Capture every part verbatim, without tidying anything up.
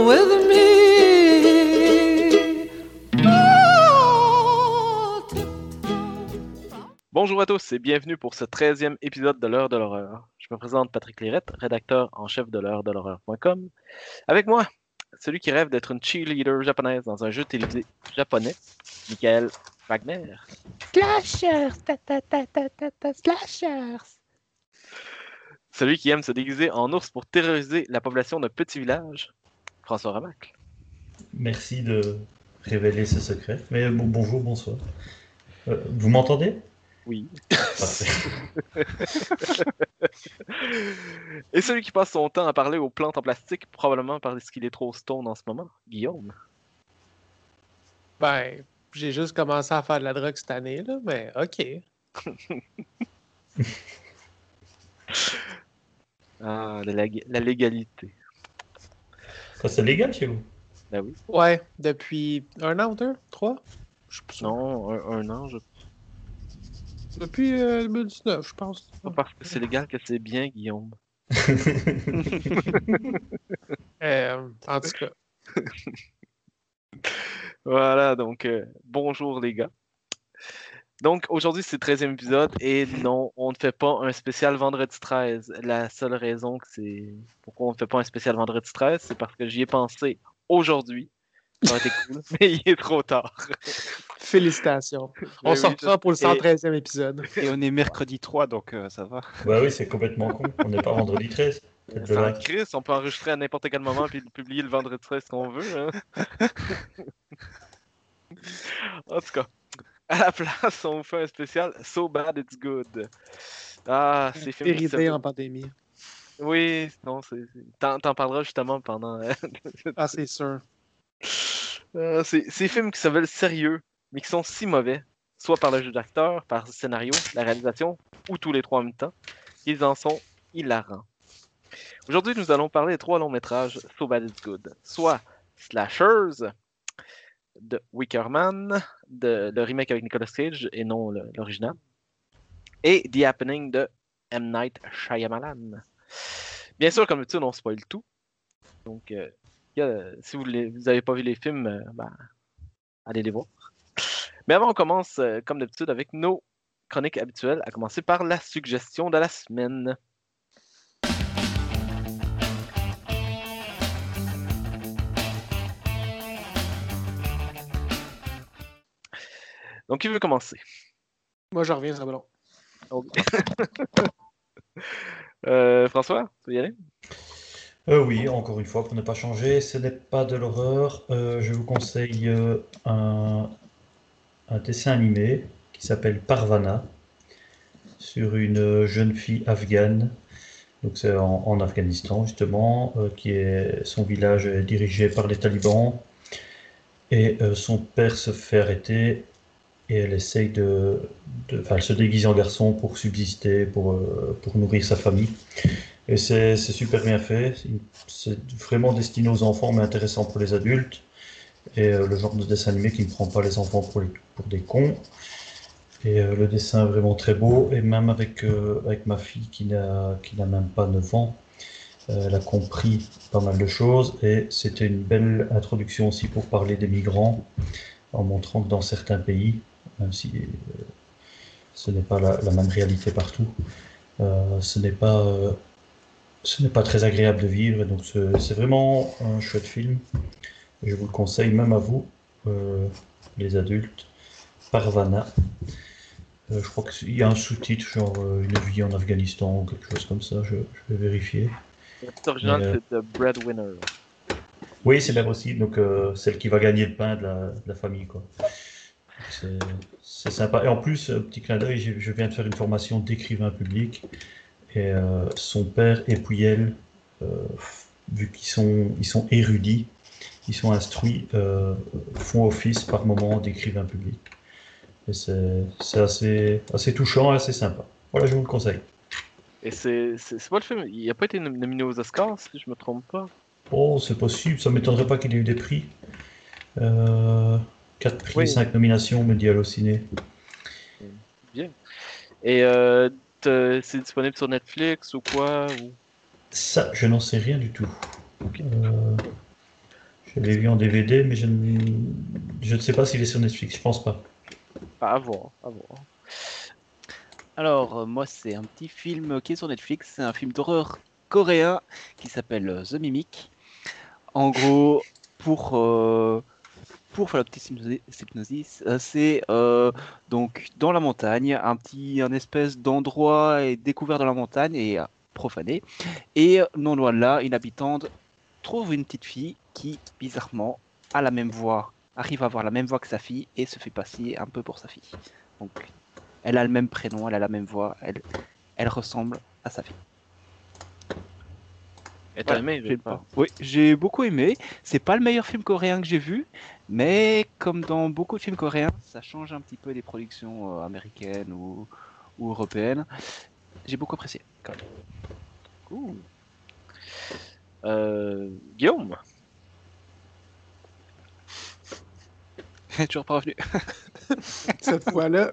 down with me. Bonjour à tous et bienvenue pour ce treizième épisode de l'Heure de l'horreur. Je me présente Patrick Lirette, rédacteur en chef de l'heure de l'horreur point com. Avec moi, celui qui rêve d'être une cheerleader japonaise dans un jeu télévisé japonais, Michael Wagner. Slashers, ta ta ta ta ta ta slashers. Celui qui aime se déguiser en ours pour terroriser la population d'un petit village, François Ramacle. Merci de révéler ce secret. Mais bon, bonjour, bonsoir. Euh, vous m'entendez ? Oui. Parfait. Et celui qui passe son temps à parler aux plantes en plastique, probablement parce qu'il est trop stone en ce moment, Guillaume. Ben, j'ai juste commencé à faire de la drogue cette année, là, mais ok. Ah, la, la, la légalité. Ça, c'est légal chez vous ? Ben oui. Ouais, depuis un an ou deux, trois? Je sais pas sûr. Non, un, un an, je... Depuis euh, deux mille dix-neuf, je pense. Pas parce que c'est légal que c'est bien, Guillaume. Euh, en tout cas. Voilà, donc euh, bonjour les gars. Donc aujourd'hui c'est le treizième épisode et non, on ne fait pas un spécial vendredi treize. La seule raison que c'est pourquoi on ne fait pas un spécial vendredi treize, c'est parce que j'y ai pensé aujourd'hui. Ça aurait été cool, mais il est trop tard. Félicitations. On Mais s'en oui, reprend pour le et- cent treizième épisode. Et on est mercredi trois, donc euh, ça va. Bah oui, c'est complètement con. On n'est pas vendredi treize. Faites de Sans là. Chris, on peut enregistrer à n'importe quel moment puis le publier le vendredi treize qu'on veut. Hein. En tout cas, à la place, on vous fait un spécial So Bad It's Good. Ah, ces films qui Péridé se- en pandémie. Oui, non, c'est... c'est- T'en, t'en parleras justement pendant... euh, Ah, c'est sûr. Euh, c'est ces films qui se veulent sérieux, mais qui sont si mauvais, soit par le jeu d'acteur, par le scénario, la réalisation, ou tous les trois en même temps, qu'ils en sont hilarants. Aujourd'hui, nous allons parler des trois longs métrages So Bad It's Good, soit Slashers, de Wicker Man, de, le remake avec Nicolas Cage et non le- l'original, et The Happening de M. Night Shyamalan. Bien sûr, comme d'habitude, on spoil tout. Donc, euh, il y a- si vous n'avez pas vu les films, euh, ben, allez les voir. Mais avant, on commence, euh, comme d'habitude, avec nos chroniques habituelles, à commencer par la suggestion de la semaine. Donc, qui veut commencer? Moi, je reviens, ça va long. Ok. Euh, François, tu veux y aller? Euh, oui, encore une fois, pour ne pas changer, ce n'est pas de l'horreur. Euh, je vous conseille euh, un, un dessin animé qui s'appelle Parvana, sur une jeune fille afghane. Donc c'est en, en Afghanistan justement, euh, qui est son village est dirigé par les talibans et euh, son père se fait arrêter et elle essaye de, de- enfin, elle se déguise en garçon pour subsister, pour, euh, pour nourrir sa famille. Et c'est c'est super bien fait. C'est une- C'est vraiment destiné aux enfants, mais intéressant pour les adultes. Et euh, le genre de dessin animé qui ne prend pas les enfants pour, les- pour des cons. Et euh, le dessin est vraiment très beau. Et même avec, euh, avec ma fille qui n'a qui n'a même pas neuf ans, euh, elle a compris pas mal de choses. Et c'était une belle introduction aussi pour parler des migrants, en montrant que dans certains pays, même si euh, ce n'est pas la, la même réalité partout, euh, ce n'est pas, euh, ce n'est pas très agréable de vivre. Et donc c'est c'est vraiment un chouette film. Et je vous le conseille même à vous, euh, les adultes. Parvana. Euh, je crois qu'il y a un sous-titre, genre euh, Une vie en Afghanistan ou quelque chose comme ça, je, je vais vérifier. Le titre original, Mais, euh, c'est The Breadwinner. Oui, c'est bien aussi, donc euh, celle qui va gagner le pain de la, de la famille, quoi. C'est c'est sympa. Et en plus, euh, petit clin d'œil, j'ai- je viens de faire une formation d'écrivain public. Et euh, son père et puis elle, euh, vu qu'ils sont, ils sont érudits, ils sont instruits, euh, font office par moment d'écrivain public. Et c'est c'est assez, assez touchant et assez sympa. Voilà, je vous le conseille. Et c'est c'est c'est pas le film, il a pas été nom- nominé aux Oscars, si je me trompe pas. Oh, c'est possible, ça m'étonnerait pas qu'il ait eu des prix. Euh, quatre prix, Oui. cinq nominations, me dit Allociné. Bien. Et euh, te- c'est disponible sur Netflix ou quoi ou... Ça, je n'en sais rien du tout. Ok. Euh, Je l'ai vu en D V D, mais je ne, je ne sais pas s'il est sur Netflix, je pense pas. À voir, à voir. Alors, euh, moi, c'est un petit film qui est sur Netflix. C'est un film d'horreur coréen qui s'appelle euh, The Mimic. En gros, pour, euh, pour faire la petite hypnosi- hypnosis, euh, c'est euh, donc dans la montagne, un petit un espèce d'endroit est découvert dans la montagne et euh, profané. Et euh, non loin de là, une habitante trouve une petite fille qui, bizarrement, a la même voix, arrive à avoir la même voix que sa fille et se fait passer un peu pour sa fille. Donc, elle a le même prénom, elle a la même voix, elle, elle ressemble à sa fille. Et t'as Voilà, aimé, j'ai je le pense. pas. Oui, j'ai beaucoup aimé. C'est pas le meilleur film coréen que j'ai vu, mais comme dans beaucoup de films coréens, ça change un petit peu des productions euh, américaines ou, ou européennes. J'ai beaucoup apprécié. Quand même. Cool. Euh, Guillaume, Toujours pas revenu. Cette fois-là,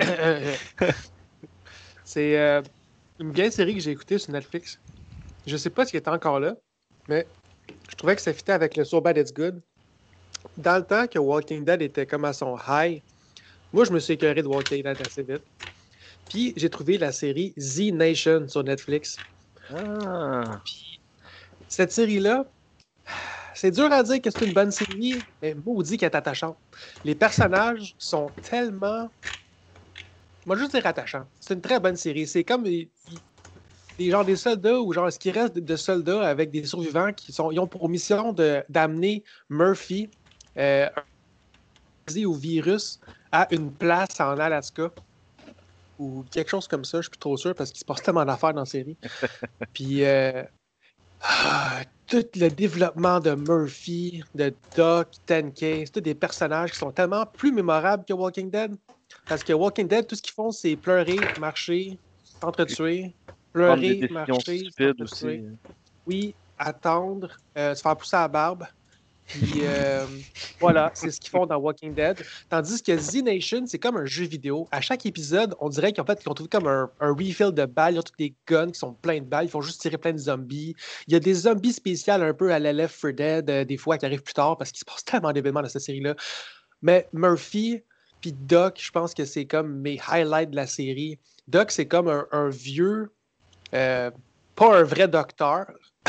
c'est euh, une vieille série que j'ai écoutée sur Netflix. Je sais pas s'il est encore là, mais je trouvais que ça fitait avec le So Bad It's Good. Dans le temps que Walking Dead était comme à son high, moi, je me suis écœuré de Walking Dead assez vite. Puis, j'ai trouvé la série Z Nation sur Netflix. ah, Cette série-là, c'est dur à dire que c'est une bonne série, mais maudit qu'elle est attachante. Les personnages sont tellement... Moi, juste dire attachants. C'est une très bonne série. C'est comme des, des, genre des soldats ou genre ce qui reste de, de soldats avec des survivants qui sont, ils ont pour mission de, d'amener Murphy, euh, un au virus, à une place en Alaska ou quelque chose comme ça. Je suis plus trop sûr parce qu'il se passe tellement d'affaires dans la série. Puis, euh, ah, tout le développement de Murphy, de Doc, ten K, c'est tous des personnages qui sont tellement plus mémorables que Walking Dead. Parce que Walking Dead, tout ce qu'ils font, c'est pleurer, marcher, s'entretuer, prendre des pleurer, décisions marcher, stupides s'entretuer. aussi. Oui, attendre, euh, se faire pousser la barbe. Puis euh, voilà, c'est ce qu'ils font dans Walking Dead. Tandis que Z Nation, c'est comme un jeu vidéo. À chaque épisode, on dirait qu'en fait, ils ont trouvé comme un, un refill de balles. Ils ont tous des guns qui sont pleins de balles. Ils font juste tirer plein de zombies. Il y a des zombies spéciaux un peu à la Left four Dead, euh, des fois, qui arrivent plus tard parce qu'il se passe tellement d'événements dans cette série-là. Mais Murphy puis Doc, je pense que c'est comme mes highlights de la série. Doc, c'est comme un, un vieux, euh, pas un vrai docteur,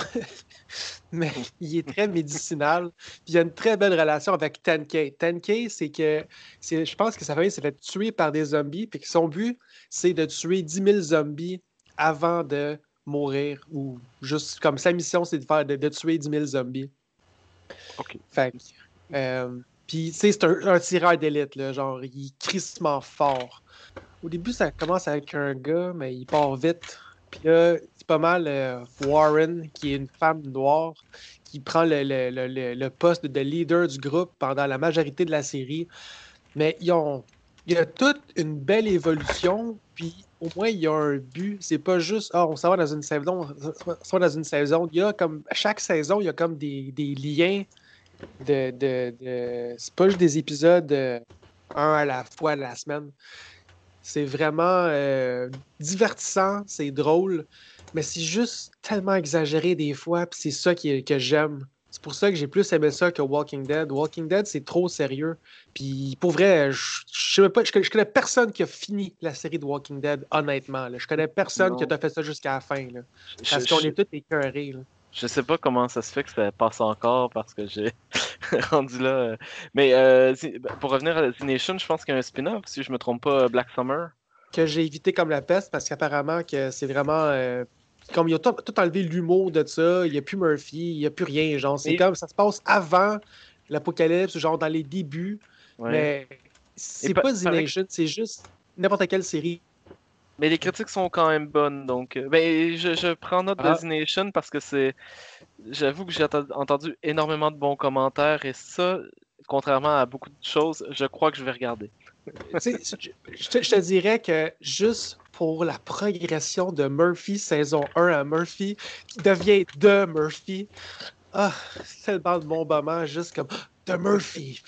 mais il est très médicinal. Puis il y a une très belle relation avec ten K. ten K, c'est que c'est, je pense que sa famille s'est fait tuer par des zombies, puis que son but, c'est de tuer dix mille zombies avant de mourir. Ou juste comme sa mission, c'est de faire de, de tuer dix mille zombies. Ok. Fait que, euh, puis, tu sais, c'est un, un tireur d'élite, là, genre, il est crissement fort. Au début, ça commence avec un gars, mais il part vite. Puis là, c'est pas mal euh, Warren, qui est une femme noire, qui prend le, le, le, le- le poste de leader du groupe pendant la majorité de la série. Mais ils ont, il y a toute une belle évolution, puis au moins, il y a un but. C'est pas juste, ah, on s'en va dans une saison, on s'en va dans une saison. Il y a comme, chaque saison, il y a comme des, des liens de, de, de- c'est pas juste des épisodes euh, un à la fois de la semaine. C'est vraiment euh, divertissant, c'est drôle, mais c'est juste tellement exagéré des fois, puis c'est ça qui, que j'aime. C'est pour ça que j'ai plus aimé ça que Walking Dead. Walking Dead, c'est trop sérieux. Puis pour vrai, je, je, sais même pas, je, connais- je connais personne qui a fini la série de Walking Dead, honnêtement. Là. Je connais personne qui Non. a fait ça jusqu'à la fin. Là. Je, Parce qu'on je, est tous écœurés. Là. je sais pas comment ça se fait que ça passe encore parce que j'ai rendu là. euh. Mais euh, Z- pour revenir à Z Nation, je pense qu'il y a un spin-off, si je me trompe pas, Black Summer. Que j'ai évité comme la peste parce qu'apparemment que c'est vraiment euh, comme ils ont tout, tout enlevé l'humour de ça, il n'y a plus Murphy, il n'y a plus rien, genre c'est Et- comme ça se passe avant l'apocalypse, genre dans les débuts, Ouais. mais Et c'est pa- pas The paraît que- Nation, c'est juste n'importe quelle série. Mais les critiques sont quand même bonnes, donc euh, ben, je, je prends note de Ah. Z Nation parce que c'est, j'avoue que j'ai ent- entendu énormément de bons commentaires et ça, contrairement à beaucoup de choses, je crois que je vais regarder. Tu sais, je, je te, je te dirais que juste pour la progression de Murphy saison un à Murphy qui devient de Murphy, ah, c'est tellement de bon moment, juste comme de Murphy.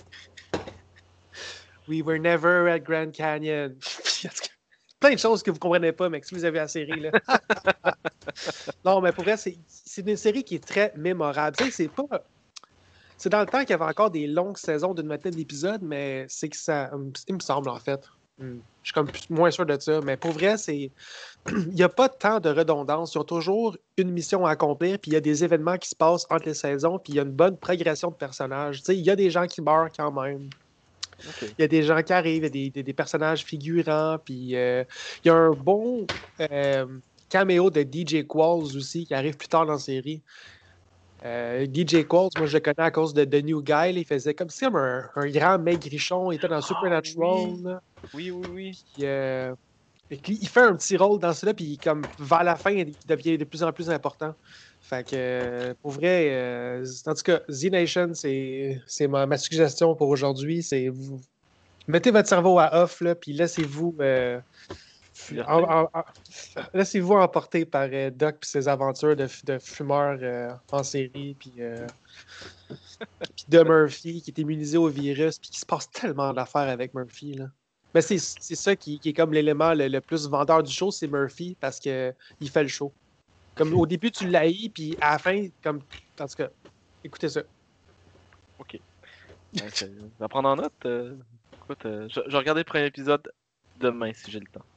We were never at Grand Canyon. Plein de choses que vous comprenez pas, mais que si vous avez la série, là. Non, mais pour vrai, c'est c'est une série qui est très mémorable. Tu sais, c'est pas. C'est dans le temps qu'il y avait encore des longues saisons d'une vingtaine d'épisodes, mais c'est que ça. Il me semble, en fait. Hmm. Je suis comme plus- moins sûr de ça. Mais pour vrai, c'est. Il n'y a pas tant de redondance. Ils ont toujours une mission à accomplir, puis il y a des événements qui se passent entre les saisons, puis il y a une bonne progression de personnages. Tu sais, il y a des gens qui meurent quand même. Ok. Il y a des gens qui arrivent, il y a des, des- des personnages figurants, puis euh, il y a un bon euh, caméo de D J Qualls aussi qui arrive plus tard dans la série. Euh, D J Qualls, moi je le connais à cause de The New Guy, là, il faisait comme si comme un, un grand maigrichon, il était dans Ah, Supernatural. oui. Là, Oui, oui, oui. puis, euh, fait que lui, il fait un petit rôle dans cela, puis comme vers la fin, il devient de plus en plus important. Fait que euh, pour vrai, euh, en tout cas, Z Nation, c'est c'est ma, ma suggestion pour aujourd'hui. C'est vous mettez votre cerveau à off, là, puis laissez-vous euh, en- en- en- laissez-vous emporter par euh, Doc et ses aventures de, f- de fumeur euh, en série, puis euh, puis de Murphy qui est immunisé au virus, puis qui se passe tellement d'affaires avec Murphy. Là. Mais c'est c'est ça qui, qui est comme l'élément le, le plus vendeur du show, c'est Murphy, parce que il fait le show. Comme au début, tu l'haïs, puis à la fin, comme. En tout cas, écoutez ça. Ok. Ouais, c'est- je vais prendre en note. euh, Écoute, euh, je, je vais regarder le premier épisode demain si j'ai le temps.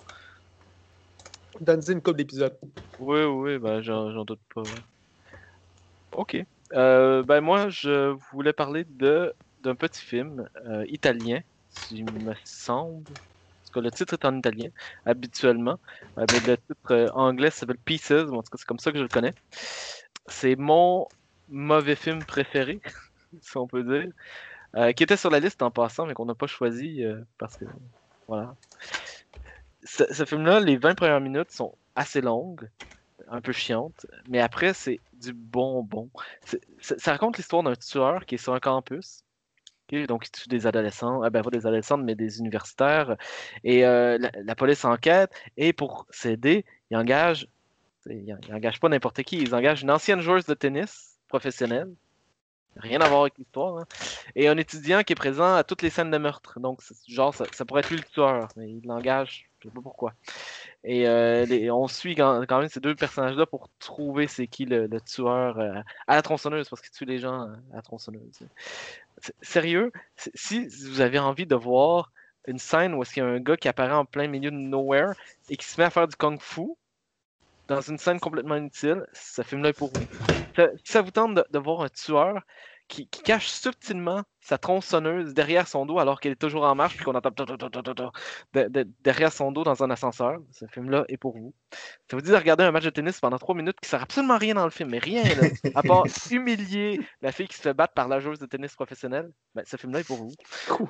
Donne-y une couple d'épisodes. Oui, oui, ben j'en j'en doute pas. Ouais. Ok. Euh, ben moi, je voulais parler de d'un petit film euh, italien, s'il me semble. Parce que le titre est en italien, habituellement. Euh, mais le titre euh, anglais s'appelle Pieces. Bon, en tout cas, c'est comme ça que je le connais. C'est mon mauvais film préféré, si on peut dire. Euh, qui était sur la liste en passant, mais qu'on n'a pas choisi euh, parce que voilà. Ce, ce film-là, les vingt premières minutes sont assez longues, un peu chiantes, mais après, c'est du bonbon. C'est- c'est- ça raconte l'histoire d'un tueur qui est sur un campus. Ok, donc, il tue des adolescents, euh, ben pas des adolescents, mais des universitaires. Et euh, la, la police enquête, et pour s'aider, il engage, il, il engage pas n'importe qui, ils engagent une ancienne joueuse de tennis professionnelle. Rien à voir avec l'histoire, hein. Et un étudiant qui est présent à toutes les scènes de meurtre. Donc, c'est- genre, ça, ça pourrait être lui le tueur, mais il l'engage, je sais pas pourquoi. Et euh, les- on suit quand, quand même ces deux personnages-là pour trouver c'est qui le, le tueur euh, à la tronçonneuse, parce qu'il tue les gens euh, à la tronçonneuse. C'est- Sérieux, c'est- si vous avez envie de voir une scène où est-ce qu'il y a un gars qui apparaît en plein milieu de nowhere et qui se met à faire du kung-fu dans une scène complètement inutile, ce film-là est pour vous. Ça, si ça vous tente de, de voir un tueur qui, qui cache subtilement sa tronçonneuse derrière son dos alors qu'elle est toujours en marche puis qu'on entend de- de- derrière son dos dans un ascenseur, ce film-là est pour vous. Ça vous dit de regarder un match de tennis pendant trois minutes qui sert absolument à rien dans le film, mais rien, là, à part humilier la fille qui se fait battre par la joueuse de tennis professionnelle, ben, ce film-là est pour vous.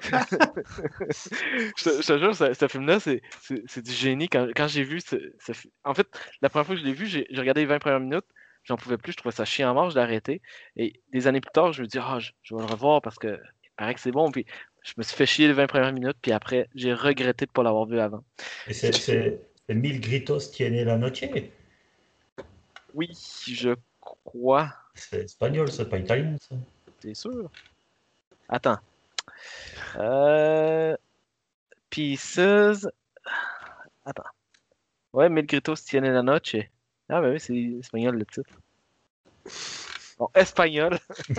je, te, je te jure, ce, ce film-là, c'est, c'est, c'est du génie. Quand, quand j'ai vu ce, ce fi- En fait, la première fois que je l'ai vu, j'ai, j'ai regardé les vingt premières minutes, j'en pouvais plus, je trouvais ça chiant à mort, je l'ai arrêté. Et des années plus tard, je me dis, ah, je, je vais le revoir parce que il paraît que c'est bon. Puis je me suis fait chier les vingt premières minutes, puis après, j'ai regretté de ne pas l'avoir vu avant. Et c'est c'est- c'est Mil Gritos tiene la noche. Oui, je crois, C'est espagnol, c'est pas italien, ça. c'est sûr. Attends. Euh... Pieces. Attends. Ouais, Mil Gritos tiene la noche. Ah, ben oui, c'est espagnol le titre. Bon, espagnol.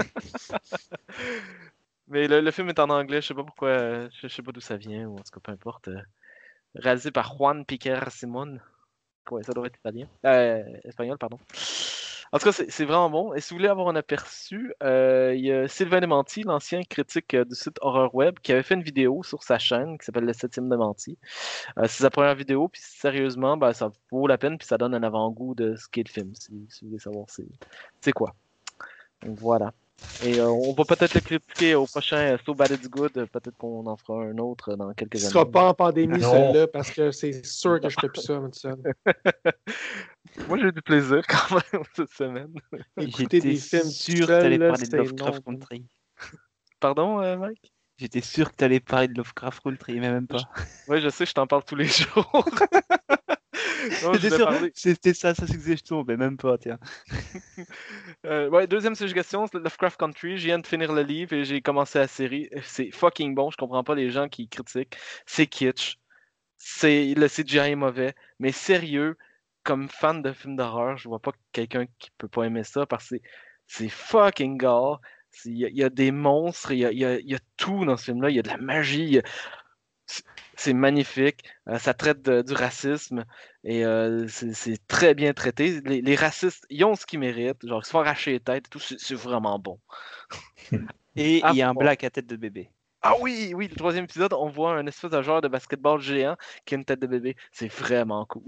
Mais le, le film est en anglais, je sais pas pourquoi, euh, je, je sais pas d'où ça vient, ou en tout cas, peu importe. euh, réalisé par Juan Piquer Simon. Ouais, ça doit être italien. Euh, espagnol, pardon. En tout cas, c'est c'est vraiment bon. Et si vous voulez avoir un aperçu, euh, il y a Sylvain Dementi, l'ancien critique euh, du site Horror Web, qui avait fait une vidéo sur sa chaîne qui s'appelle Le Septième Dementi. Euh, c'est sa première vidéo, puis sérieusement, ben, ça vaut la peine, puis ça donne un avant-goût de ce qu'est le film, si, si vous voulez savoir c'est c'est quoi. Donc voilà. Et euh, on va peut-être le critiquer au prochain euh, So Bad It's Good. euh, Peut-être qu'on en fera un autre dans quelques Il années. sera pas en pandémie, Non. celui-là, parce que c'est sûr que je fais plus ça, moi, tout seul. Moi, j'ai eu du plaisir quand même cette semaine. Écouter J'étais des films tout sûr que seul, t'allais là, parler de c'est Lovecraft non. Country. Pardon, euh, Mike? J'étais sûr que t'allais parler de Lovecraft Country, mais même pas. Oui, je sais, je t'en parle tous les jours. Non, je J'étais voulais sûr, parler. c'était ça sa suggestion, mais même pas, tiens. Euh, ouais, deuxième suggestion, c'est Lovecraft Country. Je viens de finir le livre et j'ai commencé la série. C'est fucking bon, je comprends pas les gens qui critiquent. C'est kitsch. C'est le C G I est mauvais, mais sérieux, comme fan de films d'horreur, je vois pas quelqu'un qui peut pas aimer ça parce que c'est c'est fucking gore. Il y, a- il y a des monstres, il y a, il y a- il y a tout dans ce film-là. Il y a de la magie. il y a- C'est c'est magnifique. Euh, ça traite de- du racisme et euh, c'est c'est très bien traité. Les, les racistes, ils ont ce qu'ils méritent. Genre, ils se font arracher les têtes et tout. C'est c'est vraiment bon. Et À il y a un voir. black à tête de bébé. Ah oui, oui, le troisième épisode, on voit un espèce de joueur de basketball géant qui a une tête de bébé. C'est vraiment cool.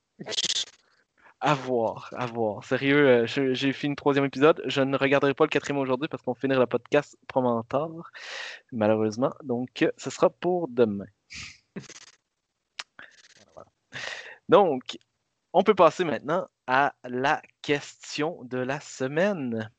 À voir, à voir. Sérieux, euh, je- j'ai fini le troisième épisode. Je ne regarderai pas le quatrième aujourd'hui parce qu'on finira le podcast probablement tard, malheureusement. Donc, euh, ce sera pour demain. Voilà. Donc, on peut passer maintenant à la question de la semaine.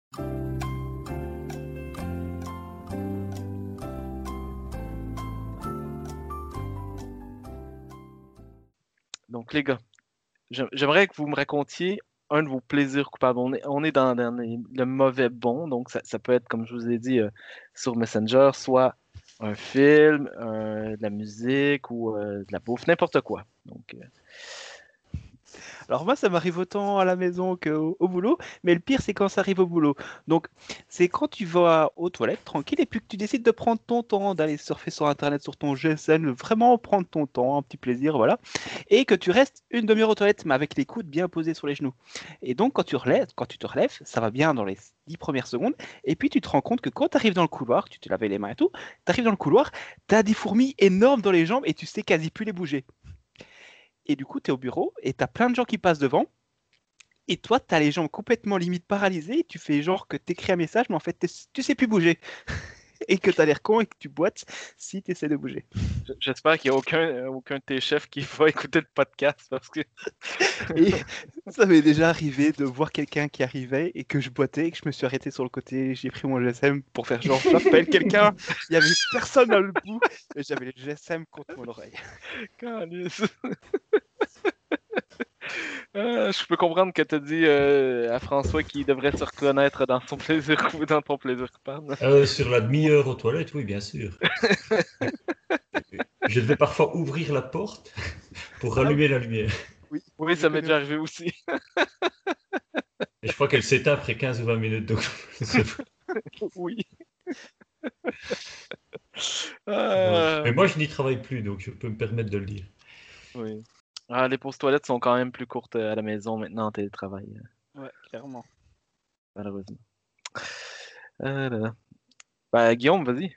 Donc, les gars, J'aim- j'aimerais que vous me racontiez un de vos plaisirs coupables. On est, on est dans, dans les- le mauvais bon, donc ça, ça peut être, comme je vous ai dit, euh, sur Messenger, soit un film, un- de la musique ou euh, de la bouffe, n'importe quoi. Donc, euh, Alors moi, ça m'arrive autant à la maison qu'au au boulot, mais le pire, c'est quand ça arrive au boulot. Donc, c'est quand tu vas aux toilettes tranquille et puis que tu décides de prendre ton temps, d'aller surfer sur Internet, sur ton G S M, de vraiment prendre ton temps, un petit plaisir, voilà, et que tu restes une demi-heure aux toilettes, mais avec les coudes bien posés sur les genoux. Et donc, quand tu relèves, quand tu te relèves, ça va bien dans les dix premières secondes, et puis tu te rends compte que quand tu arrives dans le couloir, tu te lavais les mains et tout, tu arrives dans le couloir, tu as des fourmis énormes dans les jambes et tu sais quasi plus les bouger. Et du coup, tu es au bureau et tu as plein de gens qui passent devant. Et toi, tu as les jambes complètement limite paralysées. Et tu fais genre que tu écris un message, mais en fait, t'es- tu sais plus bouger. Et que tu as l'air con et que tu boites si tu essaies de bouger. j- j'espère qu'il n'y a aucun, euh, aucun de tes chefs qui va écouter le podcast parce que Et ça m'est déjà arrivé de voir quelqu'un qui arrivait et que je boitais et que je me suis arrêté sur le côté. J'ai pris mon G S M pour faire genre j'appelle quelqu'un. Il n'y avait personne dans le bout. Et j'avais le G S M contre mon oreille. Calisse. Ah, je peux comprendre que tu as dit euh, à François qu'il devrait se reconnaître dans son plaisir cou- dans ton plaisir coupable. Euh, sur la demi-heure aux toilettes, oui, bien sûr. Je devais parfois ouvrir la porte pour rallumer la lumière. Oui, Oui, ça m'est déjà arrivé aussi. Et je crois qu'elle s'éteint après quinze ou vingt minutes. Donc... Oui. Ouais. Ah, Mais moi, je n'y travaille plus, donc je peux me permettre de le dire. oui. Ah, les pauses toilettes sont quand même plus courtes euh, à la maison maintenant en télétravail, euh, Ouais, clairement. malheureusement. Ah là là. Ben, Guillaume, vas-y.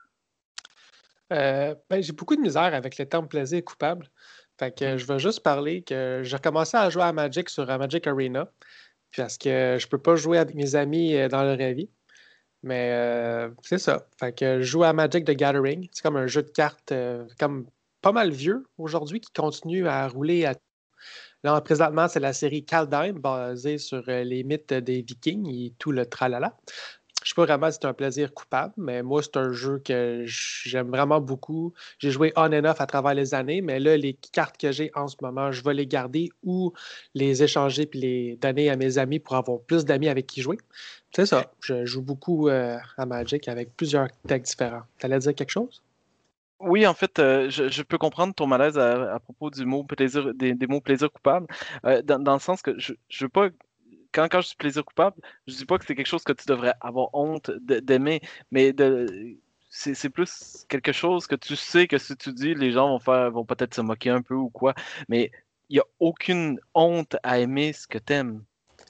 Euh, ben, j'ai beaucoup de misère avec le terme plaisir coupable. Fait que je vais juste parler que j'ai recommencé à jouer à Magic sur euh, Magic Arena. Parce que je peux pas jouer avec mes amis euh, dans la vraie vie. Mais euh, c'est ça. Fait que je joue à Magic the Gathering. C'est comme un jeu de cartes euh, comme pas mal vieux aujourd'hui qui continue à rouler. À... Là, présentement, c'est la série Kaldheim basée sur euh, les mythes des Vikings et tout le tralala. Je sais pas vraiment si c'est un plaisir coupable, mais moi, c'est un jeu que j'aime vraiment beaucoup. J'ai joué on and off à travers les années, mais là, les cartes que j'ai en ce moment, je vais les garder ou les échanger puis les donner à mes amis pour avoir plus d'amis avec qui jouer. C'est ça. Je joue beaucoup euh, à Magic avec plusieurs decks différents. T'allais dire quelque chose? Oui, en fait, euh, je, je peux comprendre ton malaise à, à propos du mot plaisir, des, des mots plaisir coupable, euh, dans, dans le sens que je, je veux pas, quand, quand je dis plaisir coupable, je dis pas que c'est quelque chose que tu devrais avoir honte de- d'aimer, mais de, c'est, c'est plus quelque chose que tu sais que si tu dis, les gens vont faire, vont peut-être se moquer un peu ou quoi, mais il n'y a aucune honte à aimer ce que t'aimes.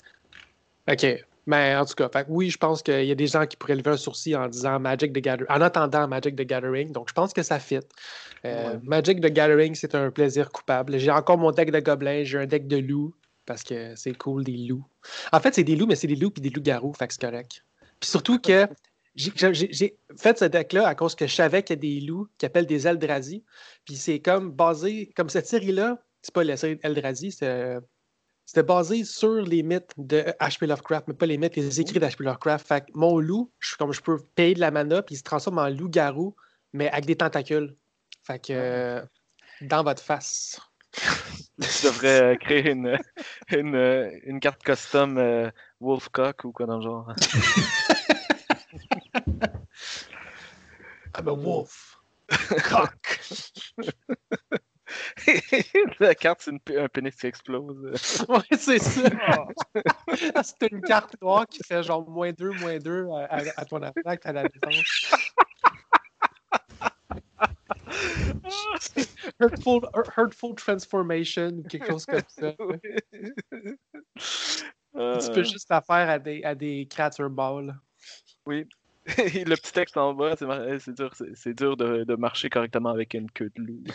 OK. Mais en tout cas, fait que oui, je pense qu'il y a des gens qui pourraient lever un sourcil en disant Magic the Gathering, en attendant Magic the Gathering. Donc, je pense que ça fit. Euh, Ouais. Magic the Gathering, c'est un plaisir coupable. J'ai encore mon deck de gobelins, j'ai un deck de loups, parce que c'est cool, des loups. En fait, c'est des loups, mais c'est des loups puis des loups-garous, fait que c'est correct. Puis surtout que j'ai- j'ai j'ai fait ce deck-là à cause que je savais qu'il y a des loups qui appellent des Eldrazi. Puis c'est comme basé, comme cette série-là, c'est pas la série Eldrazi, c'est. euh, C'était basé sur les mythes de H P Lovecraft, mais pas les mythes, les écrits d'H P Lovecraft. Fait que mon loup, je, comme je peux payer de la mana, puis il se transforme en loup-garou, mais avec des tentacules. Fait que euh, dans votre face. Tu devrais euh, créer une, une, euh, une carte custom euh, Wolfcock ou quoi dans le genre. I'm a wolf. Cock. La carte, c'est une p- un pénis qui explose. Ouais, c'est ça. C'est une carte noire qui fait genre moins deux, moins deux à, à, à ton attaque à la défense. Hurtful, hurtful Transformation ou quelque chose comme ça. Tu peux Ah, juste la faire à des, à des créatures balles. oui. Et le petit texte en bas, c'est mar- c'est dur, c'est c'est dur de, de marcher correctement avec une queue de loup.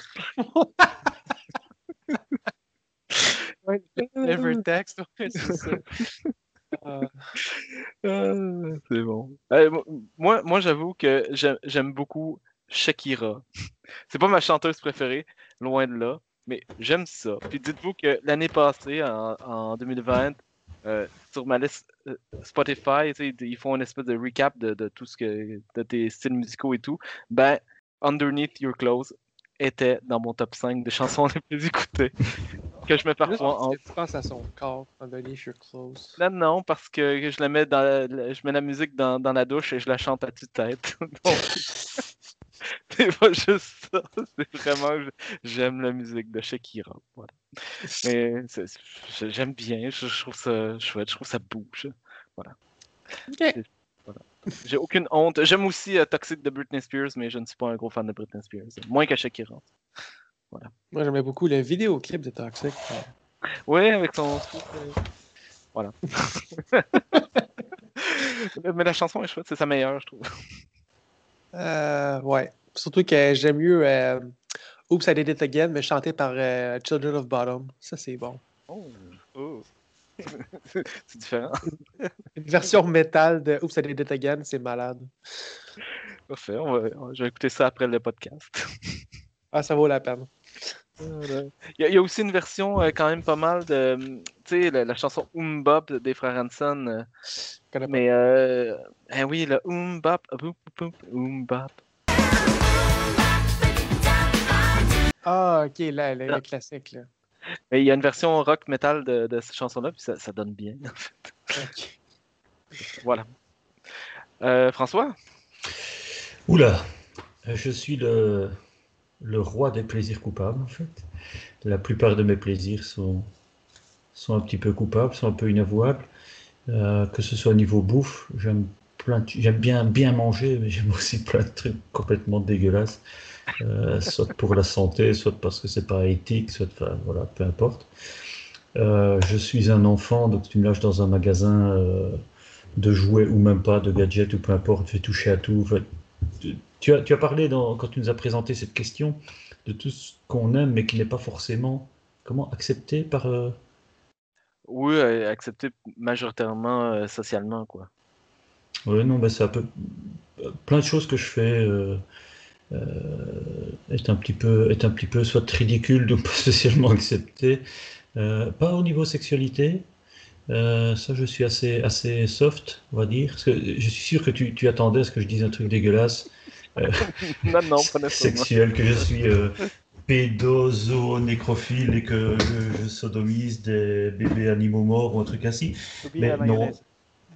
Ouais, Never text, ouais, c'est ça. Euh, Ah, c'est bon. Euh, mo- moi, moi j'avoue que j'aime j'aime beaucoup Shakira. C'est pas ma chanteuse préférée, loin de là, mais j'aime ça. Puis dites-vous que l'année passée, en, en deux mille vingt, euh, sur ma liste euh, Spotify, tu sais, ils ils font une espèce de recap de, de tout ce que de tes styles musicaux et tout. Ben, Underneath Your Clothes était dans mon top cinq des chansons les plus écoutées. Que je mets Juste parfois parce en. que tu penses à son corps, underneath your clothes. Non, non, parce que je la mets dans la- je mets la musique dans, dans la douche et je la chante à tue-tête. Donc, c'est pas juste ça, c'est vraiment je- j'aime la musique de Shakira. Voilà. Mais c'est- c'est- j'aime bien, je, je trouve ça chouette, je trouve ça bouge. Voilà. Ok. C'est- voilà. J'ai aucune honte. J'aime aussi euh, Toxic de Britney Spears, mais je ne suis pas un gros fan de Britney Spears. Moins que Shakira. Moi, j'aimais beaucoup le vidéoclip de Toxic. Oui, avec son truc. euh, Voilà. Mais la chanson est chouette, c'est sa meilleure, je trouve. Euh, ouais. Surtout que j'aime mieux euh, Oops, I Did It Again, mais chanté par euh, Children of Bottom. Ça, c'est bon. Oh, oh. C'est différent. Une version métal de Oops, I Did It Again, c'est malade. Parfait, on va, on- je vais écouter ça après le podcast. Ah, ça vaut la peine. Voilà. Il y, a, il y a aussi une version euh, quand même pas mal de, hum, tu sais, la, la chanson Oom Bop des frères Hanson. euh, Je connais pas. mais, euh, ah oui, le Oom Bop, Oom Bop, Oom Bop. Ah, ok, là, le, Ah. le classique, là. Mais il y a une version rock metal de, de cette chanson-là, puis ça, ça donne bien. En fait. Ok. Voilà. Euh, François? Oula, euh, je suis le, le roi des plaisirs coupables, en fait. La plupart de mes plaisirs sont, sont un petit peu coupables, sont un peu inavouables. Euh, que ce soit au niveau bouffe, j'aime plein de- j'aime bien, bien manger, mais j'aime aussi plein de trucs complètement dégueulasses. Euh, soit pour la santé, soit parce que c'est pas éthique, soit, enfin, voilà, peu importe. Euh, je suis un enfant, donc tu me lâches dans un magasin euh, de jouets ou même pas, de gadgets ou peu importe, je vais toucher à tout. Enfin, tu, tu as, tu as parlé dans- quand tu nous as présenté cette question de tout ce qu'on aime mais qui n'est pas forcément comment accepté par. euh, Oui, euh, accepté majoritairement euh, socialement, quoi. Ouais, non, bah, c'est un peu plein de choses que je fais. euh, euh, est un petit peu, est un petit peu soit ridicule, donc pas spécialement accepté. Euh, pas au niveau sexualité. Euh, ça, je suis assez, assez soft, on va dire. Parce que je suis sûr que tu, tu attendais à ce que je dise un truc dégueulasse, euh, Non, non, pas nécessairement. sexuel, que je suis euh, pédozo-nécrophile et que je, je sodomise des bébés animaux morts ou un truc ainsi. Oubliez la Mais non, mayonnaise.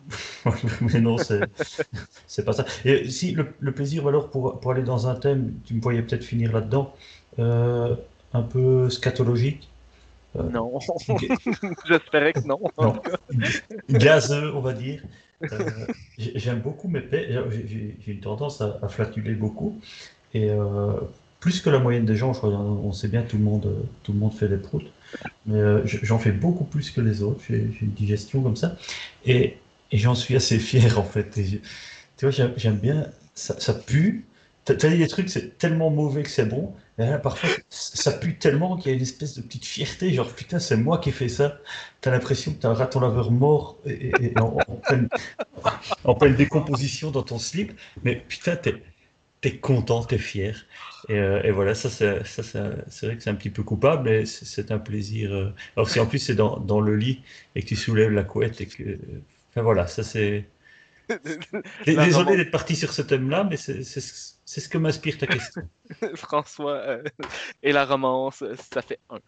mais non, c'est c'est pas ça. Et si le, le plaisir, alors pour, pour aller dans un thème, tu me voyais peut-être finir là-dedans, euh, un peu scatologique. euh, Non. ga- J'espérais que non. en non, tout cas. gazeux, on va dire. Euh, j'ai- J'aime beaucoup mes pets. J'ai j'ai- j'ai une tendance à, à flatuler beaucoup. Et euh, plus que la moyenne des gens, je crois, on sait bien, tout le monde, euh, tout le monde fait des proutes. Mais euh, j- j'en fais beaucoup plus que les autres. J'ai j'ai une digestion comme ça. Et, et j'en suis assez fier, en fait. Et j'ai- tu vois, j'aime j'aime bien, ça, ça pue. T'as t'as dit des trucs, c'est tellement mauvais que c'est bon. Et là, parfois, ça pue tellement qu'il y a une espèce de petite fierté, genre putain, c'est moi qui ai fait ça. T'as l'impression que t'as un raton laveur mort et, et- et en, en pleine, en pleine décomposition dans ton slip. Mais putain, t'es t'es content, t'es fier. Et, euh, et voilà, ça, c'est ça, c'est c'est vrai que c'est un petit peu coupable, mais c'est c'est un plaisir. euh. Alors, si en plus c'est dans, dans le lit et que tu soulèves la couette et que. Enfin voilà, ça c'est. D- La Désolé romance, d'être parti sur ce thème-là, mais c'est c'est ce c'est ce que m'inspire ta question. François euh, et la romance, ça fait un.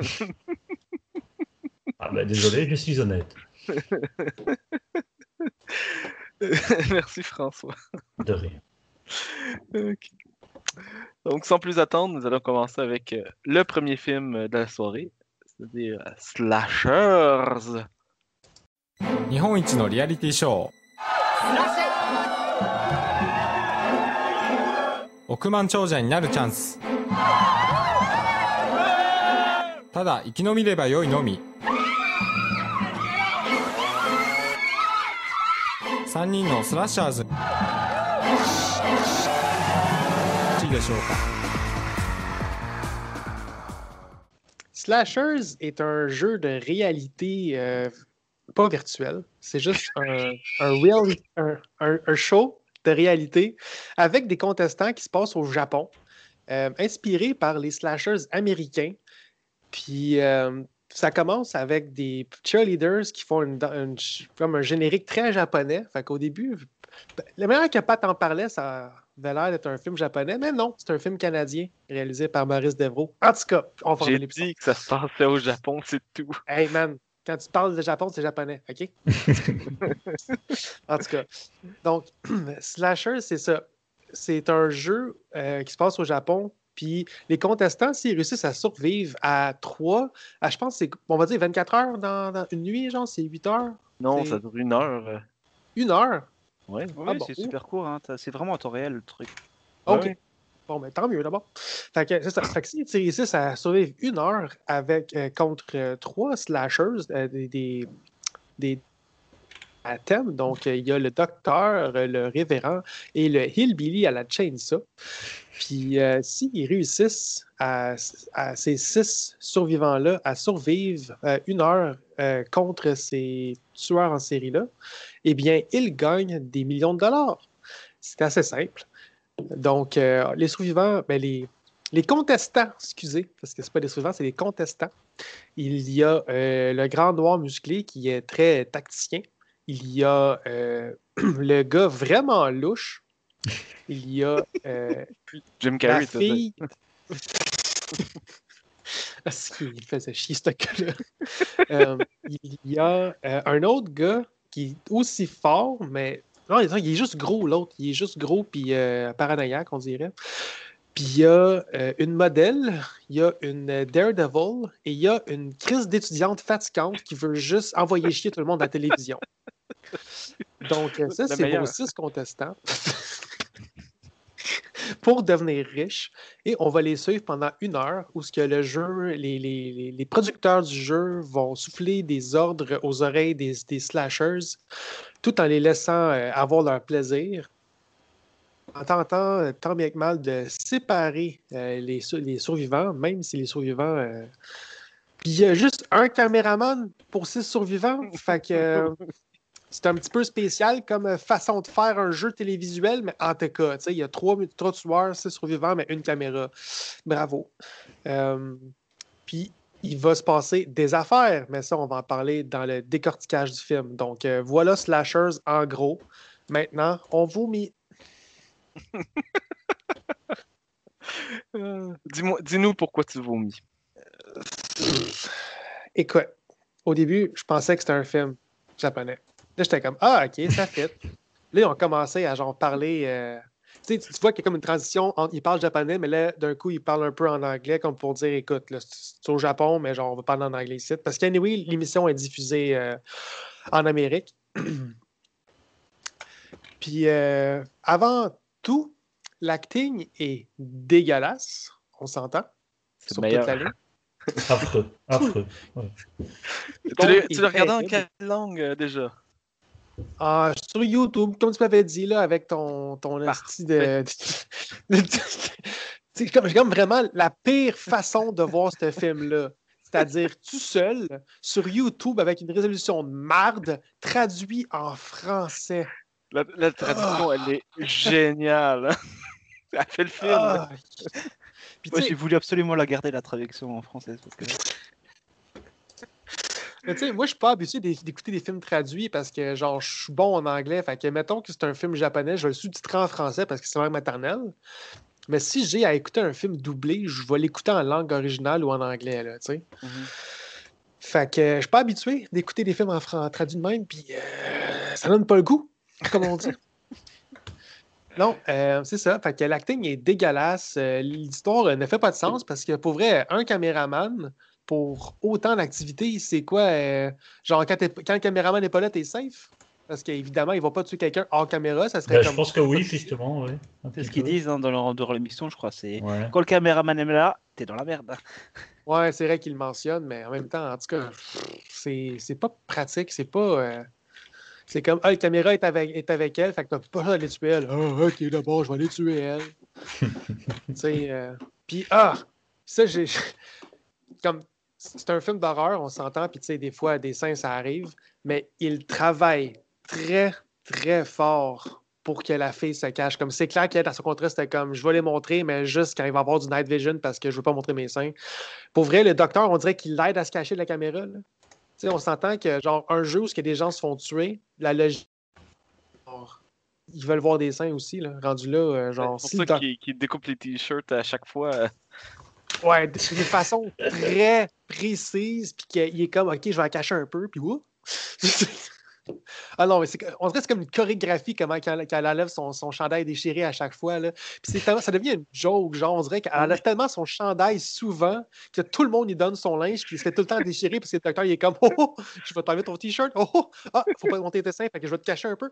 Ah ben désolé, je suis honnête. Merci François. De rien. Ok. Donc, sans plus attendre, nous allons commencer avec euh, le premier film de la soirée, c'est-à-dire euh, Slashers. 日本一のリアリティショー億万長者になるチャンスただ生き延びればよいのみさんにんのスラッシャーズいいでしょうか Slashers est un jeu de réalité euh, pas virtuelle. C'est juste un, un, real, un, un, un show de réalité avec des contestants qui se passent au Japon, euh, inspiré par les slashers américains. Puis euh, ça commence avec des cheerleaders qui font une, une, comme un générique très japonais. Fait qu'au début, la manière que Pat en parlait, ça avait l'air d'être un film japonais, mais non, c'est un film canadien réalisé par Maurice Devreau. En tout cas, on va J'ai dit que ça se passait au Japon, c'est tout. Hey man, quand tu parles de Japon, c'est japonais, OK? En tout cas, donc, Slasher, c'est ça. C'est un jeu euh, qui se passe au Japon, puis les contestants, s'ils réussissent à survivre à trois, à, je pense, c'est, on va dire vingt-quatre heures dans, dans une nuit, genre, c'est huit heures? Non, c'est... ça dure une heure. euh. Une heure? Ouais. Oui, Ah bon. c'est super court, hein. t'as- C'est vraiment en temps réel le truc. OK. Ouais. Bon, ben tant mieux d'abord. Fait que c'est ça. Fait que s'ils réussissent à survivre une heure avec, euh, contre euh, trois slashers, euh, des, des, des à thème. Donc, euh, il y a le docteur, euh, le révérend et le hillbilly à la chainsaw. Puis, euh, s'ils réussissent à, à ces six survivants-là à survivre euh, une heure euh, contre ces tueurs en série-là, eh bien, ils gagnent des millions de dollars. C'est assez simple. Donc, euh, les survivants, ben les, les contestants, excusez, parce que c'est pas des survivants, c'est les contestants. Il y a euh, le grand noir musclé qui est très tacticien. Il y a euh, le gars vraiment louche. Il y a euh, Jim la Carrey, tout ça. fille. Est-ce qu'il faisait chier ce gars-là? Euh, il y a euh, un autre gars qui est aussi fort, mais non, il est juste gros, l'autre. Il est juste gros puis euh, paranoïaque, on dirait. Puis il y a euh, une modèle, il y a une Daredevil et il y a une crise d'étudiante fatigante qui veut juste envoyer chier tout le monde à la télévision. Donc, euh, ça, La c'est meilleure. vos six contestants pour devenir riches. Et on va les suivre pendant une heure où ce que le jeu, les, les, les- les producteurs du jeu vont souffler des ordres aux oreilles des, des slashers tout en les laissant euh, avoir leur plaisir. En tentant, euh, tant bien que mal, de séparer euh, les, sur- les survivants, même si les survivants. euh, Puis il y a juste un caméraman pour six survivants. Fait que euh, c'est un petit peu spécial comme euh, façon de faire un jeu télévisuel, mais en tout cas, tu sais, il y a trois, trois tueurs, six survivants, mais une caméra. Bravo. Euh, Puis il va se passer des affaires, mais ça, on va en parler dans le décortiquage du film. Donc euh, voilà Slashers en gros. Maintenant, on vous met. Euh, dis-moi, dis-nous pourquoi tu vomis. Écoute, au début, je pensais que c'était un film japonais. Là, j'étais comme, ah, ok, ça fit. Là, ils ont commencé à genre parler. euh, Tu sais, tu tu vois qu'il y a comme une transition entre ils parlent japonais, mais là, d'un coup, ils parlent un peu en anglais, comme pour dire, écoute, là, c'est c'est au Japon, mais genre, on va parler en anglais ici. Parce qu'anyway, l'émission est diffusée euh, en Amérique. Puis, euh, avant tout, l'acting est dégueulasse. On s'entend? C'est Sur meilleur. toute la ligne. Affreux, affreux. Ouais. Tu l'as Bon, tu l'as et regardé en terrible. quelle langue euh, déjà? Ah, sur YouTube, comme tu m'avais dit, là, avec ton, ton esti de. de- de- C'est comme, j'ai comme vraiment la pire façon de voir ce film-là. C'est-à-dire tout seul, sur YouTube, avec une résolution de marde, traduit en français. La, la traduction, elle est géniale. Elle fait le film. Ah. Puis, Moi, tu sais, j'ai voulu absolument la garder, la traduction en française. Parce que... mais tu sais, moi, je suis pas habitué d'é- d'écouter des films traduits parce que, genre, je suis bon en anglais. Fait que, mettons que c'est un film japonais, je vais le sous-titrer en français parce que c'est ma langue maternelle. Mais si j'ai à écouter un film doublé, je vais l'écouter en langue originale ou en anglais, là, tu sais. Mhm. Fait que euh, je suis pas habitué d'écouter des films en, fran- traduits de même, puis euh, ça donne pas le goût, comme on dit. Non, euh, c'est ça. Fait que l'acting est dégueulasse. Euh, L'histoire euh, ne fait pas de sens parce que pour vrai, un caméraman pour autant d'activités, c'est quoi? euh, genre, quand, t'es- quand le caméraman n'est pas là, t'es safe? Parce qu'évidemment, il va pas tuer quelqu'un hors caméra. Ça serait Bah, je comme. pense que oui, justement, oui. Un C'est petit ce qu'ils peu. disent hein, dans leur, dans leur émission, je crois. C'est Ouais. quand le caméraman est là, t'es dans la merde. Ouais, c'est vrai qu'il le mentionne, mais en même temps, en tout cas, c'est c'est pas pratique. C'est pas. euh, C'est comme, ah, la caméra est avec, est avec elle, fait que t'as pas besoin d'aller tuer elle. Ah, ok, d'abord, je vais aller tuer elle. Tu sais, euh, puis, ah, ça, j'ai. Comme, c'est un film d'horreur, on s'entend, puis tu sais, des fois, des scènes, ça arrive, mais il travaille très, très fort pour que la fille se cache. Comme c'est clair qu'elle, dans son contrat, c'était comme, je vais les montrer, mais juste quand il va avoir du night vision parce que je veux pas montrer mes seins. Pour vrai, le docteur, on dirait qu'il l'aide à se cacher de la caméra, là. Tu sais, on s'entend que, genre, un jeu où ce que des gens se font tuer, la logique. genre, Ils veulent voir des seins aussi, là. Rendu là, euh, genre, C'est si pour le ça doc- qu'il qu'il découpe les t-shirts à chaque fois. euh. Ouais, de d'une façon très précise, puis qu'il est comme, OK, je vais la cacher un peu, puis wouh! Ah non, mais c'est, on dirait que c'est comme une chorégraphie, comment quand, quand elle enlève son, son chandail déchiré à chaque fois. Là. Puis c'est tellement- ça devient une joke, genre, on dirait qu'elle enlève tellement son chandail souvent que tout le monde lui donne son linge, puis il se fait tout le temps déchirer, parce que le docteur, il est comme, oh, oh, je vais t'enlever ton t-shirt, oh, oh, ah, faut pas monter tes seins, fait que je vais te cacher un peu.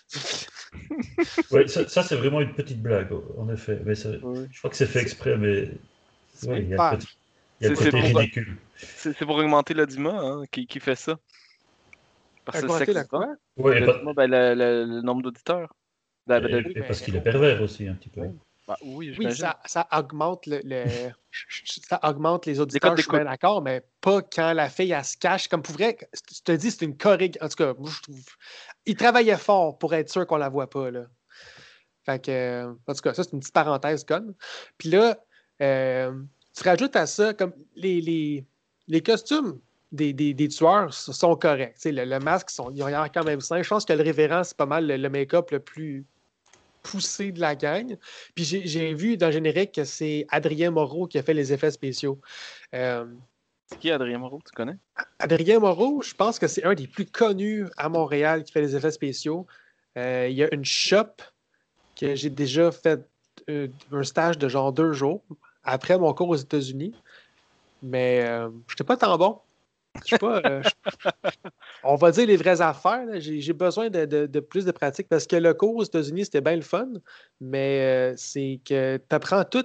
Ouais, ça, ça, c'est vraiment une petite blague, en effet. Mais ça- Ouais. je crois que c'est fait exprès, mais C'est ouais, même il y a pas- le petit- il y a le C'est- c'est côté pour- ridicule. C'est c'est pour augmenter l'audimat hein, qui, qui fait ça. Parce que c'est Augmenter ça la qui se vend. quoi? Ouais, et, pas- L'audimat, ben, le, le- le nombre d'auditeurs. Ben, ben, et- de- et mais- parce qu'il est pervers aussi, un petit peu. Oui. ben, oui, Oui, j'imagine. ça, ça augmente le, le- ça augmente les codes auditeurs, je suis bien d'écoute. d'accord, mais pas quand la fille, elle se cache. Comme pour vrai, je te dis, c'est une chorég... En tout cas, moi, je trouve... Il travaillait fort pour être sûr qu'on la voit pas, là. Fait que, euh, en tout cas, ça, c'est une petite parenthèse conne. Puis là, euh, tu rajoutes à ça, comme les, les, les costumes des, des, des tueurs s- sont corrects. Tu sais, le, le masque, sont, ils ont l'air quand même sain. Je pense que le révérend, c'est pas mal le, le make-up le plus poussé de la gang. Puis j'ai j'ai vu dans le générique que c'est Adrien Moreau qui a fait les effets spéciaux. Euh, C'est qui Adrien Moreau, tu connais? Adrien Moreau, je pense que c'est un des plus connus à Montréal qui fait les effets spéciaux. Euh, il y a une shop que j'ai déjà fait euh, un stage de genre deux jours après mon cours aux États-Unis. Mais euh, je n'étais pas tant bon. Je suis pas. euh, je- on va dire les vraies affaires. là. J'ai j'ai besoin de, de- de plus de pratique parce que le cours aux États-Unis, c'était bien le fun. Mais euh, c'est que tu apprends tout.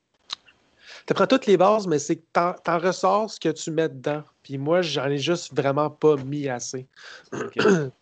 Tu apprends toutes les bases, mais c'est que t'en, t'en ressors ce que tu mets dedans. Puis moi, j'en ai juste vraiment pas mis assez. Ok.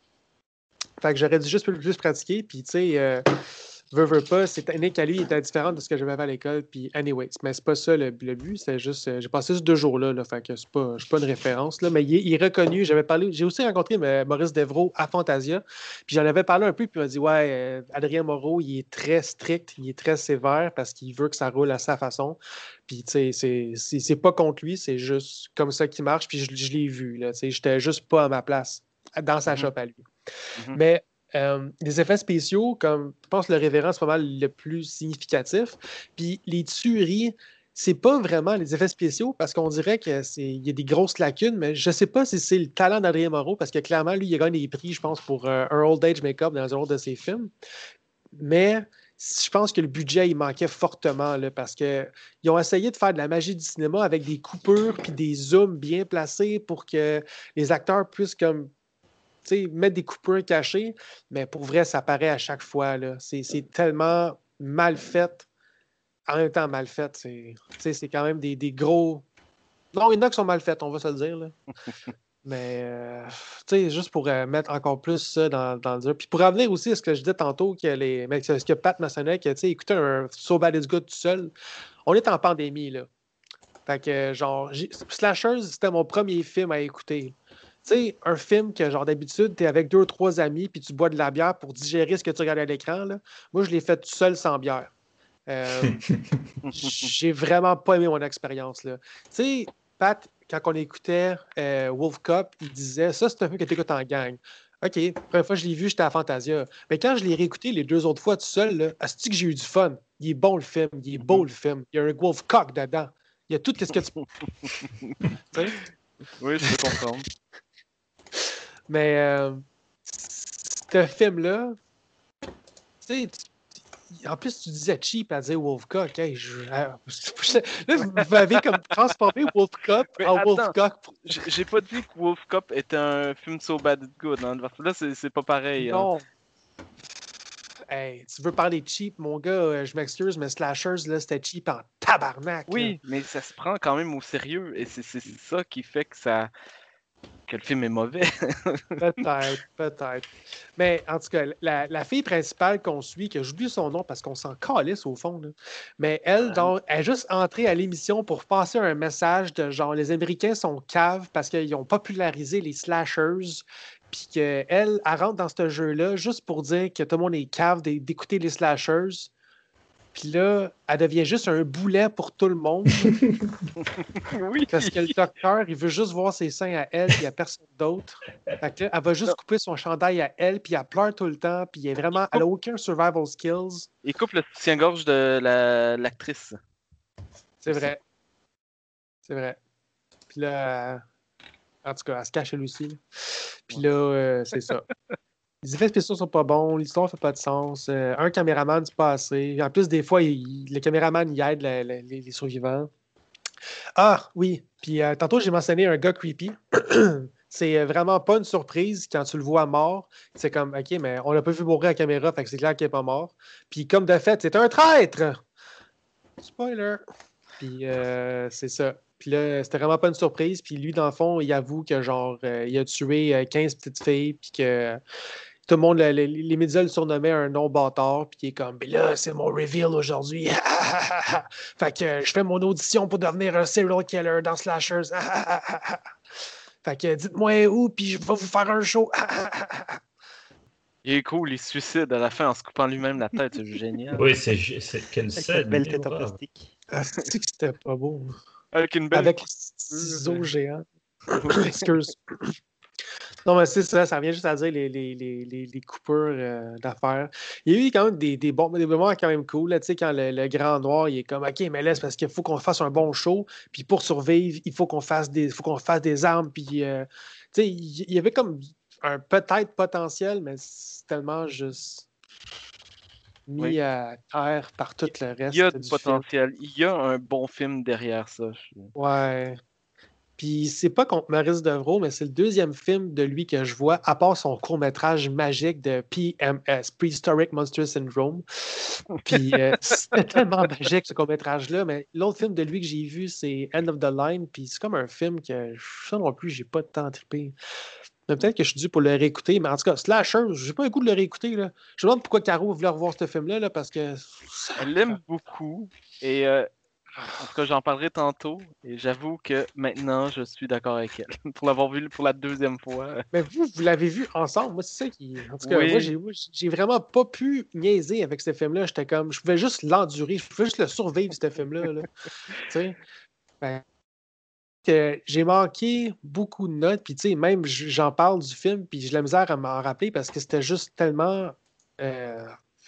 Fait que j'aurais dû juste plus, plus pratiquer. Puis tu sais, euh, veux, veux pas, cette technique à lui était différente de ce que j'avais fait à l'école. Puis anyways, mais c'est pas ça le, le but. C'est juste, euh, j'ai passé juste deux jours là. là fait que c'est pas, je suis pas une référence. Là, mais il est, il est reconnu. J'avais parlé, j'ai aussi rencontré euh, Maurice Devreau à Fantasia. Puis j'en avais parlé un peu. Puis il m'a dit ouais, euh, Adrien Moreau, il est très strict, il est très sévère parce qu'il veut que ça roule à sa façon. Puis, tu sais, c'est- c'est c'est pas contre lui, c'est juste comme ça qu'il marche. Puis, je, je l'ai vu, là. Tu sais, j'étais juste pas à ma place dans sa Mhm. shop à lui. Mhm. Mais euh, les effets spéciaux, comme je pense que le révérend, c'est pas mal le plus significatif. Puis, les tueries, c'est pas vraiment les effets spéciaux parce qu'on dirait qu'il y a des grosses lacunes, mais je sais pas si c'est le talent d'Adrien Moreau parce que clairement, lui, il a gagné des prix, je pense, pour euh, un old age make-up dans un autre de ses films. Mais je pense que le budget, il manquait fortement là, parce qu'ils ont essayé de faire de la magie du cinéma avec des coupures puis des zooms bien placés pour que les acteurs puissent comme, tu sais, mettre des coupures cachées. Mais pour vrai, ça paraît à chaque fois. là. C'est c'est tellement mal fait. En même temps, mal fait. C'est tu sais, c'est quand même des, des gros. Non, il y en a qui sont mal faites, on va se le dire. Là. Mais, euh, tu sais, juste pour euh, mettre encore plus ça dans, dans le dur. Puis pour revenir aussi à ce que je disais tantôt, que les, mais ce que Pat mentionnait, que, tu sais, écouter un So Bad It's Good tout seul, on est en pandémie, là. Fait que, genre, j'ai- Slashers, c'était mon premier film à écouter. Tu sais, un film que, genre, d'habitude, t'es avec deux ou trois amis, puis tu bois de la bière pour digérer ce que tu regardes à l'écran, là. Moi, je l'ai fait tout seul sans bière. Euh, j'ai vraiment pas aimé mon expérience, là. Tu sais, Pat, quand on écoutait euh, Wolf Cop, il disait ça, c'est un film que tu écoutes en gang. OK, la première fois que je l'ai vu, j'étais à Fantasia. Mais quand je l'ai réécouté les deux autres fois tout seul, là, asti que j'ai eu du fun. Il est bon le film, il est beau le film. Il y a un Wolf Cock dedans. Il y a tout ce que tu. Tu sais? Oui, je peux comprendre. Mais euh, ce film-là, tu sais, tu- en plus, tu disais cheap à dire Wolfcock. Hey, je, là, vous m'avez comme transformé Wolfcock Mais en attends. Wolfcock. J'ai j'ai pas dit que Wolf Cop était un film so bad it's good. Hein. Parce que là, c'est c'est pas pareil. Hein. Non. Hey, tu veux parler cheap, mon gars, euh, je m'excuse, mais Slashers, là, c'était cheap en tabarnak. là. Oui, mais ça se prend quand même au sérieux. Et c'est c'est ça qui fait que ça que le film est mauvais. Peut-être, peut-être. Mais en tout cas, la, la fille principale qu'on suit, que j'oublie son nom parce qu'on s'en calisse au fond, là. Mais elle, donc, elle est juste entrée à l'émission pour passer un message de genre les Américains sont caves parce qu'ils ont popularisé les slashers. Puis qu'elle, elle rentre dans ce jeu-là juste pour dire que tout le monde est cave d'é- d'écouter les slashers. Puis là, elle devient juste un boulet pour tout le monde. Oui. Parce que le docteur, il veut juste voir ses seins à elle, puis il n'y a personne d'autre. Fait que là, elle va juste couper son chandail à elle, puis elle pleure tout le temps, puis elle est vraiment, elle n'a aucun survival skills. Il coupe le soutien-gorge de la- l'actrice. C'est vrai. C'est vrai. Puis là, euh, en tout cas, elle se cache elle aussi. là. Puis là, euh, c'est ça. Les effets spéciaux sont pas bons, l'histoire fait pas de sens. euh, un caméraman, c'est pas assez. En plus, des fois, il- le caméraman, il aide la- la- les, les survivants. Ah, oui. Puis euh, tantôt, j'ai mentionné un gars creepy. C'est euh, vraiment pas une surprise quand tu le vois mort. C'est comme, OK, mais on l'a pas vu mourir à la caméra, fait que c'est clair qu'il est pas mort. Puis comme de fait, c'est un traître! Spoiler! Puis euh, c'est ça. Puis là, c'était vraiment pas une surprise. Puis lui, dans le fond, il avoue que genre, euh, il a tué euh, quinze petites filles, puis que tout le monde, le- le- les médias le surnommaient un non-bâtard, puis il est comme, mais là, c'est mon reveal aujourd'hui. Fait que euh, je fais mon audition pour devenir un serial killer dans Slashers. Fait que dites-moi où, puis je vais vous faire un show. Il est cool, il se suicide à la fin en se coupant lui-même la tête. C'est génial. Oui, c'est gé- c'est- quelle Avec scène. cette belle tête en mémorable. plastique. Ah, c'est que c'était pas beau. Avec une belle. Avec les ciseaux géants. Excuse. Non, mais c'est ça, ça vient juste à dire les, les, les, les, les coupures euh, d'affaires. Il y a eu quand même des, des, bons, des moments quand même cool, là, tu sais, quand le, le grand noir, il est comme, OK, mais là, c'est parce qu'il faut qu'on fasse un bon show, puis pour survivre, il faut qu'on fasse des, faut qu'on fasse des armes, puis, euh, tu sais, il il y avait comme un peut-être potentiel, mais c'est tellement juste mis Oui. à terre par tout le reste. Il y a du du film. potentiel. Il y a un bon film derrière ça. je- Ouais. Puis c'est pas contre Maurice Devreau, mais c'est le deuxième film de lui que je vois, à part son court-métrage magique de P M S, Prehistoric Monster Syndrome. Puis euh, c'était tellement magique ce court-métrage-là, mais l'autre film de lui que j'ai vu, c'est End of the Line, puis c'est comme un film que ça non plus, j'ai pas de temps à triper. Mais peut-être que je suis dû pour le réécouter, mais en tout cas, Slasher, j'ai pas le goût de le réécouter. Là. Je me demande pourquoi Caro voulait revoir ce film-là, là, parce que. Elle l'aime beaucoup. Et euh, en tout cas, j'en parlerai tantôt. Et j'avoue que maintenant, je suis d'accord avec elle. Pour l'avoir vu pour la deuxième fois. Mais vous, vous l'avez vu ensemble. Moi, c'est ça qui. En tout cas, Oui. moi, j'ai, moi, j'ai vraiment pas pu niaiser avec ce film-là. J'étais comme. Je pouvais juste l'endurer. Je pouvais juste le survivre, ce film-là. Là. Tu sais? Ben, que j'ai manqué beaucoup de notes. Puis, tu sais, même j- j'en parle du film. Puis, j'ai de la misère à m'en rappeler parce que c'était juste tellement. euh,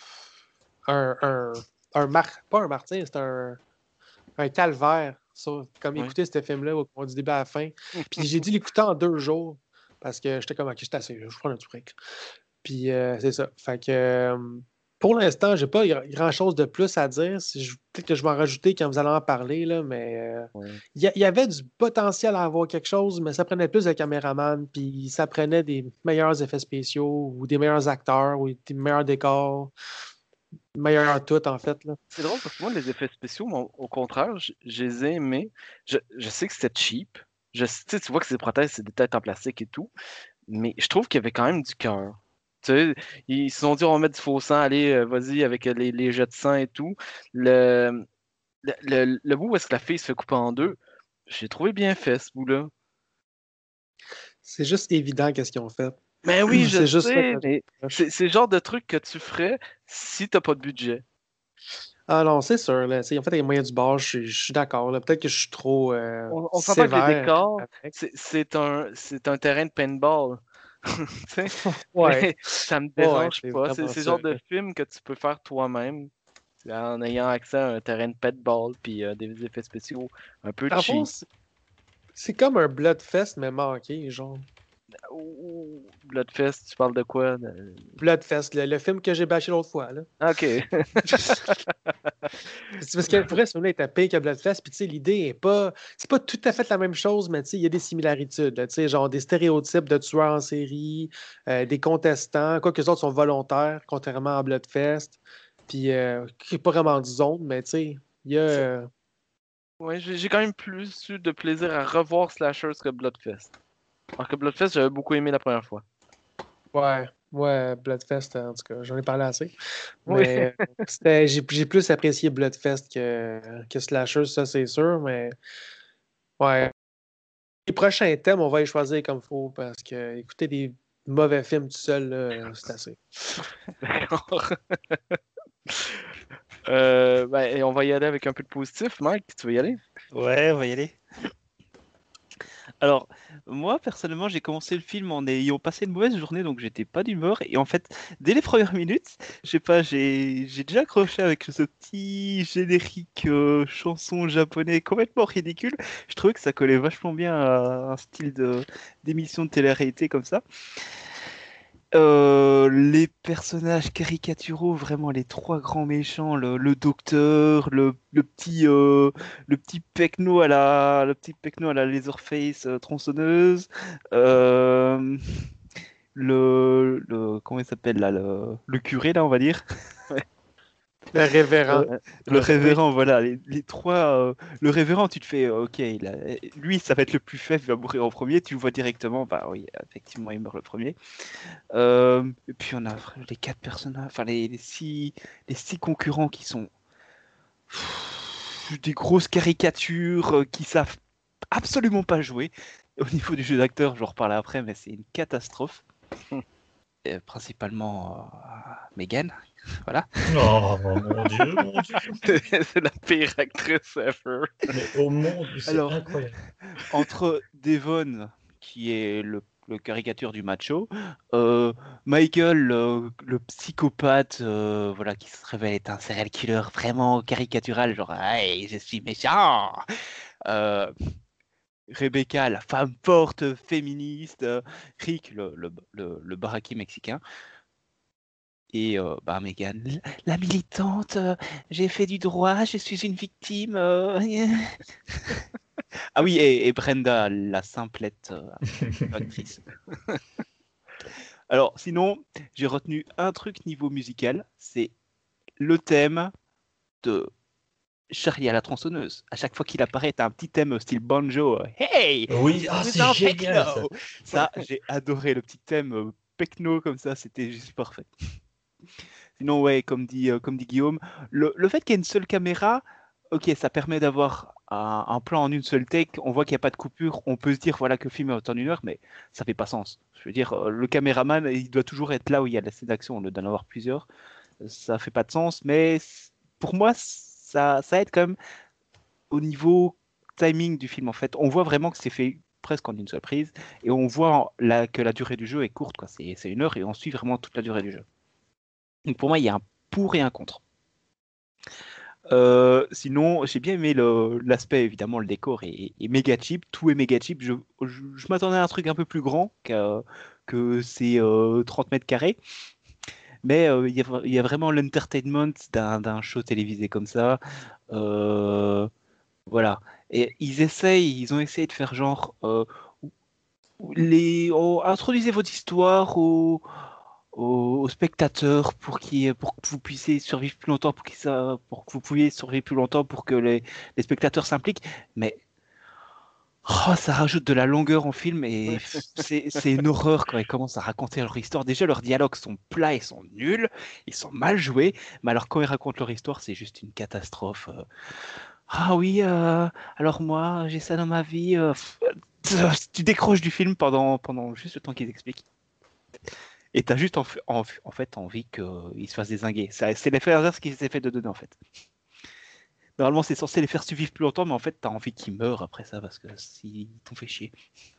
un. un, un mar- pas un martyr, c'est un. Un calvaire. Ça, comme Oui. écouter ce film-là au du début à la fin. Puis j'ai dû l'écouter en deux jours parce que j'étais comme, ok, j'étais assez, je vais prendre un petit break. Puis euh, c'est ça. Fait que euh, pour l'instant, j'ai pas gra- grand-chose de plus à dire. Si je- Peut-être que je vais en rajouter quand vous allez en parler, là, mais euh, Ouais. il y, a- il y avait du potentiel à avoir quelque chose, mais ça prenait plus de caméraman, puis ça prenait des meilleurs effets spéciaux ou des meilleurs acteurs ou des meilleurs décors. Meilleur tout, en fait. Là. C'est drôle parce que moi, les effets spéciaux, moi, au contraire, je, je les ai aimés. Je, je sais que c'était cheap. Je, tu sais, tu vois que c'est des prothèses, c'est des têtes en plastique et tout. Mais je trouve qu'il y avait quand même du cœur. Tu sais, ils se sont dit, on va mettre du faux sang, allez, euh, vas-y, avec euh, les, les jets de sang et tout. Le, le, le, le bout où est-ce que la fille se fait couper en deux, j'ai trouvé bien fait, ce bout-là. C'est juste évident qu'est-ce qu'ils ont fait. Mais oui, je C'est juste ça sais, que- mais c'est c'est le genre de truc que tu ferais si t'as pas de budget. Ah non, c'est sûr. Là. Tu sais, en fait, les moyens du bord, je, suis- je suis d'accord. là. Peut-être que je suis trop. Euh, On, on s'entend que les sévère décors, avec. c'est c'est un, c'est un terrain de paintball. Tu sais, Ouais. mais ça me Ouais, dérange c'est pas. C'est vraiment c'est le ça, genre de là. film que tu peux faire toi-même en ayant accès à un terrain de paintball puis euh, des effets spéciaux un peu Dans le fond, cheap. c'est c'est comme un Bloodfest, mais manqué, genre. Ouh, Bloodfest, tu parles de quoi? de- Bloodfest, le, le film que j'ai bâché l'autre fois. Là. Ah, ok. C'est parce que pour vrai, ce film-là est à pire que Bloodfest. Puis tu sais, l'idée est pas. C'est pas tout à fait la même chose, mais tu sais, il y a des similarités. Là, tu sais, genre des stéréotypes de tueurs en série, euh, des contestants, quoi que les autres sont volontaires, contrairement à Bloodfest. Puis euh, qui n'est pas vraiment de zone, mais tu sais, il y a. euh, Ouais, j'ai j'ai quand même plus eu de plaisir à revoir Slashers que Bloodfest. Alors que Bloodfest, j'avais beaucoup aimé la première fois. Ouais, ouais, Bloodfest, en tout cas, j'en ai parlé assez. Oui. Mais euh, c'était, j'ai, j'ai plus apprécié Bloodfest que, que Slashers, ça c'est sûr, mais ouais. Les prochains thèmes, on va les choisir comme il faut parce que écouter des mauvais films tout seul, là, c'est assez. D'accord. Euh, ben, et on va y aller avec un peu de positif. Mike, tu veux y aller? Ouais, on va y aller. Alors, moi, personnellement, j'ai commencé le film en ayant passé une mauvaise journée, donc j'étais pas d'humeur. Et en fait, dès les premières minutes, je sais pas, j'ai j'ai déjà accroché avec ce petit générique euh, chanson japonais complètement ridicule. Je trouvais que ça collait vachement bien à un style de d'émission de télé-réalité comme ça. Euh, les personnages caricaturaux, vraiment les trois grands méchants, le, le docteur, le, le petit euh, le petit pecno à la le petit pecno à la Laserface euh, tronçonneuse, euh, le, le comment il s'appelle là le, le curé là on va dire. Le révérend. Euh, le révérend, voilà, les, les trois. euh, le révérend, tu te fais, euh, ok, il a- lui, ça va être le plus faible, il va mourir en premier. Tu le vois directement, bah oui, effectivement, il meurt le premier. Euh, et puis on a les quatre personnages, enfin les, les six, les six concurrents qui sont pff, des grosses caricatures euh, qui savent absolument pas jouer. Au niveau du jeu d'acteur, je reparle après, mais c'est une catastrophe. Euh, principalement euh, Megan, voilà. Oh mon Dieu, mon Dieu. C'est la pire actrice ever. Mais au monde, c'est Alors, incroyable. entre Devon, qui est le, le caricature du macho, euh, Michael, le, le psychopathe, euh, voilà, qui se révèle être un serial killer vraiment caricatural, genre, hey, je suis méchant. Euh, Rebecca, la femme forte, féministe. euh, Rick, le, le, le, le baraki mexicain. Et euh, bah, Megan, l- la militante, euh, j'ai fait du droit, je suis une victime. euh, Ah oui, et, et Brenda, la simplette euh, actrice. Alors, sinon, j'ai retenu un truc niveau musical, c'est le thème de Charlie à la tronçonneuse. À chaque fois qu'il apparaît, t'as un petit thème style banjo. euh, Hey, Oui, ah, vous c'est en génial ça. techno. Ça, j'ai adoré le petit thème euh, techno comme ça, c'était juste parfait. Sinon, ouais, comme dit, euh, comme dit Guillaume, le, le fait qu'il y ait une seule caméra, ok, ça permet d'avoir un, un plan en une seule take. On voit qu'il n'y a pas de coupure. On peut se dire voilà que le film est en une heure, mais ça fait pas sens. Je veux dire, euh, le caméraman, il doit toujours être là où il y a la scène d'action. On doit en avoir plusieurs. Ça fait pas de sens, mais c- pour moi, ça, ça aide quand même au niveau timing du film. En fait, on voit vraiment que c'est fait presque en une seule prise, et on voit en- la- que la durée du jeu est courte, quoi. C'est c'est une heure et on suit vraiment toute la durée du jeu. Donc pour moi, il y a un pour et un contre. Euh, sinon, j'ai bien aimé le- l'aspect, évidemment, le décor est, est méga cheap, tout est méga cheap. Je, je, je m'attendais à un truc un peu plus grand que, que ces euh, trente mètres carrés, mais euh, il y a, vra- il y a vraiment l'entertainment d'un d'un show télévisé comme ça. Euh, voilà. Et ils essayent, ils ont essayé de faire genre, euh, les, oh, introduisez votre histoire au aux, aux spectateurs pour, qui, pour que vous puissiez survivre plus longtemps, pour, qu'ils sa- pour que vous puissiez survivre plus longtemps, pour que les, les spectateurs s'impliquent. Mais oh, ça rajoute de la longueur en film et f- c'est c'est une horreur quand ils commencent à raconter leur histoire. Déjà, leurs dialogues sont plats, ils sont nuls, ils sont mal joués. Mais alors, quand ils racontent leur histoire, c'est juste une catastrophe. euh. Ah oui, euh, alors moi, j'ai ça dans ma vie. euh, pff, tu décroches du film pendant, pendant juste le temps qu'ils expliquent. Et t'as juste en, f- en f- en fait envie qu'ils se fassent dézinguer. Ça- C'est l'effet inverse qui s'est fait de donner en fait. Normalement, c'est censé les faire survivre plus longtemps, mais en fait, t'as envie qu'ils meurent après ça parce que s'ils t'ont fait chier.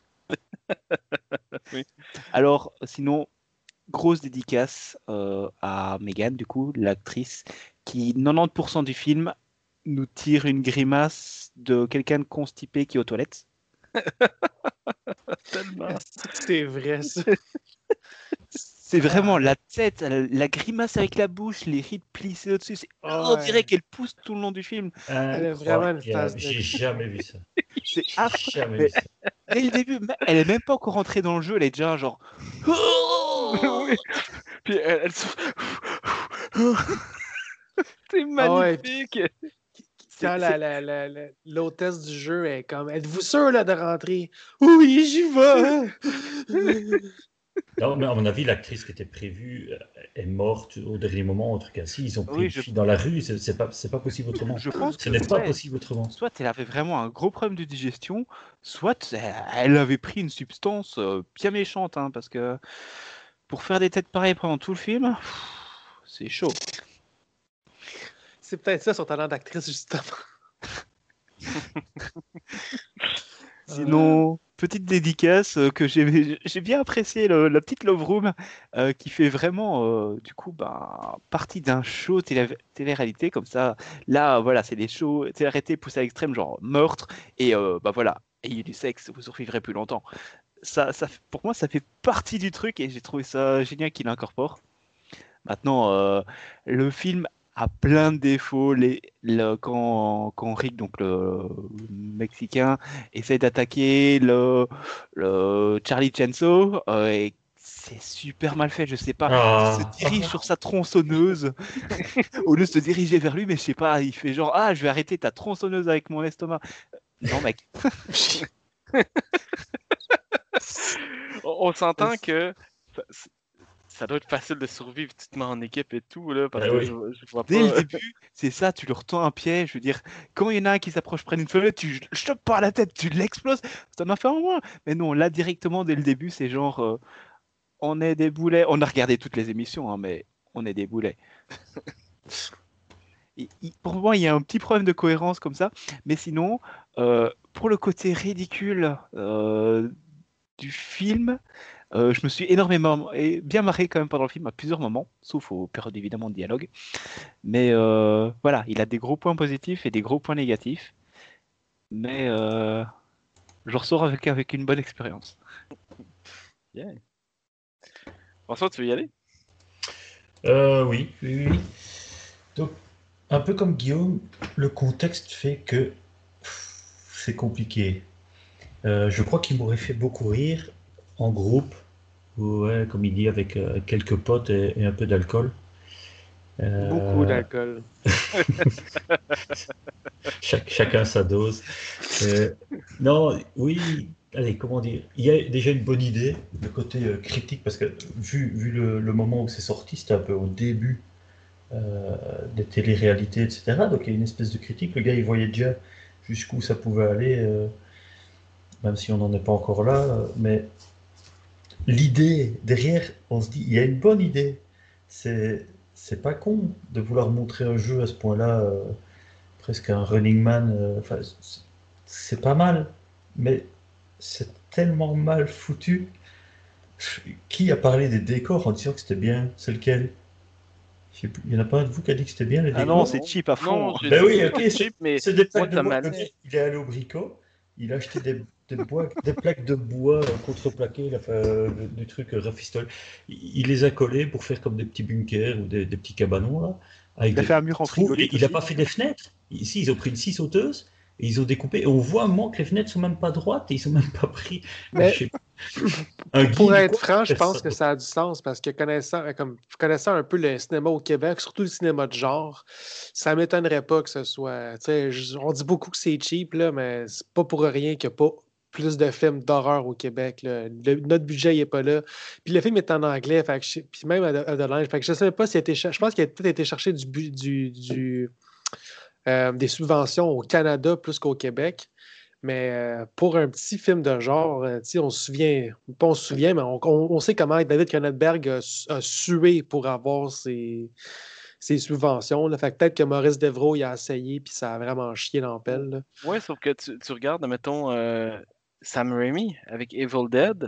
Oui. Alors, sinon, grosse dédicace euh, à Megan, du coup, l'actrice, qui quatre-vingt-dix pour cent du film nous tire une grimace de quelqu'un de constipé qui est aux toilettes. Tellement. C'est vrai, ça. C'est vraiment la tête, la, la grimace avec la bouche, les rides plissées au-dessus. C'est... On Ouais. dirait qu'elle pousse tout le long du film. Elle a vraiment une Incroyable. face de- J'ai jamais vu ça. C'est affreux. Jamais Mais vu ça. dès le début, même- elle est même pas encore rentrée dans le jeu, elle est déjà genre. Oui. Puis elle, elle souffle. C'est Ah ouais, magnifique. Quand la, la, la, la- l'hôtesse du jeu est comme, êtes-vous sûr là, de rentrer? Oui, j'y vais! Non, mais à mon avis, l'actrice qui était prévue euh, est morte au dernier moment, un truc ainsi. Ils ont pris Oui, une je- fille dans la rue, c'est c'est pas, c'est pas possible autrement. Je pense Ce que n'est pas ouais, possible autrement. soit elle avait vraiment un gros problème de digestion, soit elle- elle avait pris une substance euh, bien méchante, hein, parce que pour faire des têtes pareilles pendant tout le film, pff, c'est chaud. C'est peut-être ça son talent d'actrice, justement. Sinon, petite dédicace euh, que j'ai j'ai bien apprécié, le- la petite Love Room, euh, qui fait vraiment, euh, du coup, bah, partie d'un show télé- télé-réalité, comme ça. Là, voilà, c'est des shows télé-réalité poussés à l'extrême, genre meurtre, et euh, bah voilà, ayez du sexe, vous survivrez plus longtemps. Ça, ça, fait- pour moi, ça fait partie du truc, et j'ai trouvé ça génial qu'il l'incorpore. Maintenant, euh, le film a plein de défauts. Les, le- quand, quand Rick, donc le, le Mexicain, essaie d'attaquer le, le Charlie Chenso, euh, et c'est super mal fait. Je sais pas. Ah. Il se dirige sur sa tronçonneuse au lieu de se diriger vers lui, mais je sais pas. Il fait genre, ah, je vais arrêter ta tronçonneuse avec mon estomac. Non, mec. On, on s'entend que ça, ça doit être facile de survivre, tu te mets en équipe et tout, là, parce Ben que oui. je, je vois pas. Dès le début, c'est ça, tu leur tends un piège. Je veux dire, quand il y en a un qui s'approche près d'une fenêtre, tu le chopes par la tête, tu l'exploses, ça m'a fait en moins. Mais non, là, directement, dès le début, c'est genre, euh, on est des boulets. On a regardé toutes les émissions, hein, mais on est des boulets. Et- et- pour moi, il y a un petit problème de cohérence comme ça. Mais sinon, euh, pour le côté ridicule euh, du film, euh, je me suis énormément et bien marré quand même pendant le film à plusieurs moments, sauf aux périodes évidemment de dialogue. Mais euh, voilà, il a des gros points positifs et des gros points négatifs. Mais euh, je ressors avec, avec une bonne expérience. Yeah. François, tu veux y aller? Euh, oui, oui, oui. Donc, un peu comme Guillaume, le contexte fait que pff, c'est compliqué. Euh, je crois qu'il m'aurait fait beaucoup rire en groupe, ouais, comme il dit, avec euh, quelques potes et, et un peu d'alcool. Euh, Beaucoup d'alcool. chaque- chacun sa dose. Euh, non, oui, allez, comment dire, il y a déjà une bonne idée, le côté euh, critique, parce que vu, vu le, le moment où c'est sorti, c'était un peu au début euh, des téléréalités, et cetera. Donc il y a une espèce de critique. Le gars, il voyait déjà jusqu'où ça pouvait aller, euh, même si on n'en est pas encore là. euh, Mais l'idée derrière, on se dit, il y a une bonne idée. C'est, c'est pas con de vouloir montrer un jeu à ce point-là, euh, presque un Running Man. euh, Enfin, c'est- c'est pas mal, mais c'est tellement mal foutu. Qui a parlé des décors en disant que c'était bien? C'est lequel? Je sais plus. Il n'y en a pas un de vous qui a dit que c'était bien les Ah décors? non, c'est cheap à fond. Non, j'ai Ben dit oui, que ok, c'était c'est cheap, mais c'est des moi, plaques de ça bois. m'a Le gars, il est allé au Brico, il a acheté des, des, bois, des plaques de bois euh, contreplaquées, là, enfin, euh, le- du truc euh, rafistol. Il, il les a collées pour faire comme des petits bunkers ou des, des petits cabanons, là, avec Il a des fait un mur en trous. Et frigolite il n'a aussi. pas fait des fenêtres. Ici, ils ont pris une scie sauteuse et ils ont découpé. Et on voit à un moment que les fenêtres sont même pas droites et ils sont même pas pris. Mais- Je sais pas. Un Pour guide ou être quoi, franc, je faire pense ça. que ça a du sens parce que connaissant, euh, comme, connaissant un peu le cinéma au Québec, surtout le cinéma de genre, ça m'étonnerait pas que ce soit. Tu sais, je- on dit beaucoup que c'est cheap, là, mais c'est pas pour rien qu'il n'y a pas plus de films d'horreur au Québec. Là. Le- notre budget n'est pas là. Puis le film est en anglais, fait que je- puis même à de, à de l'anglais. Fait que je ne sais pas s'il a été cher- je pense qu'il a peut-être été cherché du, bu- du, du, euh, des subventions au Canada plus qu'au Québec. Mais euh, pour un petit film de genre, euh, tu sais, on se souvient, pas on se souvient, mais on, on- on sait comment David Cronenberg a, su- a sué pour avoir ses, ses subventions. Là. Fait que peut-être que Maurice Devro il a essayé, puis ça a vraiment chié dans la pelle. Là. ouais, sauf que tu, tu regardes, mettons, euh, Sam Raimi avec Evil Dead,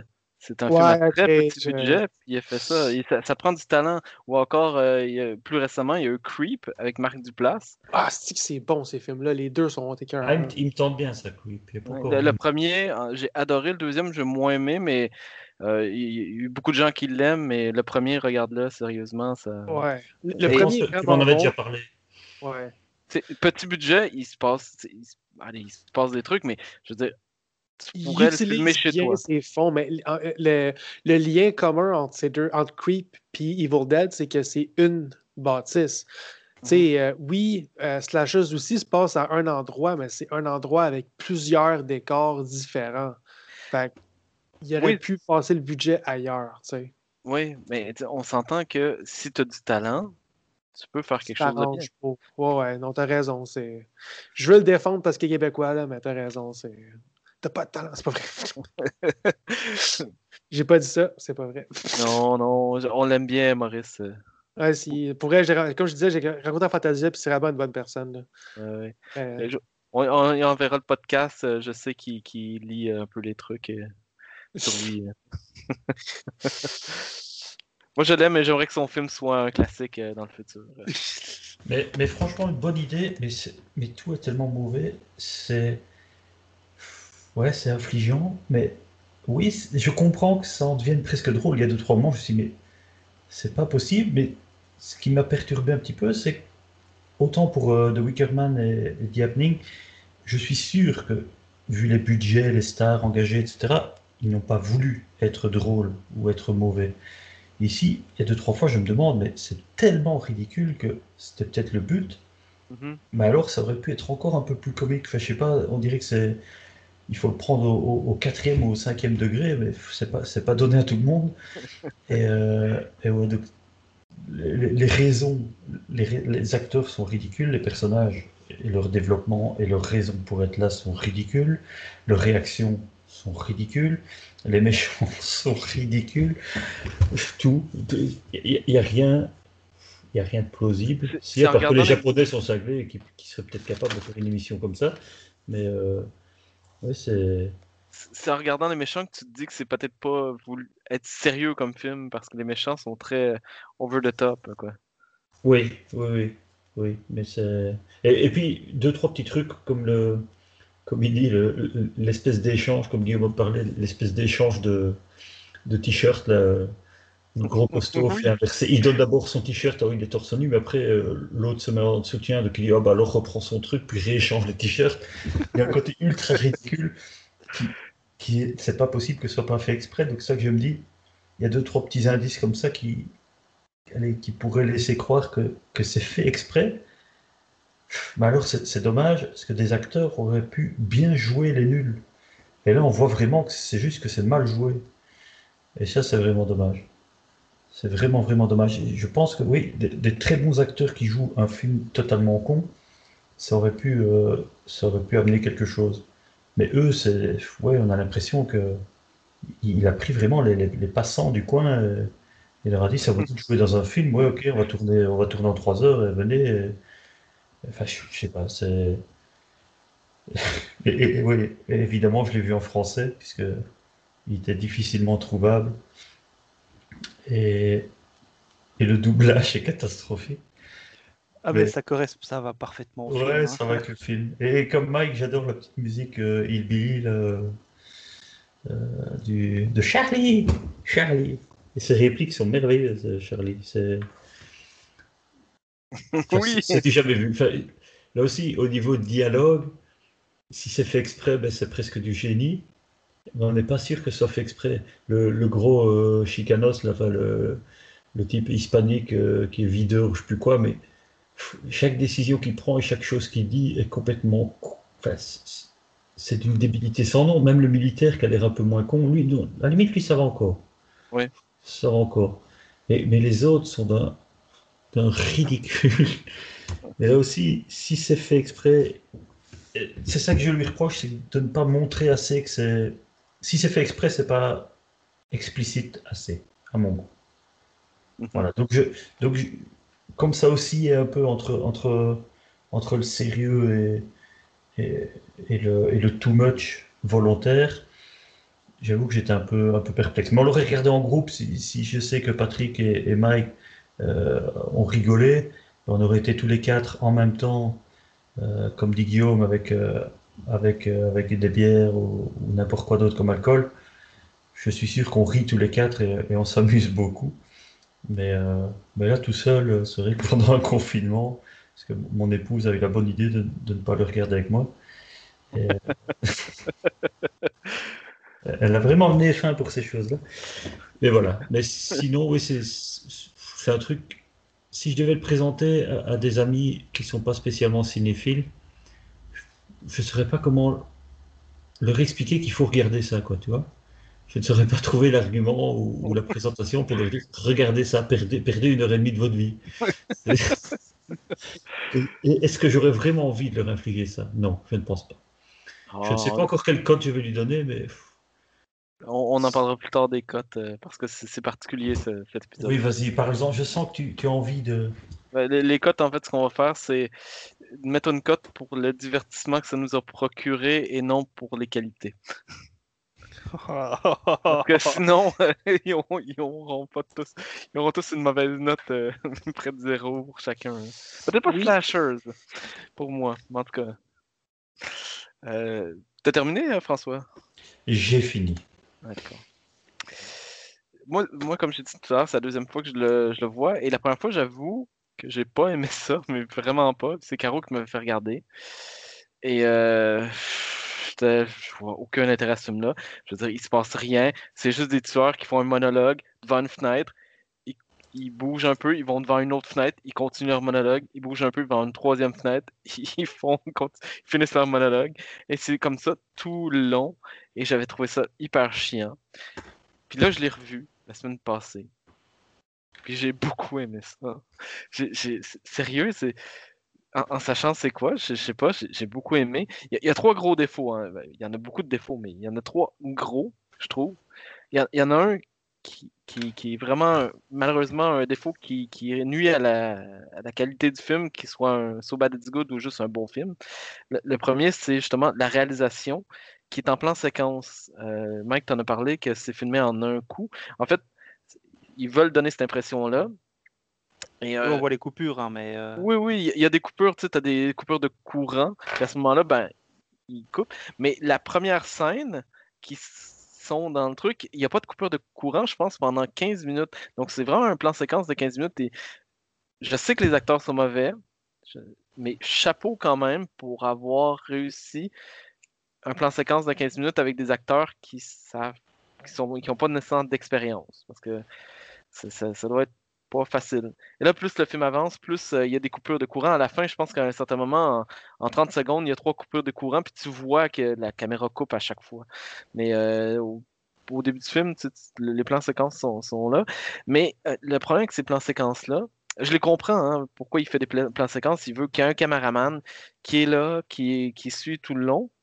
C'est un film à Ouais, très ok, petit euh, budget, puis il a fait ça. Et ça, ça prend du talent. Ou encore, euh, il y a- plus récemment, il y a eu Creep avec Marc Duplass. Ah, c'est que c'est bon ces films-là. Les deux sont Ah, il, écœurants. me- il me tente bien ça, Creep. Il est pas Ouais, encore Le, le vu. premier, euh, j'ai adoré. Le deuxième, j'ai moins aimé, mais euh, il y a eu beaucoup de gens qui l'aiment. Mais le premier, regarde-le, sérieusement. Ça... Ouais. Le le Je Et pense premier que est tu m'en vraiment avais bon. déjà parlé. Ouais. c'est- petit budget, il se passe, il se, allez, il se passe des trucs, mais je veux dire, tu Il pourrais le filmer utilise chez bien toi. ses fonds, mais l- en- euh, le, le lien commun entre ces deux, entre Creep et Evil Dead, c'est que c'est une bâtisse. Tu sais, euh, oui, euh, Slashers aussi se passe à un endroit, mais c'est un endroit avec plusieurs décors différents. Fait qu'il aurait Oui, pu passer le budget ailleurs, tu sais. oui, mais tu sais, on s'entend que si tu as du talent, tu peux faire Tu quelque chose de bien. t'arranges pas. Ouais, ouais, non, t'as raison. C'est... Je veux le défendre parce qu'il est québécois, là, mais t'as raison. C'est... T'as pas de talent, c'est pas vrai. J'ai pas dit ça, c'est pas vrai. Non, non, je- on l'aime bien, Maurice. euh, Ouais, si, pour vrai, j'ai ra- comme je disais, j'ai rencontré en Fantasia, puis c'est vraiment une bonne personne. Là. ouais, ouais. Euh, Euh, je- on, on, il enverra le podcast. euh, Je sais qu'il qu'il lit un peu les trucs euh, sur lui. euh. Moi, je l'aime, mais j'aimerais que son film soit un classique euh, dans le futur. euh. Mais, mais franchement, une bonne idée, mais, c'est- mais tout est tellement mauvais. C'est. Ouais, c'est affligeant, mais oui, c'est- je comprends que ça en devienne presque drôle. Il y a deux, trois moments, je me suis dit, mais c'est pas possible. Mais ce qui m'a perturbé un petit peu, c'est que autant pour euh, The Wicker Man et, et The Happening, je suis sûr que, vu les budgets, les stars engagées, et cetera, ils n'ont pas voulu être drôles ou être mauvais. Ici, il y a deux, trois fois, je me demande, mais c'est tellement ridicule que c'était peut-être le but, Mhm. mais alors ça aurait pu être encore un peu plus comique. Enfin, je sais pas, on dirait que c'est. Il faut le prendre au, au- au quatrième ou au cinquième degré, mais c'est pas, c'est pas donné à tout le monde. Et, euh, et ouais, donc, les, les raisons, les, ra- les acteurs sont ridicules, les personnages et leur développement et leurs raisons pour être là sont ridicules, leurs réactions sont ridicules, les méchants sont ridicules, tout. Il n'y a rien. Il n'y a rien de plausible. C'est Si, c'est à en part que regardant les les... Japonais sont cinglés et qui, qui seraient peut-être capables de faire une émission comme ça. Mais euh, ouais, c'est. c'est en regardant les méchants que tu te dis que c'est peut-être pas voulu être sérieux comme film parce que les méchants sont très over the top, quoi. Oui, oui, oui. Oui, mais c'est. Et, et puis, deux, trois petits trucs comme le. Comme il dit, le- le- l'espèce d'échange, comme Guillaume parlait, l'espèce d'échange de, de t-shirts, là. Le gros costaud Oui. fait inverser. Il donne d'abord son t-shirt, alors il est torse nu, mais après euh, l'autre se met en soutien, donc il dit ah bah alors reprend son truc, puis rééchange les t-shirts. Il y a un côté ultra ridicule qui, qui est, c'est pas possible que ce soit pas fait exprès, donc c'est ça que je me dis, il y a deux, trois petits indices comme ça qui, allez, qui pourraient laisser croire que, que c'est fait exprès. Mais alors c'est c'est dommage, parce que des acteurs auraient pu bien jouer les nuls. Et là on voit vraiment que c'est juste que c'est mal joué. Et ça c'est vraiment dommage. C'est vraiment, vraiment dommage. Et je pense que oui, des, des très bons acteurs qui jouent un film totalement con, ça aurait pu, euh, ça aurait pu amener quelque chose. Mais eux, c'est, ouais, on a l'impression que il a pris vraiment les, les- les passants du coin. Et, il leur a dit, ça vous dit de jouer dans un film, ouais, ok, on va tourner, on va tourner en trois heures, et venez. et- Enfin, je, je sais pas, c'est. Et, et- et oui, et évidemment, je l'ai vu en français, puisque il était difficilement trouvable. Et, et le doublage est catastrophique. Ah, Mais- mais ça correspond, ça va parfaitement au film. Ouais, hein. ça va avec le film. Et comme Mike, j'adore la petite musique euh, Hillbilly là, euh, du, de Charlie. Charlie. Et ses répliques sont merveilleuses, euh, Charlie. C'est enfin, Oui. c'est- c'est du jamais vu. Enfin, là aussi, au niveau de dialogue, si c'est fait exprès, ben, c'est presque du génie. Mais on n'est pas sûr que ce soit fait exprès. Le, le gros euh, chicanos, là, enfin, le, le type hispanique euh, qui est videur ou je sais plus quoi, mais pff, chaque décision qu'il prend et chaque chose qu'il dit est complètement. co- Enfin, c'est c'est d'une débilité sans nom. Même le militaire qui a l'air un peu moins con, lui, non, à la limite, lui, ça va encore. Ouais. Ça va encore. Mais, mais les autres sont d'un d'un ridicule. Mais là aussi, si c'est fait exprès, euh, c'est ça que je lui reproche, c'est de ne pas montrer assez que c'est. Si c'est fait exprès, c'est pas explicite assez, à mon goût. Mhm. Voilà. Donc, je, donc je- comme ça aussi est un peu entre, entre, entre le sérieux et, et, et le, et le too much volontaire, j'avoue que j'étais un peu, un peu perplexe. Mais on l'aurait regardé en groupe si, si je sais que Patrick et, et Mike euh, ont rigolé. On aurait été tous les quatre en même temps, euh, comme dit Guillaume, avec, euh, avec, euh, avec des bières ou, ou n'importe quoi d'autre comme alcool. Je suis sûr qu'on rit tous les quatre et, et on s'amuse beaucoup. Mais, euh, mais là, tout seul, euh, c'est vrai que pendant un confinement, parce que mon épouse a eu la bonne idée de, de ne pas le regarder avec moi. Et, euh, elle a vraiment le nez fin pour ces choses-là. Mais voilà. Mais sinon, oui, c'est c'est un truc. Si je devais le présenter à, à des amis qui sont pas spécialement cinéphiles, je ne saurais pas comment leur expliquer qu'il faut regarder ça, quoi, tu vois. Je ne saurais pas trouver l'argument ou, ou la présentation pour leur dire regardez ça, perdez, perdez une heure et demie de votre vie. Et- et Est-ce que j'aurais vraiment envie de leur infliger ça? Non, je ne pense pas. Je ne sais pas Oh, encore quel code je vais lui donner, mais pff, on, on en parlera plus tard des cotes euh, parce que c'est c'est particulier ce- cet épisode. oui, vas-y, par exemple, je sens que tu, tu as envie de. Ouais, Les, les cotes, en fait, ce qu'on va faire, c'est mettre une cote pour le divertissement que ça nous a procuré et non pour les qualités. Parce que sinon, ils auront, ils auront pas tous, ils auront tous une mauvaise note, euh, près de zéro pour chacun. Peut-être pas Oui. slashers pour moi, mais en tout cas. Euh, T'as terminé, euh, François? J'ai fini. D'accord. Moi, moi, comme j'ai dit tout à l'heure, c'est la deuxième fois que je le, je le vois. Et la première fois, j'avoue que j'ai pas aimé ça, mais vraiment pas. C'est Caro qui m'avait fait regarder. Et euh, j'étais- je vois aucun intérêt à ce film-là. Je veux dire, il se passe rien. C'est juste des tueurs qui font un monologue devant une fenêtre. Ils, ils bougent un peu, ils vont devant une autre fenêtre, ils continuent leur monologue. Ils bougent un peu devant une troisième fenêtre, ils font, cont- ils finissent leur monologue. Et c'est comme ça tout le long. Et j'avais trouvé ça hyper chiant. Puis là, je l'ai revu la semaine passée. Puis j'ai beaucoup aimé ça. J'ai, j'ai- c'est- sérieux, c'est en, en sachant c'est quoi, je, je sais pas, j'ai j'ai beaucoup aimé. Il y, a il y a trois gros défauts, hein. Ben, il y en a beaucoup de défauts, mais il y en a trois gros, je trouve. Il y, a- il y en a un qui, qui, qui est vraiment, malheureusement, un défaut qui, qui nuit à la, à la qualité du film, qu'il soit un So Bad It's Good ou juste un bon film. Le, le premier, c'est justement la réalisation, qui est en plan séquence. Euh, Mike t'en a parlé que c'est filmé en un coup. En fait, ils veulent donner cette impression-là. Et Oui, on euh, voit les coupures, hein, mais euh, oui, oui, il y a des coupures, tu sais, t'as des coupures de courant. Puis à ce moment-là, ben, ils coupent. Mais la première scène qui sont dans le truc, il n'y a pas de coupure de courant, je pense, pendant quinze minutes. Donc c'est vraiment un plan séquence de quinze minutes. Et je sais que les acteurs sont mauvais, je- mais chapeau quand même pour avoir réussi un plan séquence de quinze minutes avec des acteurs qui savent, qui sont, qui n'ont pas nécessairement d'expérience. Parce que ça, ça- ça doit être pas facile. Et là, plus le film avance, plus euh, il y a des coupures de courant. À la fin, je pense qu'à un certain moment, en, en trente secondes, il y a trois coupures de courant, puis tu vois que la caméra coupe à chaque fois. Mais euh, au, au début du film, tu- tu- les plans séquences sont, sont là. Mais euh, le problème avec ces plans séquences-là, je les comprends, hein, pourquoi il fait des pla- plans séquences. Il veut qu'il y ait un caméraman qui est là, qui, qui suit tout le long.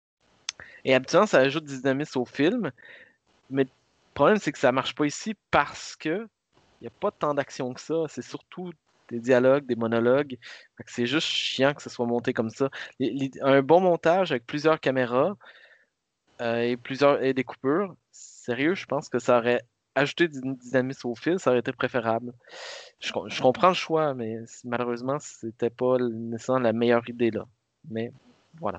Et habituellement, ça ajoute du dynamisme au film. Mais le problème, c'est que ça marche pas ici parce que il n'y a pas tant d'action que ça. C'est surtout des dialogues, des monologues. Fait que c'est juste chiant que ce soit monté comme ça. Les- les- un bon montage avec plusieurs caméras euh, et plusieurs et des coupures, sérieux, je pense que ça aurait ajouté du dynamisme au film, ça aurait été préférable. Je, com- je comprends le choix, mais c- malheureusement, c'était pas nécessairement la meilleure idée là. Mais voilà.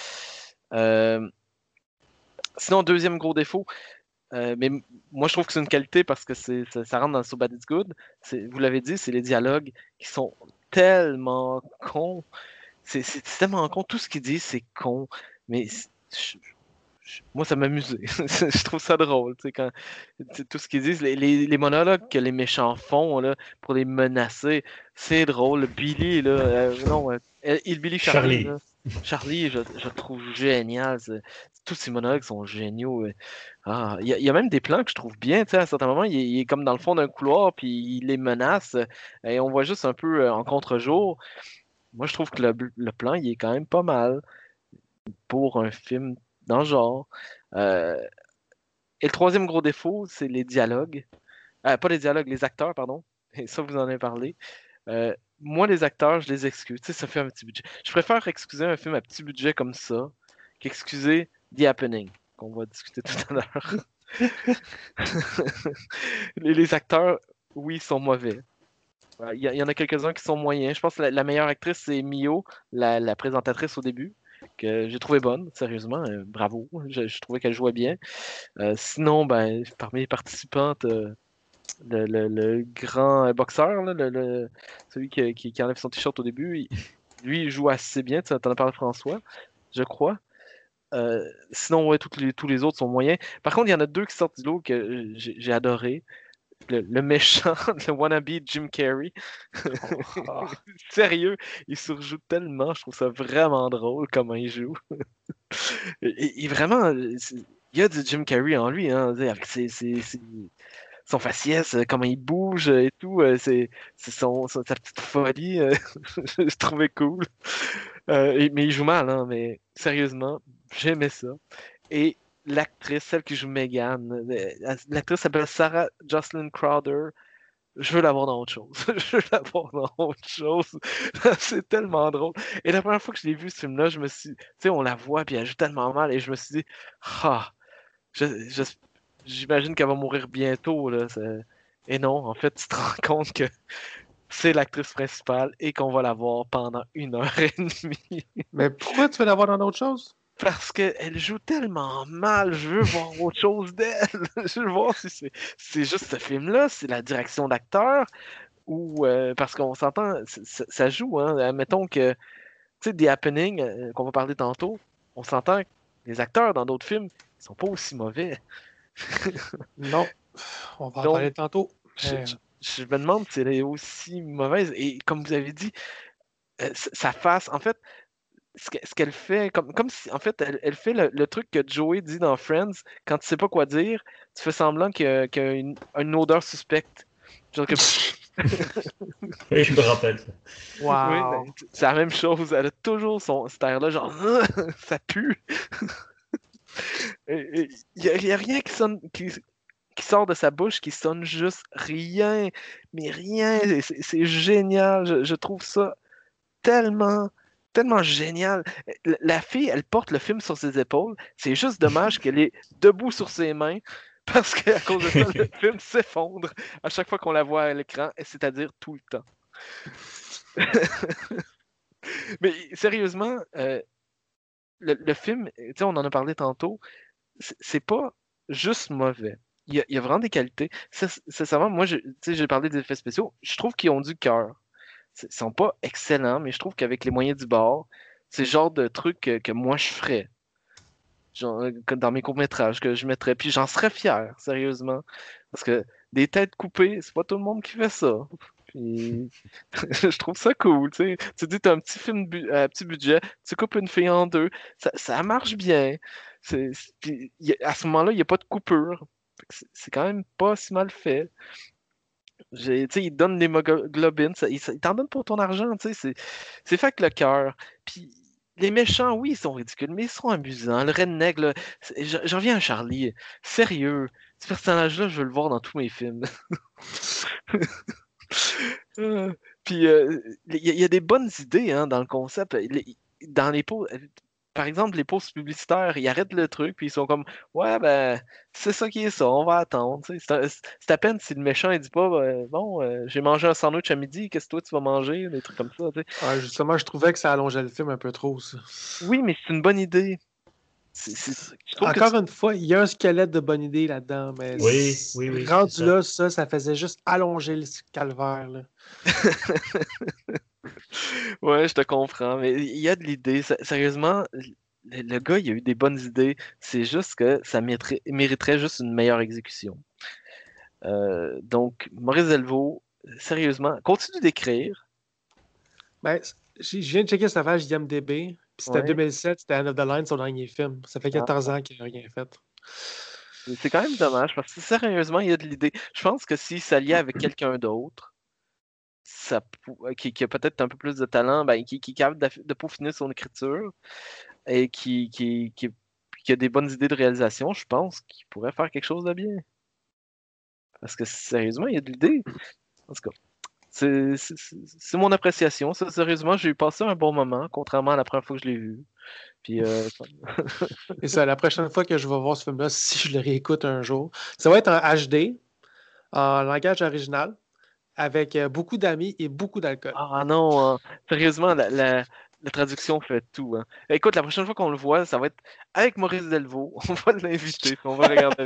Euh, Sinon, deuxième gros défaut, Euh, mais m- moi, je trouve que c'est une qualité parce que c'est, ça, ça rentre dans So Bad It's Good. C'est, vous l'avez dit, c'est les dialogues qui sont tellement cons. C'est, c'est tellement con. Tout ce qu'il dit, c'est con. Mais c'est- je- je- moi, ça m'amuse. Je trouve ça drôle. Tu sais, quand, tu sais, tout ce qu'ils disent, les, les- les monologues que les méchants font là, pour les menacer, c'est drôle. Billy, là, euh, non, euh, il Billy Charlie, Charlie. là. Charlie, je, je le trouve génial. c'est- Tous ces monologues sont géniaux. euh. Ah, il y, a il y a même des plans que je trouve bien. Tu sais, à certains moments, il est, il est comme dans le fond d'un couloir, puis il les menace. euh, Et on voit juste un peu euh, en contre-jour. Moi, je trouve que le, le plan, il est quand même pas mal pour un film dans le genre. Euh, et le troisième gros défaut, c'est les dialogues. Euh, pas les dialogues, les acteurs, pardon. Et ça, vous en avez parlé. Euh, moi, les acteurs, je les excuse. Tu sais, ça fait un petit budget. Je préfère excuser un film à petit budget comme ça qu'excuser The Happening, qu'on va discuter tout à l'heure. les, les acteurs, oui, sont mauvais. Il y, y en a quelques-uns qui sont moyens. Je pense que la, la meilleure actrice, c'est Mio, la, la présentatrice au début, que j'ai trouvé bonne, sérieusement. Euh, bravo. Je, je trouvais qu'elle jouait bien. Euh, sinon, ben, parmi les participantes, euh, le, le- le grand boxeur, là, le, le- celui qui, qui- qui enlève son t-shirt au début, il- lui, il joue assez bien. Tu en as parlé, François, je crois. Euh, sinon, ouais, tous les, tous les autres sont moyens. Par contre, il y en a deux qui sortent du lot que j'ai j'ai adoré. Le, le méchant, le wannabe Jim Carrey. Ah. Sérieux, il surjoue tellement. Je trouve ça vraiment drôle comment il joue. Et, et vraiment, c'est- il y a du Jim Carrey en lui, hein, tu sais, avec ses, ses- ses- son faciès, euh, comment il bouge euh, et tout. euh, C'est c'est son, son- sa petite folie. euh, je trouvais cool. Euh, et- mais il joue mal, hein, mais sérieusement, j'aimais ça. Et l'actrice, celle qui joue Megan, euh, l'actrice s'appelle Sarah Jocelyn Crowder. Je veux la voir dans autre chose. Je veux la voir dans autre chose. C'est tellement drôle. Et la première fois que je l'ai vu, ce film-là, je me suis. Tu sais, on la voit, puis elle joue tellement mal, et je me suis dit, ah, je- je- j'imagine qu'elle va mourir bientôt, là. c'est- Et non, en fait, tu te rends compte que c'est l'actrice principale et qu'on va la voir pendant une heure et demie. Mais pourquoi tu veux l'avoir dans d'autres choses? Parce qu'elle joue tellement mal, je veux voir autre chose d'elle. Je veux voir si c'est c'est juste ce film-là, c'est la direction d'acteur, ou euh, parce qu'on s'entend, c- c- ça joue, hein. Admettons que, tu sais, The Happening, euh, qu'on va parler tantôt, on s'entend que les acteurs dans d'autres films, ils sont pas aussi mauvais. Non. On va en Donc, parler tantôt. je, Mais, je- je me demande si elle est aussi mauvaise. Et comme vous avez dit, euh, s- sa face, en fait, ce que- ce qu'elle fait, comme, comme si, en fait, elle, elle fait le, le truc que Joey dit dans Friends, quand tu sais pas quoi dire, tu fais semblant qu'il y a, qu'il y a une, une odeur suspecte. Genre que, Oui, je me rappelle. ça. oui, wow. ben, c'est la même chose. Elle a toujours son, cet air-là, genre, ça pue. Il n'y a, y a rien qui sonne, qui, qui sort de sa bouche qui sonne juste rien, mais rien. Et C'est c'est génial. Je, je trouve ça tellement, tellement génial. La la fille, elle porte le film sur ses épaules. C'est juste dommage qu'elle est debout sur ses mains parce qu'à cause de ça, le film s'effondre à chaque fois qu'on la voit à l'écran, et c'est-à-dire tout le temps. Mais sérieusement, euh, le, le film, tu sais, on en a parlé tantôt, c'est c'est pas juste mauvais. Il y a, il y a vraiment des qualités. C'est- Sincèrement, moi, je- tu sais, j'ai parlé des effets spéciaux. Je trouve qu'ils ont du cœur. C'est- Ils sont pas excellents, mais je trouve qu'avec les moyens du bord, c'est le genre de truc que, que moi je ferais. Genre, euh, que dans mes courts-métrages que je mettrais. Puis j'en serais fier, sérieusement. Parce que des têtes coupées, c'est pas tout le monde qui fait ça. Puis je trouve ça cool, tu sais. Tu dis, t'as un petit film bu- à petit budget, tu coupes une fille en deux, ça, ça marche bien. C'est, c'est- puis, il y a- à ce moment-là, il n'y a pas de coupure. Fait que C'est c'est quand même pas si mal fait. J'ai- Tu sais, il te donne l'hémoglobine, ça- il, il t'en donne pour ton argent, tu sais. C'est c'est fait avec le cœur. Puis les méchants, oui, ils sont ridicules, mais ils sont amusants. Le redneck, là, c'est- j'en j'en reviens à Charlie. Sérieux, ce personnage-là, je veux le voir dans tous mes films. Euh, Puis euh, il y, a il y a des bonnes idées hein, dans le concept. Les- dans les pauses, par exemple, les pauses publicitaires, ils arrêtent le truc, puis ils sont comme ouais, ben, c'est ça qui est ça, on va attendre. Tu sais, C'est un- c'est à peine si le méchant il dit pas euh, bon, euh, j'ai mangé un sandwich à midi, qu'est-ce que toi tu vas manger, des trucs comme ça. Tu sais. Ouais, justement, je trouvais que ça allongeait le film un peu trop, ça. Oui, mais c'est une bonne idée. C'est- c'est- je trouve que Encore une fois, il y a un squelette de bonne idée là-dedans, mais Oui, c- oui, oui, rendu c'est ça. là, ça, ça faisait juste allonger le calvaire. Là. Ouais, je te comprends, mais il y a de l'idée. S- Sérieusement, le, le gars, il a eu des bonnes idées. C'est juste que ça mériterait, mériterait juste une meilleure exécution. Euh, donc, Maurice Delvaux, sérieusement, continue d'écrire. Ben, c- j'ai- je viens de checker sa page I M D B, puis c'était Ouais. deux mille sept, c'était End of the Line, son dernier film. Ça fait quatorze ans qu'il n'a rien fait. C'est quand même dommage parce que sérieusement, il y a de l'idée. Je pense que s'il s'alliait avec quelqu'un d'autre, ça, pou- euh, qui, qui a peut-être un peu plus de talent, ben, qui, qui est capable d'aff- de peaufiner son écriture et qui, qui, qui, qui a des bonnes idées de réalisation, je pense qu'il pourrait faire quelque chose de bien. Parce que sérieusement, il y a de l'idée. En tout cas. c'est, c'est, c'est- c'est mon appréciation. Ça, sérieusement, j'ai passé un bon moment, contrairement à la première fois que je l'ai vu. Puis, euh, Et ça, la prochaine fois que je vais voir ce film-là, si je le réécoute un jour, ça va être en H D, en langage original, avec euh, beaucoup d'amis et beaucoup d'alcool. ah non, hein. Sérieusement, la, la, la traduction fait tout. Hein. Écoute, la prochaine fois qu'on le voit, ça va être avec Maurice Delvaux. On va l'inviter, puis on va regarder.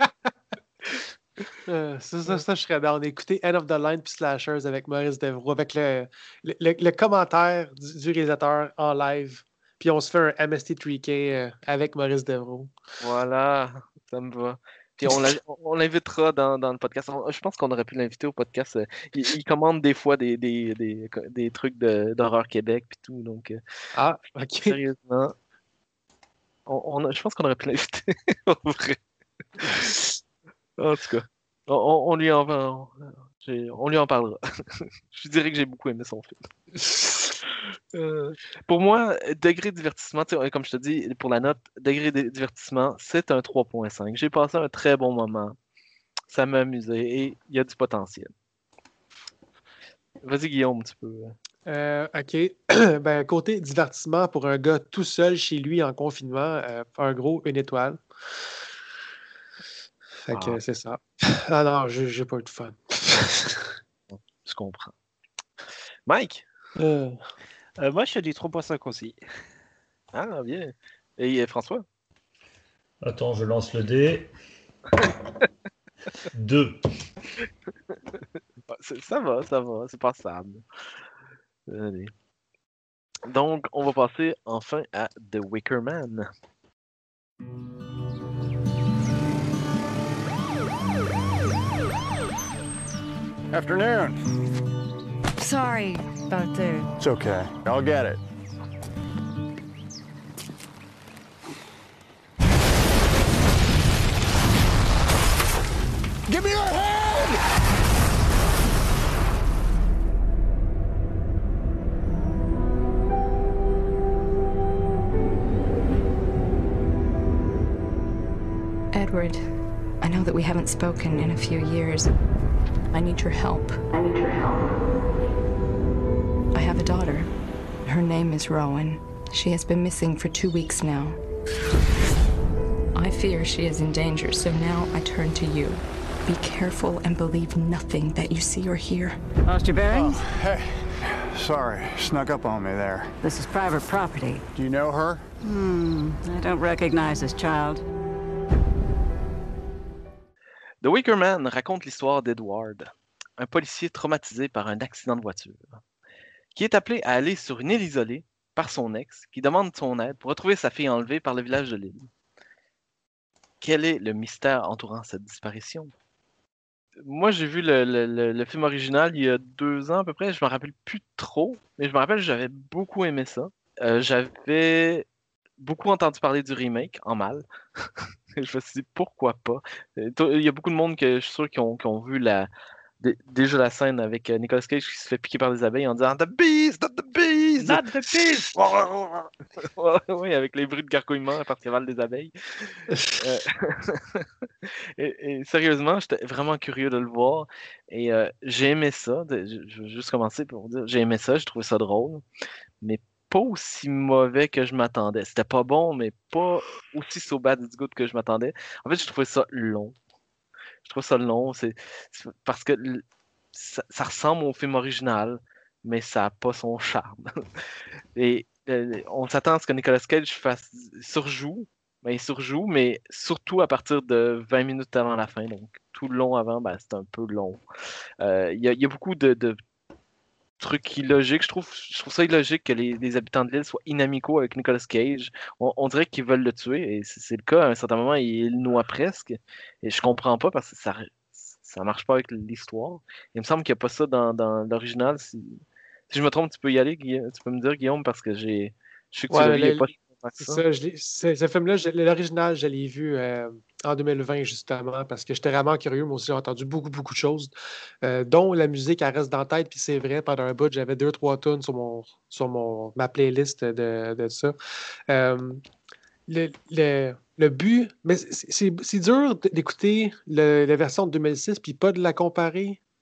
Euh, ça, ça, ça, je serais down. Écouter End of the Line puis Slashers avec Maurice Devroux, avec le, le, le- le commentaire du, du réalisateur en live. Puis on se fait un M S T trois K euh, avec Maurice Devroux. Voilà, ça me va. Puis on, l'a- on l'invitera dans, dans le podcast. On- je pense qu'on aurait pu l'inviter au podcast. euh, Il, il commande des fois des, des, des, des trucs de- d'horreur Québec puis tout. Donc, euh, Ah, ok. sérieusement, on, on a- je pense qu'on aurait pu l'inviter. En vrai. En tout cas, on, on- on lui en va- on, j'ai- on lui en parlera. Je dirais que j'ai beaucoup aimé son film. Euh, pour moi, degré de divertissement, tu sais, comme je te dis, pour la note, degré de divertissement, c'est un trois virgule cinq. J'ai passé un très bon moment. Ça m'a amusé et il y a du potentiel. Vas-y, Guillaume, tu peux. Euh, ok. Ben, côté divertissement, pour un gars tout seul chez lui en confinement, euh, un gros, une étoile. Fait que Ah. c'est ça. Ah non, j'ai j'ai pas eu de fun. Je comprends. Mike? Euh, Euh, moi, je suis du trois virgule cinq aussi. Ah, bien. Et euh, François? Attends, je lance le dé. Deux. Ah, c'est- Ça va, ça va, c'est passable. Allez. Donc, on va passer enfin à The Wicker Man. Afternoon. Sorry about the... It's okay. I'll get it. Give me your hand! Edward, I know that we haven't spoken in a few years. I need your help. I need your help. I have a daughter. Her name is Rowan. She has been missing for two weeks now. I fear she is in danger, so now I turn to you. Be careful and believe nothing that you see or hear. Lost your bearings? Oh, hey. Sorry, snuck up on me there. This is private property. Do you know her? Hmm, I don't recognize this child. The Wicker Man raconte l'histoire d'Edward, un policier traumatisé par un accident de voiture, qui est appelé à aller sur une île isolée par son ex, qui demande son aide pour retrouver sa fille enlevée par le village de l'île. Quel est le mystère entourant cette disparition? Moi, j'ai vu le, le- le- le film original il y a deux ans à peu près. Je me rappelle plus trop, mais je me rappelle que j'avais beaucoup aimé ça. Euh, j'avais beaucoup entendu parler du remake en mal. Je me suis dit pourquoi pas. Euh, toi, Il y a beaucoup de monde que je suis sûr qui ont, qui ont vu la, dé- déjà la scène avec euh, Nicolas Cage qui se fait piquer par des abeilles en disant The bees, not the bees! Not the bees! Ouais, oui, avec les bruits de gargouillement parce qu'il y avait des abeilles. Euh, et, et sérieusement, j'étais vraiment curieux de le voir. Et euh, j'ai aimé ça. De- je, je vais juste commencer pour dire j'ai aimé ça, j'ai trouvé ça drôle. Mais pas aussi mauvais que je m'attendais. C'était pas bon, mais pas aussi so bad it's good que je m'attendais. En fait, je trouvais ça long. Je trouve ça long. C'est c'est parce que l- ça, ça ressemble au film original, mais ça n'a pas son charme. Et euh, on s'attend à ce que Nicolas Cage fasse surjoue. Ben, il surjoue, mais surtout à partir de vingt minutes avant la fin. Donc, tout le long avant, ben, c'est un peu long. Euh, Il y, a- il y a beaucoup de, de trucs illogiques. Je trouve, je trouve ça illogique que les, les habitants de l'île soient inamicaux avec Nicolas Cage. On, on dirait qu'ils veulent le tuer, et c'est c'est le cas. À un certain moment, il, il le noie presque. Et je comprends pas parce que ça, ça marche pas avec l'histoire. Il me semble qu'il n'y a pas ça dans, dans l'original. Si, si je me trompe, tu peux y aller, Guilla- tu peux me dire, Guillaume, parce que j'ai. Je sais que tu Ouais, l'as vu, il n'y a le- pas si longtemps que C'est ça. ça, je l'ai- c'est- ce film-là, je- l'original, je l'ai vu euh, en deux mille vingt, justement, parce que j'étais vraiment curieux. Moi aussi, j'ai entendu beaucoup, beaucoup de choses, euh, dont la musique, elle reste dans la tête. Puis c'est vrai, pendant un bout, j'avais deux, trois tunes sur, mon, sur mon, ma playlist de, de ça. Euh, le, le, le but, mais c'est c'est- c'est dur d'écouter le- la version de deux mille six puis pas de la comparer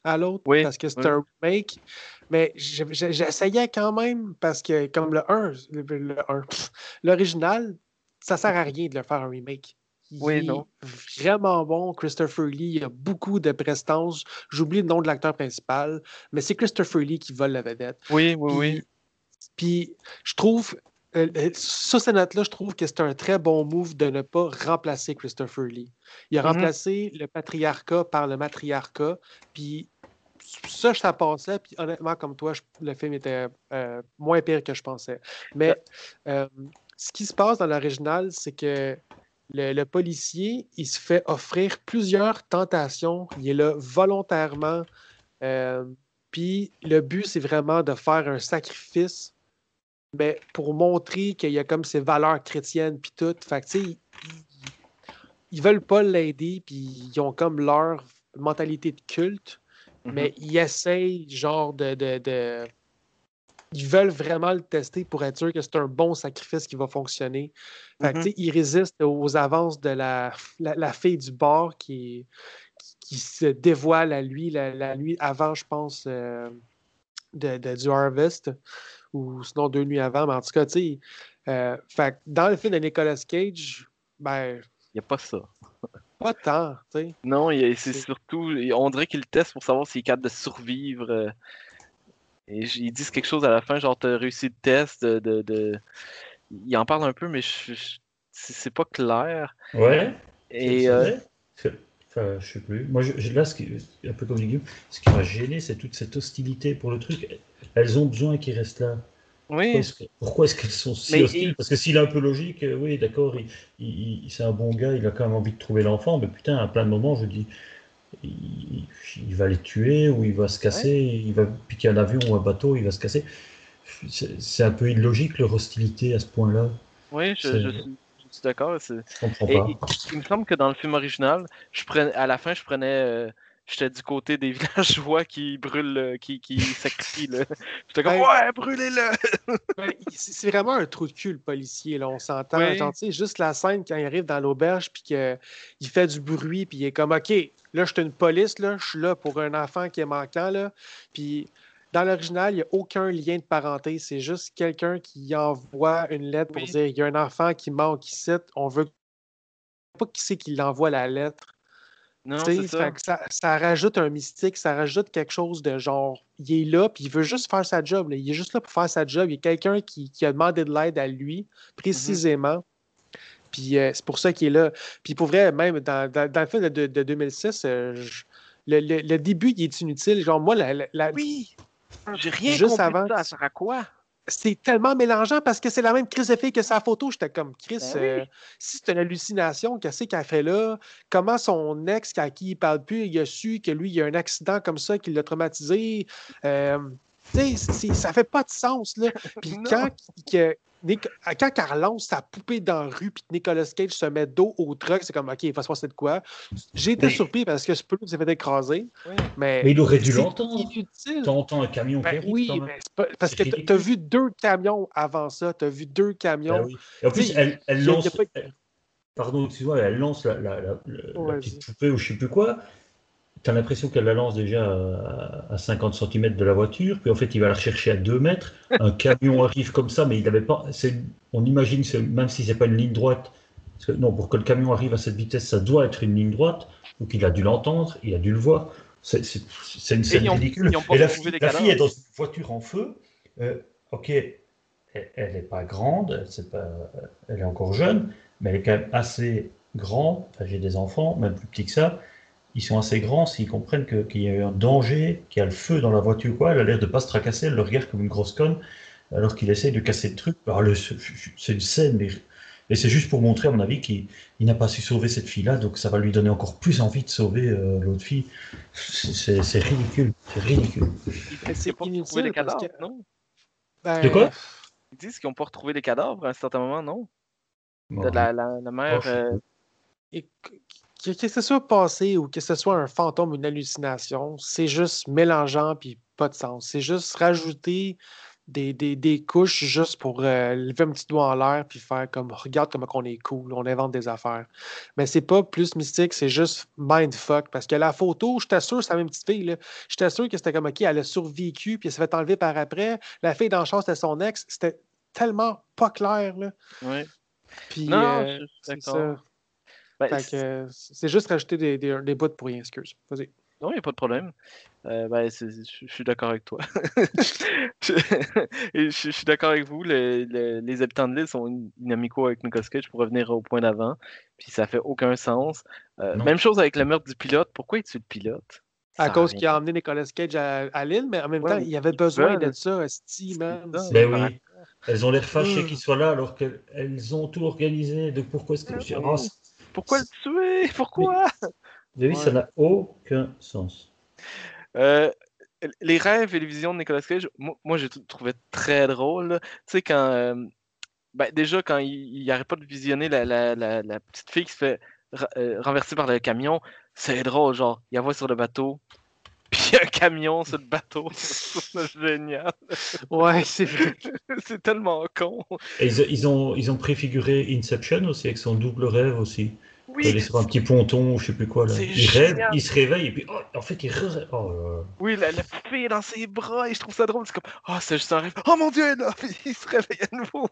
à l'autre Oui, parce que c'est oui. un remake. Mais j'ai- j'ai- j'essayais quand même parce que, comme le un, le, le un, pff, l'original, ça sert à rien de le faire un remake. Il Oui, est non. vraiment bon. Christopher Lee, il a beaucoup de prestance. J'oublie le nom de l'acteur principal, mais c'est Christopher Lee qui vole la vedette. Oui, oui, oui. Puis, puis je trouve, euh, euh, sur cette note-là, je trouve que c'est un très bon move de ne pas remplacer Christopher Lee. Il a Mhm. remplacé le patriarcat par le matriarcat, puis ça, ça passait, puis honnêtement, comme toi, je- le film était euh, moins pire que je pensais. Mais euh, ce qui se passe dans l'original, c'est que le, le policier, il se fait offrir plusieurs tentations. Il est là volontairement. euh, puis le but, c'est vraiment de faire un sacrifice, mais pour montrer qu'il y a comme ses valeurs chrétiennes, puis tout. Fait que, tu sais, ils, ils- ils veulent pas l'aider, puis ils ont comme leur mentalité de culte, Mhm. mais ils essayent, genre, de, de, de- Ils veulent vraiment le tester pour être sûr que c'est un bon sacrifice qui va fonctionner. Fait que, Mhm. tu sais, ils résistent aux avances de la, la, la fille du bar qui, qui, qui se dévoile à lui la, la nuit avant, je pense, euh, de, de- du Harvest, ou sinon deux nuits avant. Mais en tout cas, tu sais, euh, fait que dans le film de Nicolas Cage, ben, Il n'y a pas ça. pas tant, tu sais. Non, il y a- c'est C'est- surtout. On dirait qu'il le teste pour savoir s'il est capable de survivre. euh, Et j- ils disent quelque chose à la fin, genre, t'as réussi le test. De, de, de- Il en parle un peu, mais je, je- c'est c'est pas clair. Ouais, c'est Et c'est euh, vrai. C'est- Enfin, je sais plus. Moi, je, je- là, ce qui, un peu comme dit Guillaume, ce qui m'a gêné, c'est toute cette hostilité pour le truc. Elles ont besoin qu'ils restent là. Pourquoi oui, est-ce que- pourquoi est-ce qu'elles sont si mais hostiles? il- Parce que s'il est un peu logique, euh, oui, d'accord, il, il- il- c'est un bon gars, il a quand même envie de trouver l'enfant, mais putain, à plein de moments, je dis, il, il va les tuer ou il va se casser, il va piquer un avion ou un bateau, il va se casser. C'est c'est un peu illogique leur hostilité à ce point-là. oui, je, C'est- je suis, je suis d'accord. c'est- Je comprends Et, pas. et il me semble que dans le film original, je prenais, à la fin, je prenais. euh, J'étais du côté des villageois qui brûlent, le- qui, qui sacrifient. le- J'étais comme, Hey, ouais, brûlez-le! ben, il- c'est c'est vraiment un trou de cul, le policier, là, on s'entend. Oui. Genre, tu sais, juste la scène quand il arrive dans l'auberge, puis qu'il fait du bruit, puis il est comme, OK, là, je suis une police, là, je suis là pour un enfant qui est manquant, là. Puis dans l'original, il n'y a aucun lien de parenté. C'est juste quelqu'un qui envoie une lettre pour Oui. dire, il y a un enfant qui manque ici, on veut pas qui c'est qui l'envoie la lettre. Non, Tu c'est sais, ça. fait que ça, ça rajoute un mystique, ça rajoute quelque chose de genre, il est là, puis il veut juste faire sa job. Là. Il est juste là pour faire sa job. Il y a quelqu'un qui, qui a demandé de l'aide à lui, précisément. Puis euh, c'est pour ça qu'il est là. Puis pour vrai, même dans, dans, dans le film de, de, de deux mille six, euh, je- le, le, le début, il est inutile. Genre, moi, la, la- la- Oui! J'ai rien juste compris avant, de ça. Ça sert à quoi? c'est tellement mélangeant parce que c'est la même crise de fille que sa photo. J'étais comme, Chris, Ben oui. euh, si c'est une hallucination, qu'est-ce qu'elle fait là? Comment son ex, à qui il parle plus, il a su que lui, il y a un accident comme ça qui l'a traumatisé? Euh, tu sais, c'est- ça fait pas de sens, là. Puis Non. quand, que, Nic- quand elle lance sa poupée dans la rue, puis Nicolas Cage se met dos au truck, c'est comme, OK, il va se passer de quoi? J'ai été Mais- surpris parce que ce peu s'est fait écraser, Oui. mais, Mais il aurait dû c'est l'entendre. inutile. T'entends un camion qui Ben arrive quand oui, même. mais c'est pas- parce C'est que t'as- ridicule. t'as vu deux camions avant ça, t'as vu deux Ben camions. oui. Et en Tu plus, sais, elle, elle il y a- il y a lance. pas- elle- Pardon, excuse-moi, elle lance la, la- la- la- la Vas-y. petite poupée ou je sais plus quoi. T'as l'impression qu'elle la lance déjà à, à cinquante centimètres de la voiture, puis en fait, il va la rechercher à deux mètres. Un camion arrive comme ça, mais il n'avait pas. c'est- On imagine, que même si c'est pas une ligne droite, parce que non, pour que le camion arrive à cette vitesse, ça doit être une ligne droite. Donc il a dû l'entendre, il a dû le voir. C'est c'est- c'est une scène ils ont- ridicule. ils ont pas Et la, retrouvé fille, les la fille est cadavres. dans une voiture en feu. Euh, ok, elle n'est pas grande, c'est pas, elle est encore jeune, mais elle est quand même assez grande. Enfin, j'ai des enfants, même plus petits que ça. Ils sont assez grands s'ils comprennent que- qu'il y a eu un danger, qu'il y a le feu dans la voiture, quoi. Elle a l'air de pas se tracasser, elle le regarde comme une grosse conne, alors qu'il essaye de casser le truc. Alors, le- c'est une scène, mais, et c'est juste pour montrer, à mon avis, qu'il il n'a pas su sauver cette fille-là, donc ça va lui donner encore plus envie de sauver euh, l'autre fille. C'est c'est- c'est ridicule, c'est ridicule. Ils disent c'est qu'ils n'ont pas retrouvé les inutile parce cadavres, que- non? ben, De quoi? Ils disent qu'ils n'ont pas retrouvé les cadavres à un certain moment, non? Bon, De la, la, la mère. oh, je sais euh, et que, que- que ce soit passé ou que ce soit un fantôme ou une hallucination, c'est juste mélangeant puis pas de sens. C'est juste rajouter des, des, des couches juste pour euh, lever un petit doigt en l'air puis faire comme regarde comment on est cool, on invente des affaires. Mais c'est pas plus mystique, c'est juste mindfuck. Parce que la photo, je t'assure, c'est la même petite fille. Là. Je t'assure que c'était comme OK, elle a survécu puis elle s'est fait enlever par après. La fille dans le char, c'était son ex. C'était tellement pas clair. Là. Oui. Puis Non, euh, je suis c'est d'accord. ça. Ben, Fait c'est- que, euh, c'est juste rajouter des, des, des bouts pour rien, excuse. Vas-y. Non, il n'y a pas de problème. Euh, ben, c'est- je je suis d'accord avec toi. je, et je- je suis d'accord avec vous. le- le- les habitants de l'île sont in- inamicaux avec Nicolas Cage pour revenir au point d'avant. Puis ça fait aucun sens. Euh, Non. même chose avec le meurtre du pilote. Pourquoi il tue le pilote? Ça À sert à cause rien. qu'il a emmené Nicolas Cage à, à l'île, mais en même Ouais, temps, mais il avait ils besoin veulent. d'être ça, Esti, C'est man. ça. Ben par- oui. Elles ont l'air fâchées Mm. qu'il soit là alors qu'elles ont tout organisé. Donc pourquoi est-ce que. Ah Oh, oui. c'est- Pourquoi le tuer? Pourquoi? Mais oui, ça Ouais. n'a aucun sens. Euh, les rêves et les visions de Nicolas Cage, moi, moi, j'ai t- trouvé très drôle. là. Tu sais, quand. euh, ben, déjà, quand il, il arrête pas de visionner la, la, la, la petite fille qui se fait ra- euh, renverser par le camion, c'est drôle. Genre, il la voit sur le bateau, puis il y a un camion sur le bateau. Je trouve ça génial. Ouais, c'est vrai. C'est tellement con. Et ils, ils ont, ils ont préfiguré Inception aussi, avec son double rêve aussi. Quand il Oui, est sur un petit ponton ou je sais plus quoi là. c'est Il rêve, génial. il se réveille et puis oh, en fait il re... oh, là là. Oui, la, la fille est dans ses bras et je trouve ça drôle. C'est comme, oh, c'est juste un rêve. Oh mon Dieu, elle est là! Puis il se réveille à nouveau.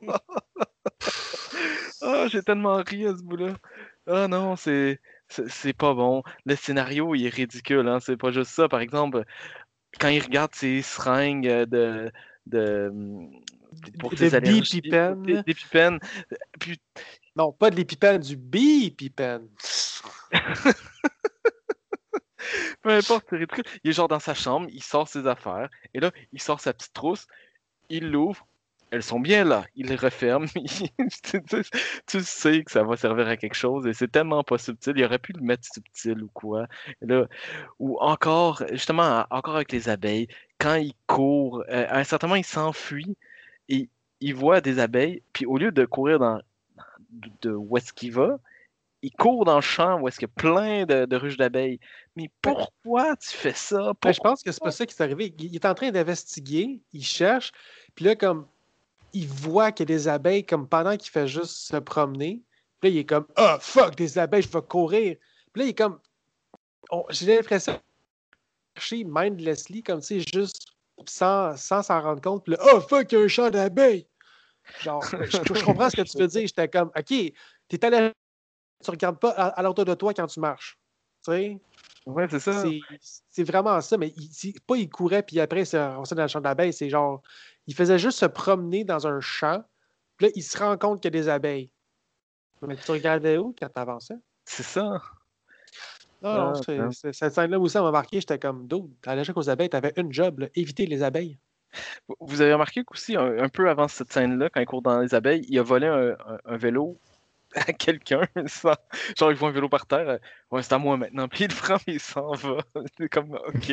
Ah, j'ai tellement ri à ce bout-là. Ah non, c'est c'est c'est pas bon. Le scénario, il est ridicule, hein. C'est pas juste ça. Par exemple, quand il regarde ses seringues euh, de, de pour De ses allergies, Bipipen. des, des pipènes. Puis, Non, pas de l'épipène, du bipipène. peu importe, c'est ridicule. Il est genre dans sa chambre, il sort ses affaires, et là, il sort sa petite trousse, il l'ouvre. Elles sont bien là. Il les referme. tu, tu- tu sais que ça va servir à quelque chose et c'est tellement pas subtil. Il aurait pu le mettre subtil ou quoi. Et là, ou encore, justement, à- encore avec les abeilles, quand il court, euh, à un certain moment, il s'enfuit et il voit des abeilles. Puis au lieu de courir dans, de, de où est-ce qu'il va, il court dans le champ où est-ce qu'il y a plein de, de ruches d'abeilles. Mais pourquoi tu fais ça? Ben, je pense que c'est pas ça qui est arrivé. Il il est en train d'investiguer, il cherche, puis là, comme, il voit qu'il y a des abeilles, comme pendant qu'il fait juste se promener. Puis là, il est comme, ah, fuck, des abeilles, je vais courir. Puis là, il est comme, on- j'ai l'impression de chercher mindlessly, comme, tu sais, juste sans sans s'en rendre compte. Puis là, oh, fuck, il y a un champ d'abeilles. Genre, je, je comprends ce que tu veux dire. J'étais comme, OK, t'es allé, tu regardes pas à, à l'auto de toi quand tu marches. Tu sais? Ouais, c'est ça. C'est c'est vraiment ça, mais il, c'est pas il courait puis après il s'est ramassé dans le champ d'abeilles, c'est genre il faisait juste se promener dans un champ, puis là il se rend compte qu'il y a des abeilles. Mais tu regardais où quand t'avançais? C'est ça. Non, non, Ah, c'est- attends. c'est- cette scène-là aussi, ça m'a marqué, j'étais comme dude, t'allais juste aux abeilles, t'avais une job, là, éviter les abeilles. Vous- Vous avez remarqué qu'aussi, un, un peu avant cette scène-là, quand il court dans les abeilles, il a volé un, un- un vélo à quelqu'un. sans- Genre, il voit un vélo par terre. euh, Ouais, c'est à moi maintenant. Puis il le prend et il s'en va. C'est comme, OK.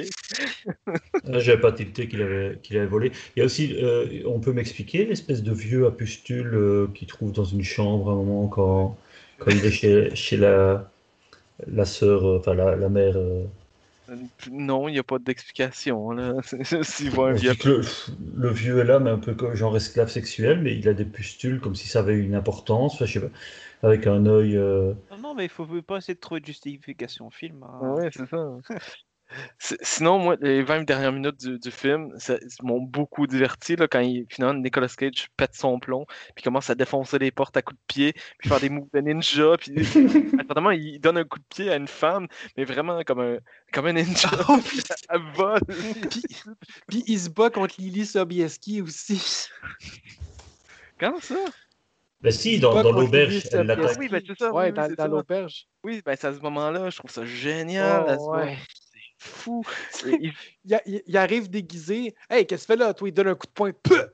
Là, j'avais pas tilté qu'il avait, qu'il avait volé. Il y a aussi, euh, on peut m'expliquer l'espèce de vieux à pustule euh, qu'il trouve dans une chambre à un moment quand, quand il est chez, chez la, la sœur, euh, enfin la, la mère. euh. Non, il n'y a pas d'explication. Là. S'il voit un Je vieux. dis que le, le vieux est là, mais un peu comme genre esclave sexuel, mais il a des pustules comme si ça avait une importance, enfin, je sais pas, avec un œil. euh, Non, non, mais il faut pas essayer de trouver de justification au film. hein. Ah ouais, c'est ça. C'est- Sinon, moi, les vingt dernières minutes du, du film, ça ça m'ont beaucoup diverti là, quand il, finalement Nicolas Cage pète son plomb, puis commence à défoncer les portes à coups de pied, puis faire des moves de ninja, puis apparemment il donne un coup de pied à une femme, mais vraiment comme un, comme un ninja. Oh, Elle vole. puis, puis il se bat contre Lily Sobieski aussi. Quand ça? Ben si, Il se dans, bat dans contre l'auberge, Lily elle l'attaque. Sobieski. Oui, ben c'est ça, Ouais, oui, oui, dans, c'est dans ça. l'auberge. Oui, ben c'est à ce moment-là, je trouve ça génial. à ce Oh, moment. ouais. C'est fou. Et il- Il, a- il- il arrive déguisé. Hey, qu'est-ce que tu fais là? Toi, il donne un coup de poing. Puh!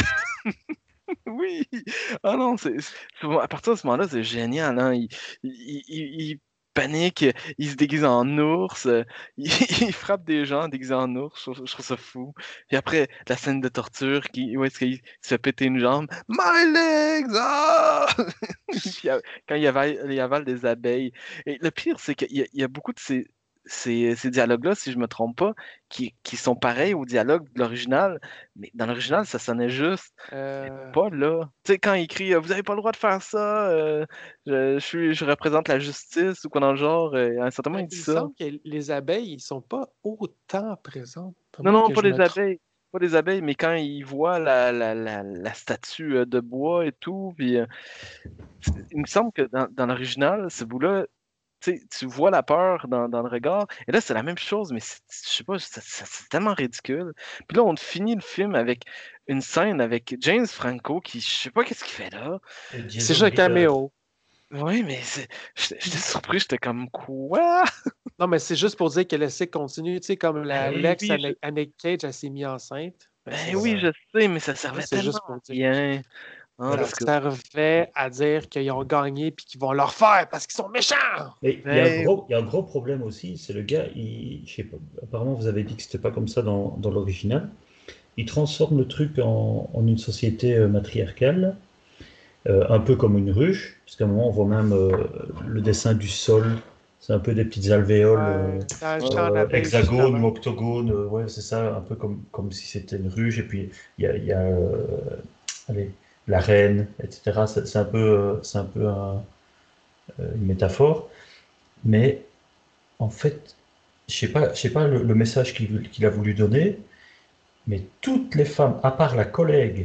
Oui! Ah non, c'est, c'est- à partir de ce moment-là, c'est génial. Hein? Il, il, il- il panique, il se déguise en ours, euh, il, il frappe des gens déguisés en ours. Je, trouve je trouve ça fou. Puis après, la scène de torture, qui, où est-ce qu'il se fait péter une jambe? My legs! Ah! Puis, euh, quand il avale, il avale des abeilles. Et le pire, c'est qu'il y a, il y a beaucoup de ces, ces, ces dialogues-là, si je me trompe pas, qui, qui sont pareils aux dialogues de l'original, mais dans l'original, ça sonnait juste. Euh, Pas là. Tu sais, quand il crie euh, Vous avez pas le droit de faire ça, euh, je, je suis, je représente la justice ou quoi dans le genre, euh, à un certain moment, ben, il dit il me ça. semble que les abeilles, ils sont pas autant présentes. À Non, moins non, que pas je me les trompe. abeilles. Pas les abeilles, mais quand il voit la, la, la, la statue euh, de bois et tout, puis euh, c'est- il me semble que dans, dans l'original, ce bout-là, tu sais, tu vois la peur dans, dans le regard. Et là, c'est la même chose, mais c'est- je sais pas, ça- ça- c'est tellement ridicule. Puis là, on finit le film avec une scène avec James Franco qui, je sais pas qu'est-ce qu'il fait là. Et C'est Jason juste un Ritter. caméo. Oui, mais c'est- j'étais j'étais surpris, j'étais comme quoi? Non, mais c'est juste pour dire que le cycle continue. Tu sais, comme la, Ben oui, l'ex oui, je- Anne Anne Cage, elle s'est mise enceinte. Ben, c'est Ben oui, je sais, mais ça ça, servait c'est tellement juste pour à dire. rien. En Voilà. Ça tout cas. servait à dire qu'ils ont gagné puis qu'ils vont leur faire parce qu'ils sont méchants. Mais il y, a un Ben- gros, il y a un gros problème aussi, c'est le gars, il, je sais pas, apparemment vous avez dit que c'était pas comme ça dans, dans l'original. Il transforme le truc en, en une société euh, matriarcale, euh, un peu comme une ruche, parce qu'à un moment on voit même euh, le dessin du sol, c'est un peu des petites alvéoles, euh, Ouais, dans le euh, champ euh, d'abeilles, hexagones ou justement. octogones, euh, ouais c'est ça, un peu comme, comme si c'était une ruche, et puis il y a, il y a, euh, allez, la reine, et cetera. C'est c'est un peu, euh, c'est un peu un- euh, une métaphore, mais en fait, je sais pas, je sais pas le, le message qu'il qu'il a voulu donner, mais toutes les femmes, à part la collègue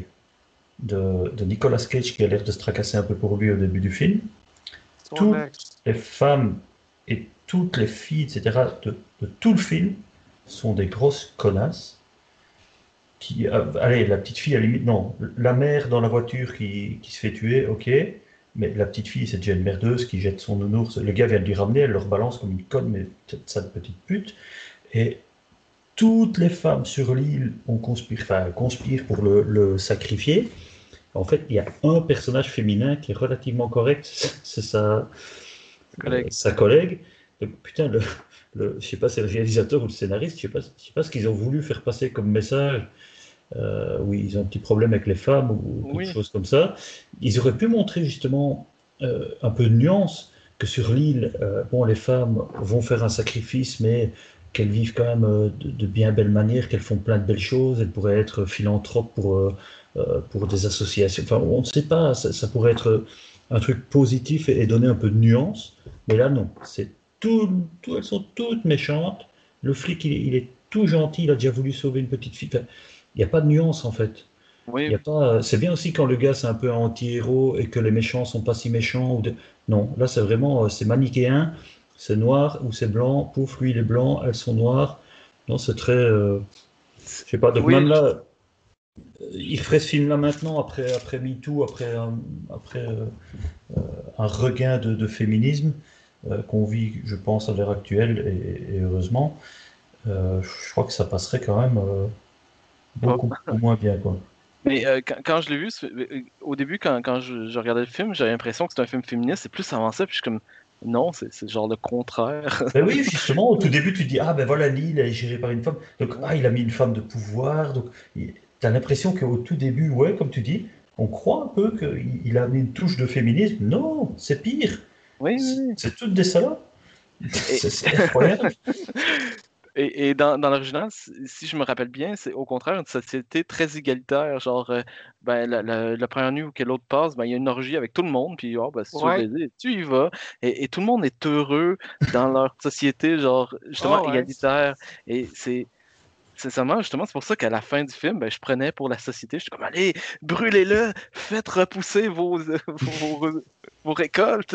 de, de Nicolas Cage qui a l'air de se tracasser un peu pour lui au début du film, Son toutes ex. les femmes et toutes les filles, et cetera, de, de tout le film sont des grosses connasses. Qui, euh, allez, la petite fille, à la limite, non. La mère dans la voiture qui, qui se fait tuer, ok. Mais la petite fille, c'est déjà une merdeuse qui jette son nounours. Le gars vient de lui ramener, elle le rebalance comme une conne, mais cette sale petite pute. Et toutes les femmes sur l'île ont conspiré, enfin, conspirent pour le, le sacrifier. En fait, il y a un personnage féminin qui est relativement correct, c'est sa, Collègue. euh, sa collègue. Donc, putain, le, le, je sais pas, c'est le réalisateur ou le scénariste, je sais pas, je sais pas ce qu'ils ont voulu faire passer comme message. Euh, oui, ils ont un petit problème avec les femmes ou quelque Oui. chose comme ça. Ils auraient pu montrer justement euh, un peu de nuance, que sur l'île, euh, bon, les femmes vont faire un sacrifice, mais qu'elles vivent quand même euh, de, de bien belles manières, qu'elles font plein de belles choses, elles pourraient être philanthropes pour, euh, euh, pour des associations. Enfin, on ne sait pas, ça, ça pourrait être un truc positif et, et donner un peu de nuance, mais là, non. C'est tout, tout, elles sont toutes méchantes. Le flic, il, il est tout gentil, il a déjà voulu sauver une petite fille. Enfin, il n'y a pas de nuance en fait. Il Oui, y a pas. C'est bien aussi quand le gars c'est un peu un anti-héros et que les méchants sont pas si méchants. Ou de... Non, là c'est vraiment euh, c'est manichéen. C'est noir ou c'est blanc. Pouf, lui il est blanc, elles sont noires. Non, c'est très. euh, Je sais pas. Donc Oui, même là, euh, il ferait ce film là maintenant après après MeToo, après un, après euh, euh, un regain de, de féminisme euh, qu'on vit, je pense, à l'heure actuelle et, et heureusement. Euh, je crois que ça passerait quand même. Euh, beaucoup, beaucoup moins bien, quoi. mais euh, quand, quand je l'ai vu, c'est- euh, au début, quand, quand je, je regardais le film, j'avais l'impression que c'était un film féministe. C'est plus avancé, puis je suis comme, non, c'est c'est genre le contraire. Ben oui, justement, au tout début, tu te dis, ah ben voilà, l'île, elle est gérée par une femme. Donc, ah, il a mis une femme de pouvoir. Donc, tu as l'impression qu'au tout début, ouais, comme tu dis, on croit un peu qu'il il a mis une touche de féminisme. Non, c'est pire. Oui, oui, C'est oui. c'est toutes des salopes. Et, C'est c'est incroyable. et, et dans, dans l'original, si si je me rappelle bien, c'est au contraire une société très égalitaire. Genre, euh, ben, la, la, la première nuit où que l'autre passe, ben, il y a une orgie avec tout le monde, puis oh, ben, si tu veux Ouais. baiser, tu y vas. Et, et tout le monde est heureux dans leur société, genre, justement, Ah ouais. égalitaire. Et c'est. Sincèrement, justement, c'est pour ça qu'à la fin du film, ben, je prenais pour la société. Je suis comme, allez, brûlez-le, faites repousser vos, vos, vos, vos récoltes.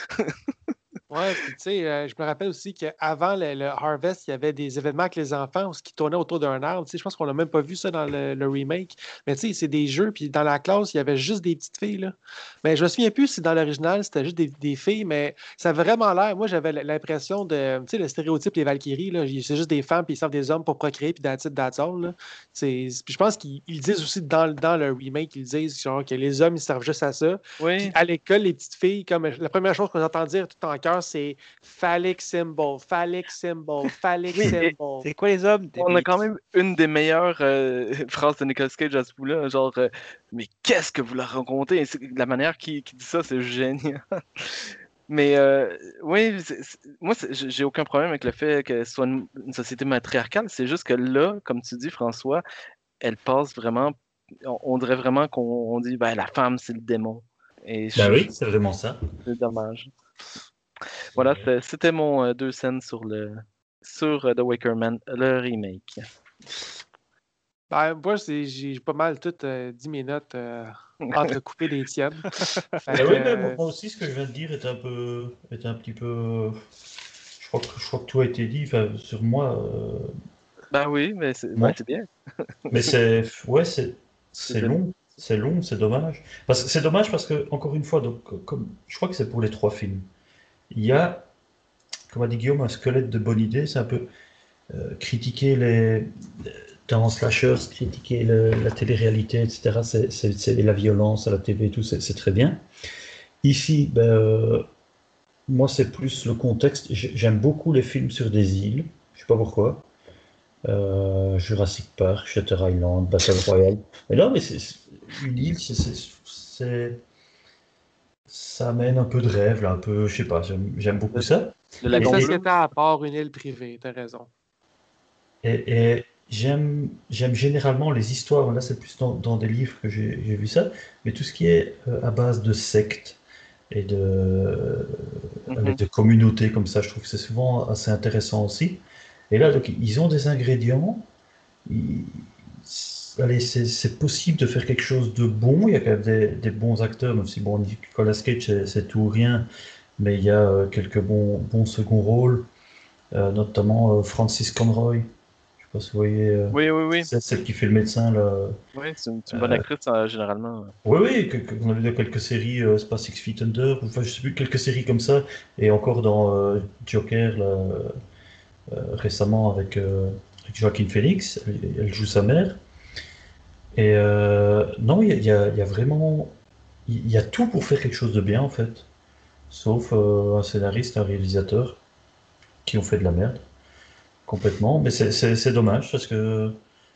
Ouais, puis tu sais, euh, je me rappelle aussi qu'avant le, le Harvest, il y avait des événements avec les enfants où qui tournaient autour d'un arbre. Tu sais, je pense qu'on n'a même pas vu ça dans le, le remake. Mais tu sais, c'est des jeux, puis dans la classe, il y avait juste des petites filles, là. Mais je me souviens plus si dans l'original, c'était juste des, des filles, mais ça a vraiment l'air. Moi, j'avais l'impression de. Tu sais, le stéréotype, les Valkyries, là, c'est juste des femmes, puis ils servent des hommes pour procréer, puis that's it, that's all, là. C'est- Puis je pense qu'ils ils disent aussi dans, le- dans le remake, ils disent genre, que les hommes, ils servent juste à ça. Puis Oui, à l'école, les petites filles, comme la première chose qu'on entend dire tout en cœur, c'est phallic symbol, phallic symbol, phallic Oui, et- symbol. C'est quoi les hommes? Des on a bites. quand même une des meilleures euh, phrases de Nicolas Cage à ce bout-là, genre euh, mais qu'est-ce que vous leur racontez? Et c'est- La manière qu'il qu'il dit ça, c'est génial. Mais euh, oui, c'est- c'est- moi, c'est- j'ai j'ai aucun problème avec le fait que ce soit une, une société matriarcale. C'est juste que là, comme tu dis, François, elle passe vraiment. On, on dirait vraiment qu'on on dit, ben, la femme, c'est le démon. Et Bah je, je- oui, c'est vraiment ça. c'est dommage. Voilà, c'est- c'était mon euh, deux scènes sur le sur euh, The Wicker Man, le remake. Ben, moi, c'est- j'ai pas mal toutes euh, dit mes notes euh, entrecoupées des tiennes. Fait Bah que, oui, mais moi euh, moi aussi, ce que je viens de dire est un peu, est un petit peu. Je crois que, je crois que tout a été dit. Enfin, sur moi, euh, Ben oui, mais c'est ben, moi. c'est bien. Mais c'est, ouais, c'est, c'est C'est- long, c'est long, c'est dommage. Parce que c'est dommage parce que encore une fois, donc, comme, je crois que c'est pour les trois films. Il y a, comme a dit Guillaume, un squelette de bonne idée. C'est un peu euh, critiquer les dans slashers, critiquer le- la télé-réalité, et cetera. C'est, c'est, c'est la violence à la T V et tout, c'est, c'est très bien. Ici, ben, euh, moi, c'est plus le contexte. J'ai- J'aime beaucoup les films sur des îles. Je sais pas pourquoi. Euh, Jurassic Park, Shutter Island, Battle Royale. Mais non, mais c'est c'est- une île, c'est, c'est- c'est- ça amène un peu de rêve, là, un peu, je sais pas, j'aime j'aime beaucoup ça. Le une lagon bleu. société à part, une île privée, t'as raison. Et, et j'aime j'aime généralement les histoires, là c'est plus dans, dans des livres que j'ai j'ai vu ça, mais tout ce qui est euh, à base de sectes et de, Mhm. de communautés comme ça, je trouve que c'est souvent assez intéressant aussi. Et là, donc, ils ont des ingrédients. ils- Allez, c'est c'est possible de faire quelque chose de bon. Il y a quand même des, des bons acteurs, même si bon, Nicolas Cage, c'est c'est tout ou rien, mais il y a euh, quelques bons, bons second rôles, euh, notamment euh, Francis Conroy. Je sais pas si vous voyez, euh, Oui, oui, oui. c'est celle qui fait le médecin là. Oui, c'est une, c'est une bonne Euh, actrice, euh, généralement. oui, oui, que, que- on a vu dans quelques séries, euh, c'est pas Six Feet Under, enfin je sais plus, quelques séries comme ça, et encore dans euh, Joker là, euh, récemment avec, euh, avec Joaquin Phoenix, elle, elle joue sa mère. Et euh, non, il y a, il y a- il y a vraiment, il y a tout pour faire quelque chose de bien en fait, sauf euh, un scénariste, un réalisateur qui ont fait de la merde complètement. Mais c'est c'est- c'est dommage parce que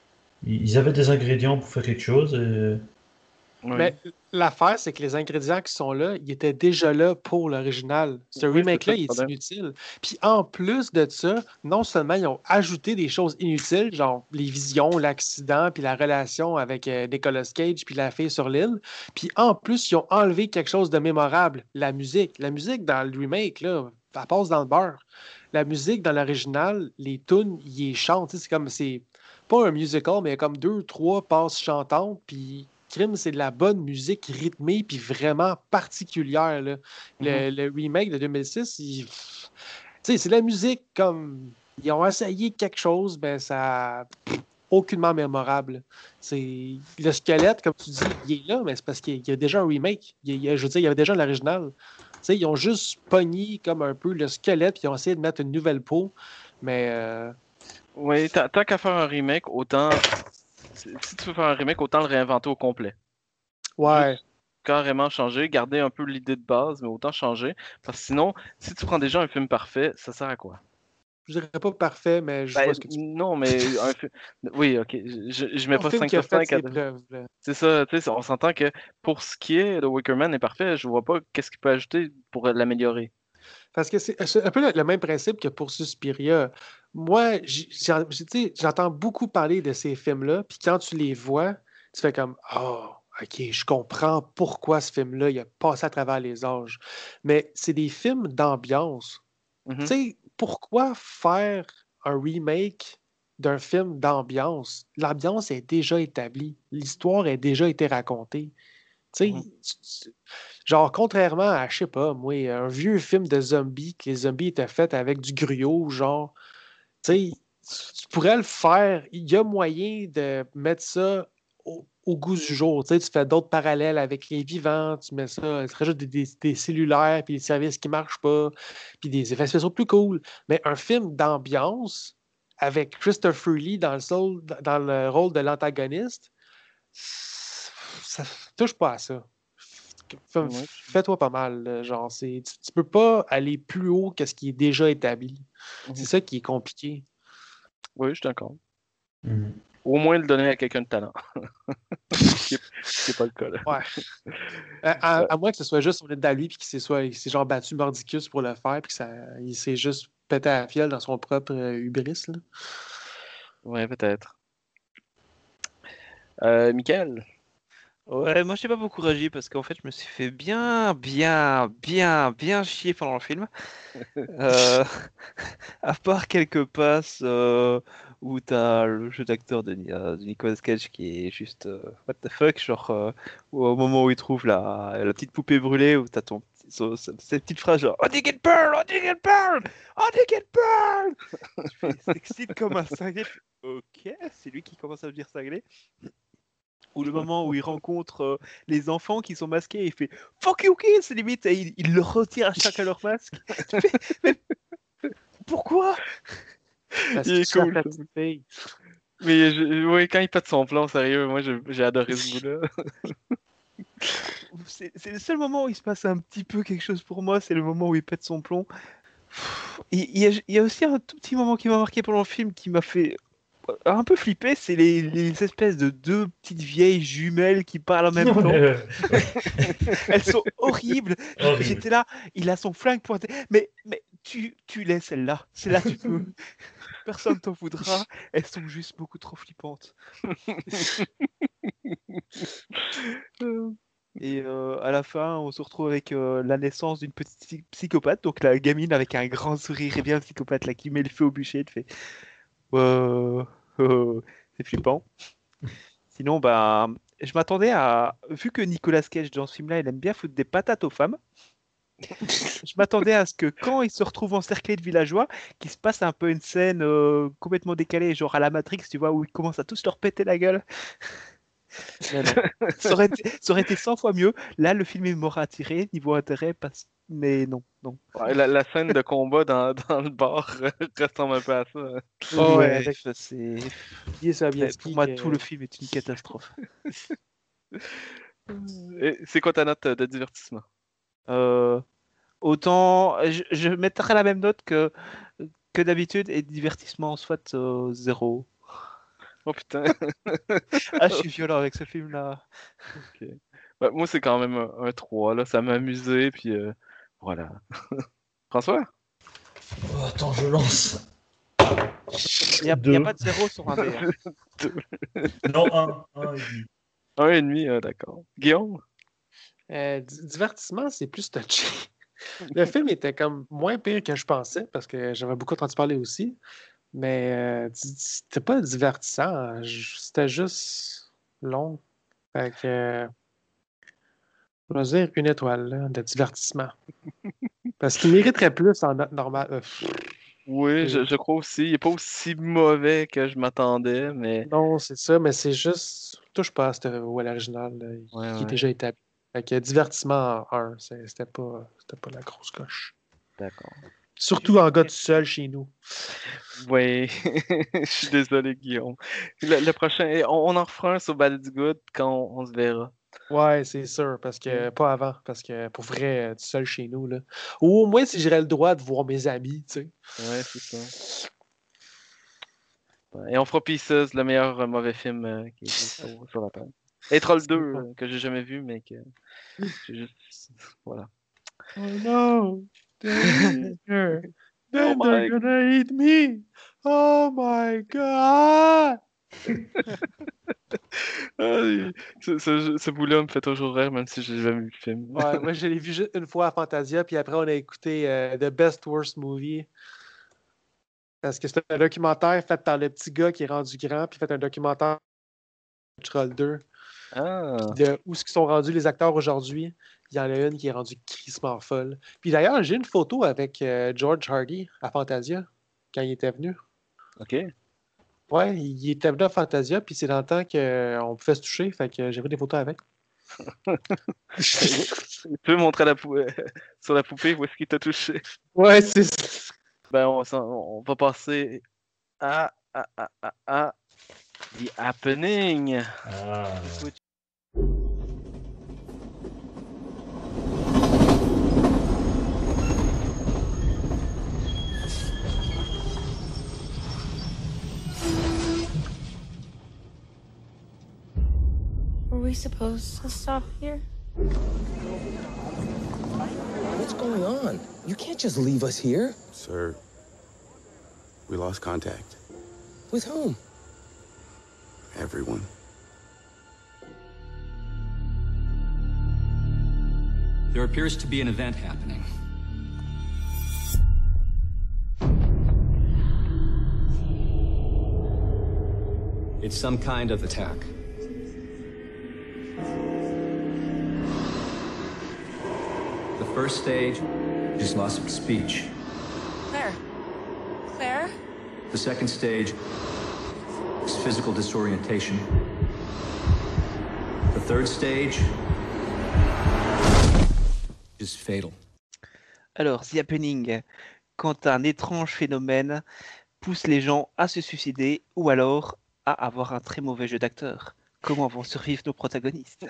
ils avaient des ingrédients pour faire quelque chose et Oui, Mais l'affaire, c'est que les ingrédients qui sont là, ils étaient déjà là pour l'original. Ce oui, c'est ça remake-là, le il est problème. inutile. Puis en plus de ça, non seulement ils ont ajouté des choses inutiles, genre les visions, l'accident, puis la relation avec euh, Nicolas Cage, puis la fille sur l'île, puis en plus, ils ont enlevé quelque chose de mémorable, la musique. La musique dans le remake, là, elle passe dans le beurre. La musique dans l'original, les tunes, ils les chantent. Tu sais, c'est comme, c'est pas un musical, mais il y a comme deux, trois passes chantantes, puis crime, c'est de la bonne musique rythmée puis vraiment particulière, là. Mhm. Le, le remake de deux mille six, il- tu sais, c'est de la musique comme ils ont essayé quelque chose, ben ça aucunement mémorable. C'est le squelette, comme tu dis, il est là, mais c'est parce qu'il y a déjà un remake. Il y a- je veux dire, il y avait déjà l'original. Tu sais, ils ont juste pogné comme un peu le squelette puis ils ont essayé de mettre une nouvelle peau, mais euh, Oui, tant tant qu'à faire un remake, autant. Si si tu veux faire un remake, autant le réinventer au complet. ouais. Juste carrément changer, garder un peu l'idée de base, mais autant changer. Parce que sinon, si tu prends déjà un film parfait, ça sert à quoi? Je dirais pas parfait, mais je Ben, vois ce que tu non, mais un film. Oui, ok. Je, je mets un pas film cinq qui a sur fait cinq à. ses preuves, là. C'est ça, tu sais, on s'entend que pour ce qui est de Wicker Man est parfait, je vois pas qu'est-ce qu'il peut ajouter pour l'améliorer. Parce que c'est c'est un peu le, le même principe que pour Suspiria. Moi, j- j'en- j- tu sais, j'entends beaucoup parler de ces films-là, puis quand tu les vois, tu fais comme oh, OK, je comprends pourquoi ce film-là, il a passé à travers les âges. Mais c'est des films d'ambiance. Tu Mhm, sais, pourquoi faire un remake d'un film d'ambiance? L'ambiance est déjà établie, l'histoire a déjà été racontée. Tu sais, mhm. tu- tu- genre, contrairement à, je sais pas, moi, un vieux film de zombies, que les zombies étaient faits avec du gruau, genre, tu sais, tu tu pourrais le faire. Il y a moyen de mettre ça au, au goût du jour. Tu sais, tu fais d'autres parallèles avec les vivants, tu mets ça, tu rajoutes des, des- des cellulaires, puis des services qui marchent pas, puis des effets spéciaux plus cool. Mais un film d'ambiance avec Christopher Lee dans le, sol- dans le rôle de l'antagoniste, ça touche pas à ça. Fais- Ouais. Fais-toi pas mal, là, genre, c'est, tu, tu peux pas aller plus haut que ce qui est déjà établi. Mhm. C'est ça qui est compliqué. Oui, je suis d'accord. Mhm. Au moins le donner à quelqu'un de talent. C'est c'est pas le cas, là. Ouais. À, à- à moins que ce soit juste son aide à lui, puis qu'il s'est soit- il s'est genre battu mordicus pour le faire, puis qu'il s'est juste pété à la fiole dans son propre euh, hubris. Là. Ouais, peut-être. Euh, Michael? Ouais, moi j'ai pas beaucoup réagi parce qu'en fait je me suis fait bien, bien, bien, bien chier pendant le film. Euh, à part quelques passes euh, où t'as le jeu d'acteur de, Ni- euh, de Nicolas Cage qui est juste euh, what the fuck, genre euh, où au moment où il trouve la, la petite poupée brûlée, où t'as ton petit- son- son- cette petite phrase genre Oh Dick and Pearl, Oh Dick and Pearl, Oh Dick and Pearl. Tu fais, il s'excite comme un cinglé. Tu fais, ok, c'est lui qui commence à devenir cinglé. Ou le moment où il rencontre euh, les enfants qui sont masqués et il fait Fuck you kids, c'est limite, et il, il leur retire à chacun leur masque. Tu fais, mais pourquoi? Parce Il qu'il est chatte cool, la ça. petite fille. Mais je- ouais, quand il pète son plan, sérieux, moi j'ai j'ai adoré ce bout-là. C'est c'est le seul moment où il se passe un petit peu quelque chose pour moi, c'est le moment où il pète son plomb. Il il y, a, il y a aussi un tout petit moment qui m'a marqué pendant le film qui m'a fait un peu flipper, c'est les, les espèces de deux petites vieilles jumelles qui parlent en même temps. Ouais, Elles sont horribles. horrible. J'étais là, il a son flingue pointé. Mais, mais tu, tu l'es celle-là. Celle-là, tu peux. Personne t'en voudra. Elles sont juste beaucoup trop flippantes. Et euh, à la fin, on se retrouve avec euh, la naissance d'une petite psy- psychopathe. Donc la gamine avec un grand sourire et bien psychopathe là, qui met le feu au bûcher. Elle fait euh, euh, c'est flippant. Sinon, bah, je m'attendais à. Vu que Nicolas Cage dans ce film-là, il aime bien foutre des patates aux femmes. Je m'attendais à ce que quand ils se retrouvent encerclés de villageois, qu'il se passe un peu une scène euh, complètement décalée, genre à la Matrix, tu vois, où ils commencent à tous leur péter la gueule. Mais non. Ça aurait été, ça aurait été cent fois mieux. Là, le film il m'aurait attiré, niveau intérêt, parce... mais non, non. Ouais, la, la scène de combat dans, dans le bar euh, ressemble un peu à ça. hein. Oh, ouais, Ouais, avec- ça, c'est... Il est Sobietsky Pour moi, que- tout le film est une catastrophe. Et c'est quoi ta note de divertissement? Euh, autant, je, je mettrais la même note que, que d'habitude et divertissement soit euh, zéro. Oh putain. Ah, je suis violent avec ce film-là. Ouais, moi, c'est quand même un, un trois, là. Ça m'a amusé, puis euh, voilà. François? Oh, attends, je lance. Il n'y a, Deux. y a pas de zéro sur un dé. hein. Non, un, un et demi. Un et demi, euh, d'accord. Guillaume? Euh, di- divertissement, c'est plus touché. Le film était comme moins pire que je pensais parce que j'avais beaucoup entendu parler aussi. Mais euh, di- c'était pas divertissant. je- C'était juste long. Fait que. euh, je vais dire une étoile là, de divertissement. Parce qu'il mériterait plus en note normale. Euh, pff, Oui, je, je crois aussi. Il n'est pas aussi mauvais que je m'attendais, mais non, c'est ça, mais c'est juste. Touche pas à cette voie originale là, Ouais, qui ouais. est déjà établi. Fait que divertissement en un, c'est- c'était pas, c'était pas la grosse coche. d'accord. Surtout en gars tout seul chez nous. Oui, je suis désolé, Guillaume. Le, le prochain, on, on en refera un sur Bad It's Good quand on, on se verra. Ouais, c'est sûr, parce que pas avant, parce que pour vrai, euh, tout seul chez nous, là. Ou au moins si j'aurais le droit de voir mes amis, tu sais. Ouais, c'est ça. Ouais, et on fera Pieces, le meilleur euh, mauvais film euh, qui existe sur, sur la Terre. Et Troll deux, euh, que j'ai jamais vu, mais que j'ai juste. Voilà. Oh no! Danger! Oh Then my- they're gonna eat me! Oh my god! Ah, il- ce, ce, ce bout-là me fait toujours rire, même si j'ai jamais vu le film. Ouais, moi je l'ai vu juste une fois à Fantasia, puis après on a écouté euh, The Best Worst Movie. Parce que c'est un documentaire fait par le petit gars qui est rendu grand, puis fait un documentaire sur Troll deux. Ah, De où est-ce qu'ils sont rendus les acteurs aujourd'hui. Il y en a une qui est rendue crissement folle. Puis d'ailleurs, j'ai une photo avec euh, George Hardy à Fantasia quand il était venu. ok. Ouais, il était venu à Fantasia, puis c'est dans le temps qu'on pouvait se toucher, fait que j'ai pris des photos avec. Tu peux montrer la pou- sur la poupée où est-ce qu'il t'a touché? Ouais, c'est ça. Ben, on, s'en- on va passer à, à, à, à, à The Happening. Ah. supposed to stop here? What's going on? You can't just leave us here. Sir, we lost contact. With whom? Everyone. There appears to be an event happening. It's some kind of attack. The first stage is loss of speech. Claire. Claire? The second stage is physical disorientation. The third stage is fatal. Alors, The Happening, quand un étrange phénomène pousse les gens à se suicider ou alors à avoir un très mauvais jeu d'acteur. Comment vont survivre nos protagonistes?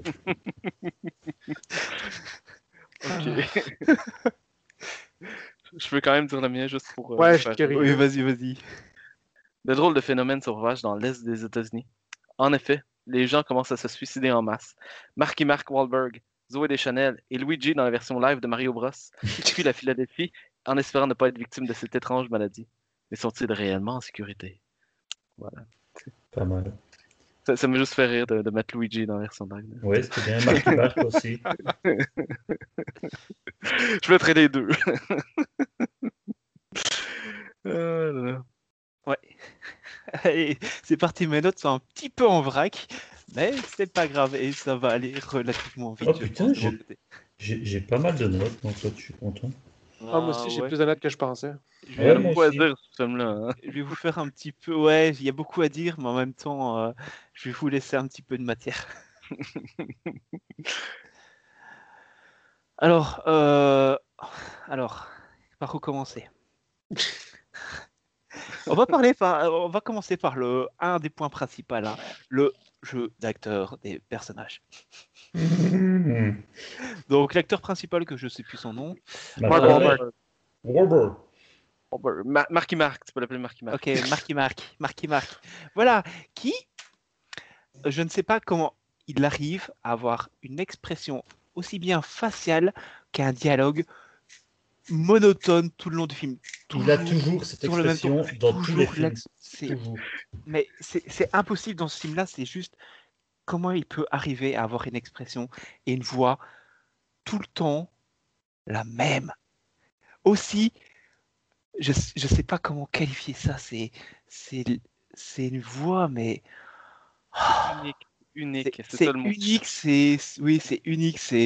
Ok. Je peux quand même dire le mien juste pour. euh, Ouais, je suis faire- curieux. Oui, vas-y, vas-y. De drôles de phénomènes se propagent dans l'Est des États-Unis. En effet, les gens commencent à se suicider en masse. Marky Mark Wahlberg, Zoé Deschanel et Luigi dans la version live de Mario Bros. Fuient la Philadelphie en espérant ne pas être victime de cette étrange maladie. Mais sont-ils réellement en sécurité? Voilà. Pas mal. Ça, ça m'a juste fait rire de, de mettre Luigi dans la version live. Ouais, c'était bien. Marky Mark aussi. Je mettrai les deux. Euh, là, là. Ouais. Allez, c'est parti, mes notes sont un petit peu en vrac, mais c'est pas grave et ça va aller relativement vite. Oh je putain, pense, de j'ai- mon côté. J'ai j'ai pas mal de notes, donc là, je suis content. Ah, moi aussi, j'ai ouais. plus de notes que je pensais. Je Il vais, y a Ouais, moi beaucoup à aussi. dire sur ce film-là. hein. je vais vous faire un petit peu. Ouais, il y a beaucoup à dire, mais en même temps, euh, je vais vous laisser un petit peu de matière. Alors, euh, alors, par où commencer? On va parler par, on va commencer par le un des points principaux, hein, le jeu d'acteur des personnages. Mmh. Donc l'acteur principal que je sais plus son nom. Mark Mark Wahlberg. Wahlberg. Oh, bah, Ma- Marky Mark, tu peux l'appeler Marky Mark. Ok, Marky Mark, Marky Mark. Voilà, qui, je ne sais pas comment il arrive à avoir une expression aussi bien faciale qu'un dialogue monotone tout le long du film. Il a toujours cette sur le même ton. expression dans tous les Toujours films. l'accent- c'est- Toujours. Mais c'est c'est impossible dans ce film-là, c'est juste comment il peut arriver à avoir une expression et une voix tout le temps la même. Aussi, je ne sais pas comment qualifier ça, c'est c'est c'est une voix, mais Unique, unique, c'est c'est ça le mot. unique, c'est oui, c'est unique, c'est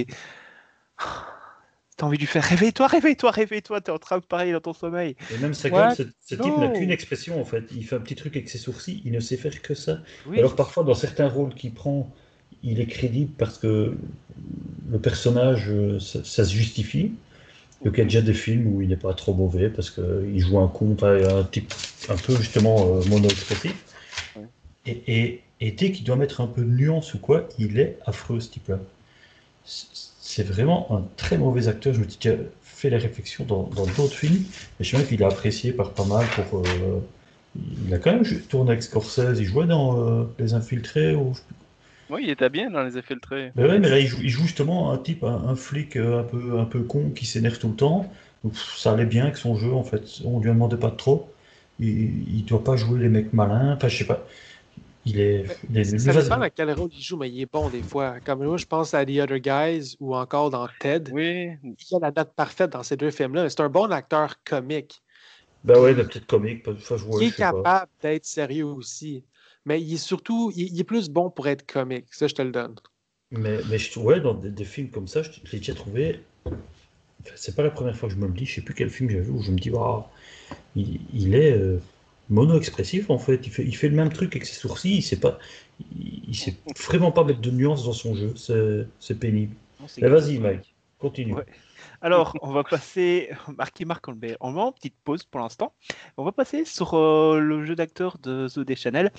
t'as envie de lui faire réveille-toi, réveille-toi, réveille-toi, t'es en train de parler dans ton sommeil. Et même sa What? gueule, ce, ce type n'a No. qu'une expression en fait. Il fait un petit truc avec ses sourcils, il ne sait faire que ça. Oui, Alors parfois, dans certains rôles qu'il prend, il est crédible parce que le personnage, euh, ça, ça se justifie. Donc il y a déjà des films où il n'est pas trop mauvais parce qu'il joue un con, enfin, un type un peu justement euh, mono-expressif. Ouais. Et, et, et dès qu'il doit mettre un peu de nuance ou quoi, il est affreux ce type-là. C'est c'est vraiment un très mauvais acteur. Je me dis qu'il a fait les réflexions dans dans d'autres films, mais je sais même qu'il est apprécié par pas mal pour. euh, il a quand même jou- tourné avec Scorsese, il jouait dans euh, Les Infiltrés. Ou... Oui, il était bien dans Les Infiltrés. Mais ouais, mais là il joue, il joue justement un type, un, un flic euh, un peu, un peu con qui s'énerve tout le temps. Donc, pff, ça allait bien avec son jeu en fait. On lui en demandait pas trop. Il, il doit pas jouer les mecs malins. Enfin, je sais pas. Il est. Il est Ça lui, dépend vas-y. dans quel rôle il joue, mais il est bon des fois. Comme moi, je pense à The Other Guys ou encore dans Ted. Oui, Il a la note parfaite dans ces deux films-là. C'est un bon acteur comique. Bah ouais, bah, peut-être comique, pas pas jouer, Il est je sais pas. capable d'être sérieux aussi. Mais il est surtout, il, il est plus bon pour être comique. Ça, je te le donne. Mais, mais je, ouais, dans des, des films comme ça, je, je l'ai déjà trouvé. Enfin, c'est pas la première fois que je me le dis, je sais plus quel film j'ai vu où je me dis, waouh, il, il est euh, mono-expressif en fait. Il fait, il fait le même truc avec ses sourcils. Il sait pas, il, il sait vraiment pas mettre de nuances dans son jeu. C'est c'est pénible. Non, c'est Mais cool. vas-y, Mike, continue. Ouais. Alors, on va passer. Marky Mark, on le met on le met en petite pause pour l'instant. On va passer sur euh, le jeu d'acteur de Zoé Deschanel,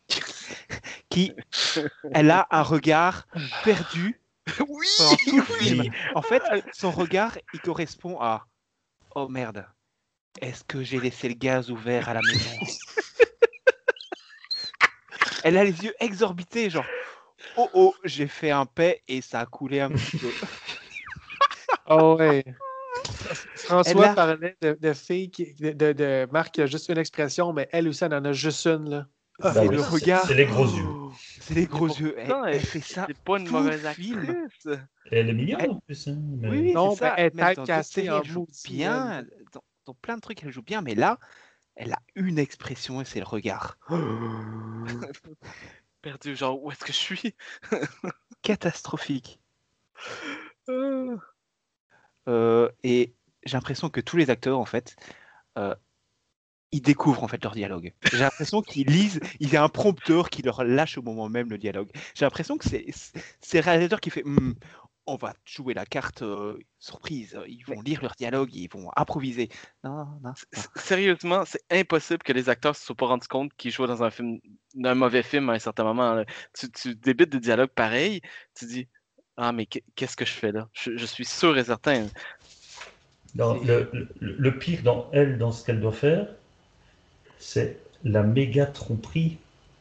qui, elle a un regard perdu oui, pendant tout le Oui. film. En fait, son regard, il correspond à oh merde, est-ce que j'ai laissé le gaz ouvert à la maison? Elle a les yeux exorbités, genre oh oh, j'ai fait un paix et ça a coulé un petit peu. Oh ouais. François a... parlait de, de filles qui, de, de, de Marc qui a juste une expression, mais elle aussi, elle en a juste une. Là. Ah, c'est le regard. C'est les gros yeux. Oh, c'est les gros yeux. Elle, elle fait ça. C'est pas une mauvaise actrice. Et elle est mignonne elle... en plus. Hein, mais... Oui, oui, non, c'est ça. Elle est typecastée en elle joue bien. Elle... Dans, dans plein de trucs, elle joue bien, mais là, elle a une expression et c'est le regard. Perdu, genre, où est-ce que je suis? Catastrophique. Euh, et j'ai l'impression que tous les acteurs, en fait, euh, ils découvrent en fait leur dialogue. J'ai l'impression qu'ils lisent, il y a un prompteur qui leur lâche au moment même le dialogue. J'ai l'impression que c'est c'est le réalisateur qui fait hm, on va jouer la carte euh, surprise, ils vont lire leur dialogue, ils vont improviser. Non, non. non. Sérieusement, c'est impossible que les acteurs se soient pas rendus compte qu'ils jouaient dans un film, dans un mauvais film à un certain moment. Là. Tu, tu débites des dialogues pareils, tu dis ah mais qu'est-ce que je fais là? Je, je suis sûr et certain. Dans le, le, le pire dans elle, dans ce qu'elle doit faire, c'est la méga tromperie.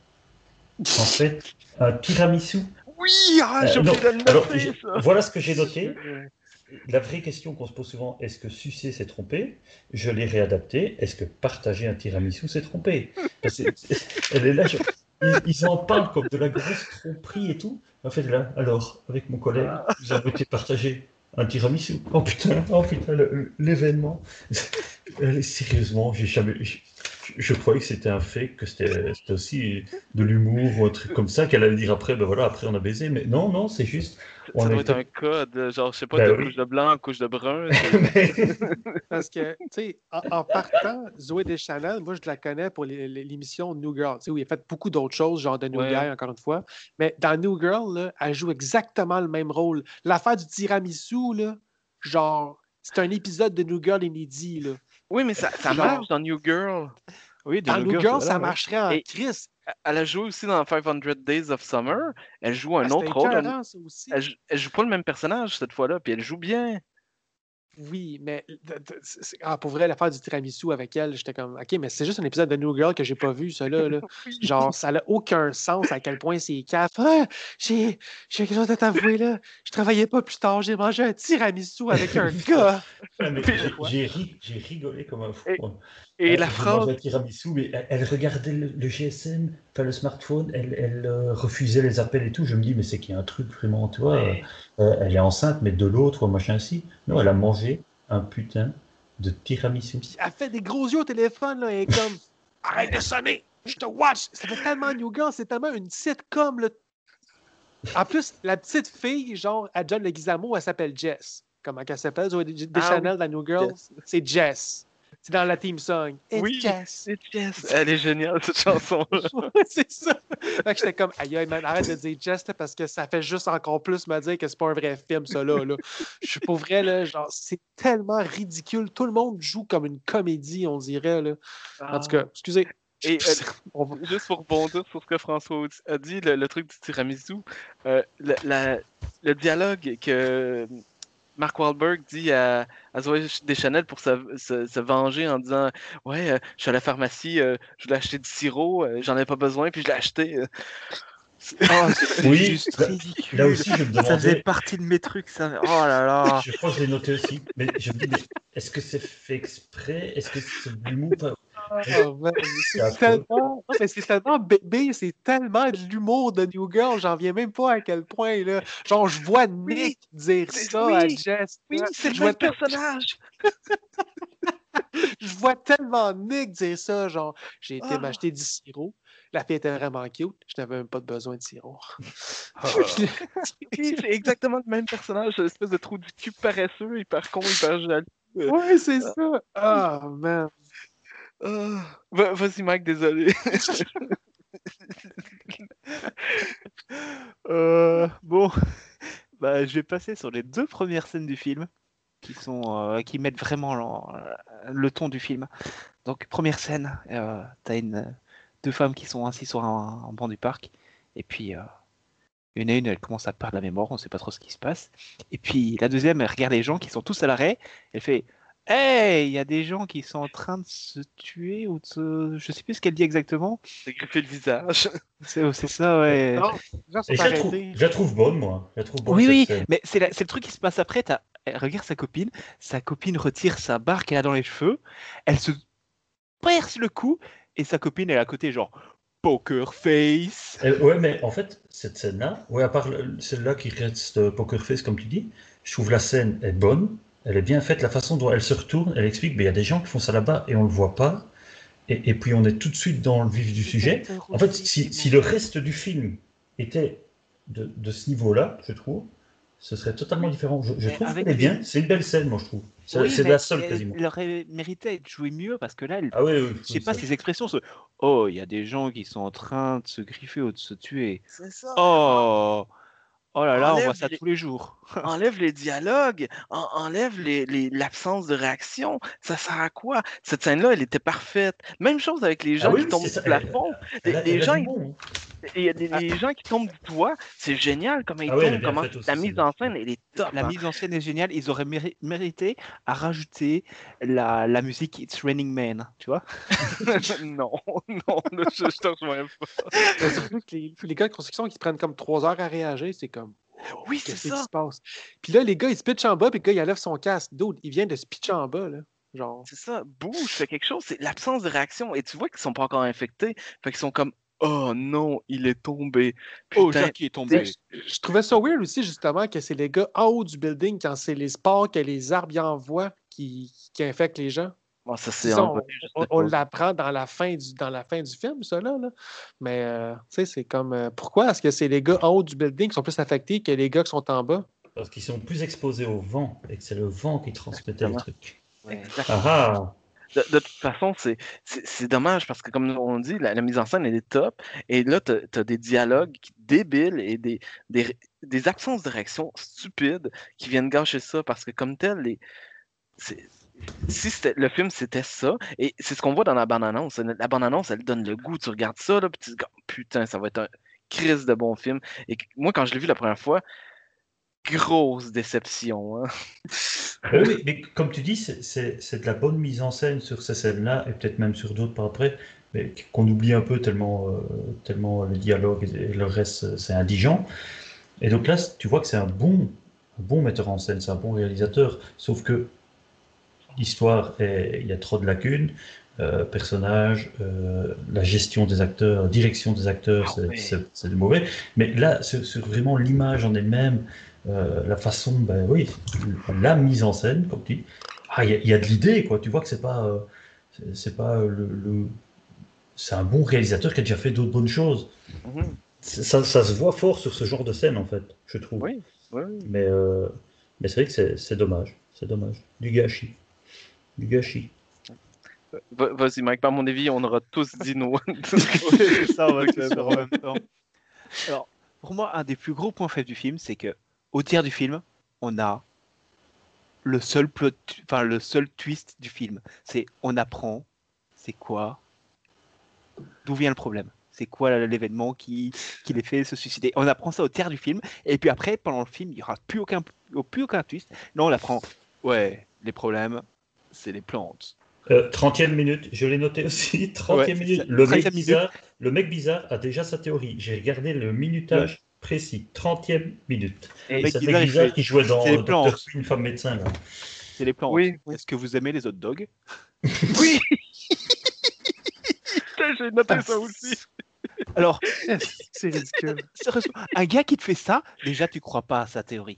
En fait, un tiramisu. Oui, ah, j'ai euh, oublié de le noter, ça. Voilà ce que j'ai noté. La vraie question qu'on se pose souvent, est-ce que sucer c'est tromper? Je l'ai réadapté. Est-ce que partager un tiramisu c'est tromper? Elle est là. Je... Ils, ils en parlent comme de la grosse tromperie et tout. En fait, là, alors, avec mon collègue, nous avons été partager un tiramisu. Oh putain, oh putain, l'événement. Sérieusement, j'ai jamais. Je, je croyais que c'était un fake, que c'était aussi de l'humour ou un truc comme ça, qu'elle allait dire après, ben voilà, après on a baisé. Mais non, non, c'est juste. Ça doit être un code, genre, je sais pas, ben de oui. couche de blanc, couche de brun. Parce que, tu sais, en, en partant, Zooey Deschanel, moi, je la connais pour l'émission New Girl, tu sais, où il a fait beaucoup d'autres choses, genre de New ouais. Guy, encore une fois. Mais dans New Girl, là, elle joue exactement le même rôle. L'affaire du tiramisu, là, genre, c'est un épisode de New Girl inédit, là. Oui, mais ça, ça genre... marche dans New Girl. Oui, dans New Girl, Girl ça marcherait en crise. Elle a joué aussi dans five hundred Days of Summer. Elle joue un ah, autre rôle. Elle, elle, elle joue pas le même personnage cette fois-là, puis elle joue bien. Oui, mais ah, pour vrai, l'affaire du tiramisu avec elle, j'étais comme, OK, mais c'est juste un épisode de New Girl que j'ai pas vu, ça là. là. Oui. Genre, ça n'a aucun sens à quel point c'est caf. Ah, j'ai quelque chose à t'avouer, là. Je travaillais pas plus tard, j'ai mangé un tiramisu avec un gars. J'ai ri, rigolé comme un fou. Et, et elle, la phrase. Un tiramisu, mais elle, elle regardait le, le G S M, enfin le smartphone, elle, elle euh, refusait les appels et tout. Je me dis, mais c'est qu'il y a un truc vraiment, tu vois. Ouais. Euh, elle est enceinte, mais de l'autre, machin ci. Non, elle a mangé un putain de tiramisu. Puis elle fait des gros yeux au téléphone, là, et comme arrête de sonner, je te watch. Ça fait tellement New Girl, c'est tellement une sitcom, là. En plus, la petite fille, genre, à John Leguizamo, elle s'appelle Jess. Comment elle s'appelle? Des ah, Chanel oui. Dans New Girl, c'est Jess. C'est dans la theme song. It's oui, Jess. It's Jess. Elle est géniale, cette chanson-là. C'est ça. Fait que j'étais comme, aïe, aïe, man, arrête de dire Jess, là, parce que ça fait juste encore plus me dire que c'est pas un vrai film, ça, là. là. Je suis pour vrai, là, genre, c'est tellement ridicule. Tout le monde joue comme une comédie, on dirait, là. En tout cas, excusez. Et euh, juste pour rebondir sur ce que François a dit, le, le truc du tiramisu, euh, le, la, le dialogue que Mark Wahlberg dit à, à Zooey Deschanel pour se, se, se venger en disant « Ouais, euh, je suis à la pharmacie, euh, je voulais acheter du sirop, euh, j'en ai pas besoin, puis je l'ai acheté. Euh. » Oh, c'est oui, juste là, ridicule. Là aussi, je me demandais... Ça faisait partie de mes trucs, ça. Oh là là. Je crois que je l'ai noté aussi. Mais je me dis, mais est-ce que c'est fait exprès? Est-ce que c'est de l'humour? Oh, man, c'est tellement, mais c'est tellement bébé, c'est tellement de l'humour de New Girl, j'en viens même pas à quel point, là. Genre, je vois Nick oui, dire ça oui, à Jess. Oui, c'est le même personnage. Je vois tellement Nick dire ça, genre, j'ai été oh. m'acheter du sirop. La fille était vraiment cute, je n'avais même pas besoin de sirop. Oh. Oui, c'est exactement le même personnage, une espèce de trou du cul paresseux, hyper con, hyper jaloux. Oui, c'est ça. Ah, oh, man. Oh. Vas-y, Mike, désolé. euh, bon, bah, je vais passer sur les deux premières scènes du film qui sont euh, qui mettent vraiment le, le ton du film. Donc, première scène, euh, t'as une deux femmes qui sont assises sur un, un banc du parc, et puis euh, une à une, elle commence à perdre la mémoire, on ne sait pas trop ce qui se passe. Et puis la deuxième, elle regarde les gens qui sont tous à l'arrêt, elle fait Hey, il y a des gens qui sont en train de se tuer ou de se... Je sais plus ce qu'elle dit exactement. C'est griffer le visage. C'est c'est ça, ouais. Non, les gens sont Et je la, trouve, arrêtés. je la trouve bonne, moi. Je la trouve bonne, Oui, cette oui, scène. mais c'est la- c'est le truc qui se passe après. T'as- elle regarde sa copine, sa copine retire sa barre qu'elle a dans les cheveux, elle se perce le cou, et sa copine elle est à côté, genre poker face. Euh, ouais, mais en fait, cette scène-là, ouais, à part le- celle-là qui reste euh, poker face, comme tu dis, je trouve la scène est bonne, elle est bien faite, la façon dont elle se retourne, elle explique, mais il y a des gens qui font ça là-bas et on le voit pas, et, et puis on est tout de suite dans le vif du sujet. En fait, si, si le reste du film était de, de ce niveau-là, je trouve, ce serait totalement différent. Je, je Mais trouve avec qu'elle est les- bien, c'est une belle scène, moi, je trouve. C'est Oui, c'est mais la seule, elle- quasiment. Elle aurait mérité de jouer mieux parce que là, elle... Ah oui, oui, je sais oui, pas, ça. ses expressions, ce oh, il y a des gens qui sont en train de se griffer ou de se tuer. C'est ça. Oh, oh là là, on Enlève voit ça les- tous les jours. Enlève les dialogues, en- enlève les, les- l'absence de réaction. Ça sert à quoi? Cette scène-là, elle était parfaite. Même chose avec les gens Ah oui, qui oui, tombent c'est du ça. Elle- plafond. elle Les, a- les elle a gens, du ils- bon, hein. il y a des les gens qui tombent du toit, c'est génial comment ils Ah ouais, elle est tombent, bien comment faite aussi, la mise celle-là. en scène, elle est top. La hein. mise en scène est géniale. Ils auraient méri- mérité à rajouter la, la musique It's Raining Men, tu vois? non, non, là, je, je te rejoins pas. Mais surtout que les, les gars de construction qui prennent comme trois heures à réagir, c'est comme. Oui, c'est Qu'est-ce qui ça. se passe? Puis là, les gars, ils se pitchent en bas, puis le gars, il enlève son casque. D'autres, il vient de se pitcher en bas, là. Genre. C'est ça. Bouge, fais quelque chose. C'est l'absence de réaction. Et tu vois qu'ils sont pas encore infectés. Fait qu'ils sont comme, oh non, il est tombé. Oh, Putain. Jackie est tombé. Je, je trouvais ça weird aussi, justement, que c'est les gars en haut du building, quand c'est les sports que les arbres y envoient qui, qui infectent les gens. Bon, ça, c'est Ça, on, envoyé, je sais on- on pas. l'apprend dans la fin du dans la fin du film, ça là. là. Mais euh, tu sais, c'est comme euh, pourquoi est-ce que c'est les gars en haut du building qui sont plus affectés que les gars qui sont en bas? Parce qu'ils sont plus exposés au vent, et que c'est le vent qui transmettait le Exactement. truc. Exactement. Ah ah. De, de toute façon, c'est, c'est, c'est dommage parce que, comme on dit, la, la mise en scène, elle est top. Et là, tu as des dialogues qui- débiles et des, des, des absences de réaction stupides qui viennent gâcher ça parce que, comme tel, les, c'est- si c'était, le film c'était ça, et c'est ce qu'on voit dans la bande-annonce. La bande-annonce, elle donne le goût. Tu regardes ça, là, puis tu te dis, oh, putain, ça va être un crise de bon film. Et que- moi, quand je l'ai vu la première fois, grosse déception. Hein. Euh, oui, mais comme tu dis, c'est- c'est c'est de la bonne mise en scène sur ces scènes-là, et peut-être même sur d'autres par après, mais qu'on oublie un peu tellement, euh, tellement le dialogue et, et le reste, c'est indigent. Et donc là, tu vois que c'est un bon, un bon metteur en scène, c'est un bon réalisateur, sauf que l'histoire, est- il y a trop de lacunes, euh, personnages, euh, la gestion des acteurs, la direction des acteurs, Ah c'est ouais. c'est- c'est du mauvais. Mais là, sur, sur vraiment l'image en elle-même, euh, la façon, ben oui, la mise en scène, comme tu dis, ah, il y, a- il y a de l'idée, quoi. Tu vois que c'est pas, euh, c'est- c'est pas euh, le, le- c'est un bon réalisateur qui a déjà fait d'autres bonnes choses. Mhm. C'est- Ça, ça se voit fort sur ce genre de scène, en fait, je trouve. Oui, oui, oui. Mais, euh, mais c'est vrai que c'est c'est dommage, c'est dommage. Du gâchis. Du gâchis. Va- Vas-y, Mike, par mon avis, on aura tous dit nos. Ça, on va se faire en même temps. Alors, pour moi, un des plus gros points faibles du film, c'est que au tiers du film, on a le seul plot, enfin le seul twist du film. C'est on apprend, c'est quoi, d'où vient le problème. C'est quoi l'événement qui, qui les fait se suicider. On apprend ça au tiers du film, et puis après, pendant le film, il n'y aura plus aucun, plus aucun twist. Non, on apprend, ouais, les problèmes, c'est les plantes. Euh, trentième minute, je l'ai noté aussi. trentième Ouais, minute. c'est ça, Le mec, trentième minute. bizarre, le mec bizarre a déjà sa théorie. J'ai regardé le minutage précis. trentième minute. Et le Et mec c'est le bizarre, mec il bizarre fait, qui jouait dans c'est les euh, docteur plantes. Queen, femme médecin. Là. C'est les plantes. Oui. Est-ce que vous aimez les hot dogs? Oui! Putain, j'ai noté ça aussi. Alors, C'est ridicule. sérieusement, un gars qui te fait ça, déjà tu crois pas à sa théorie.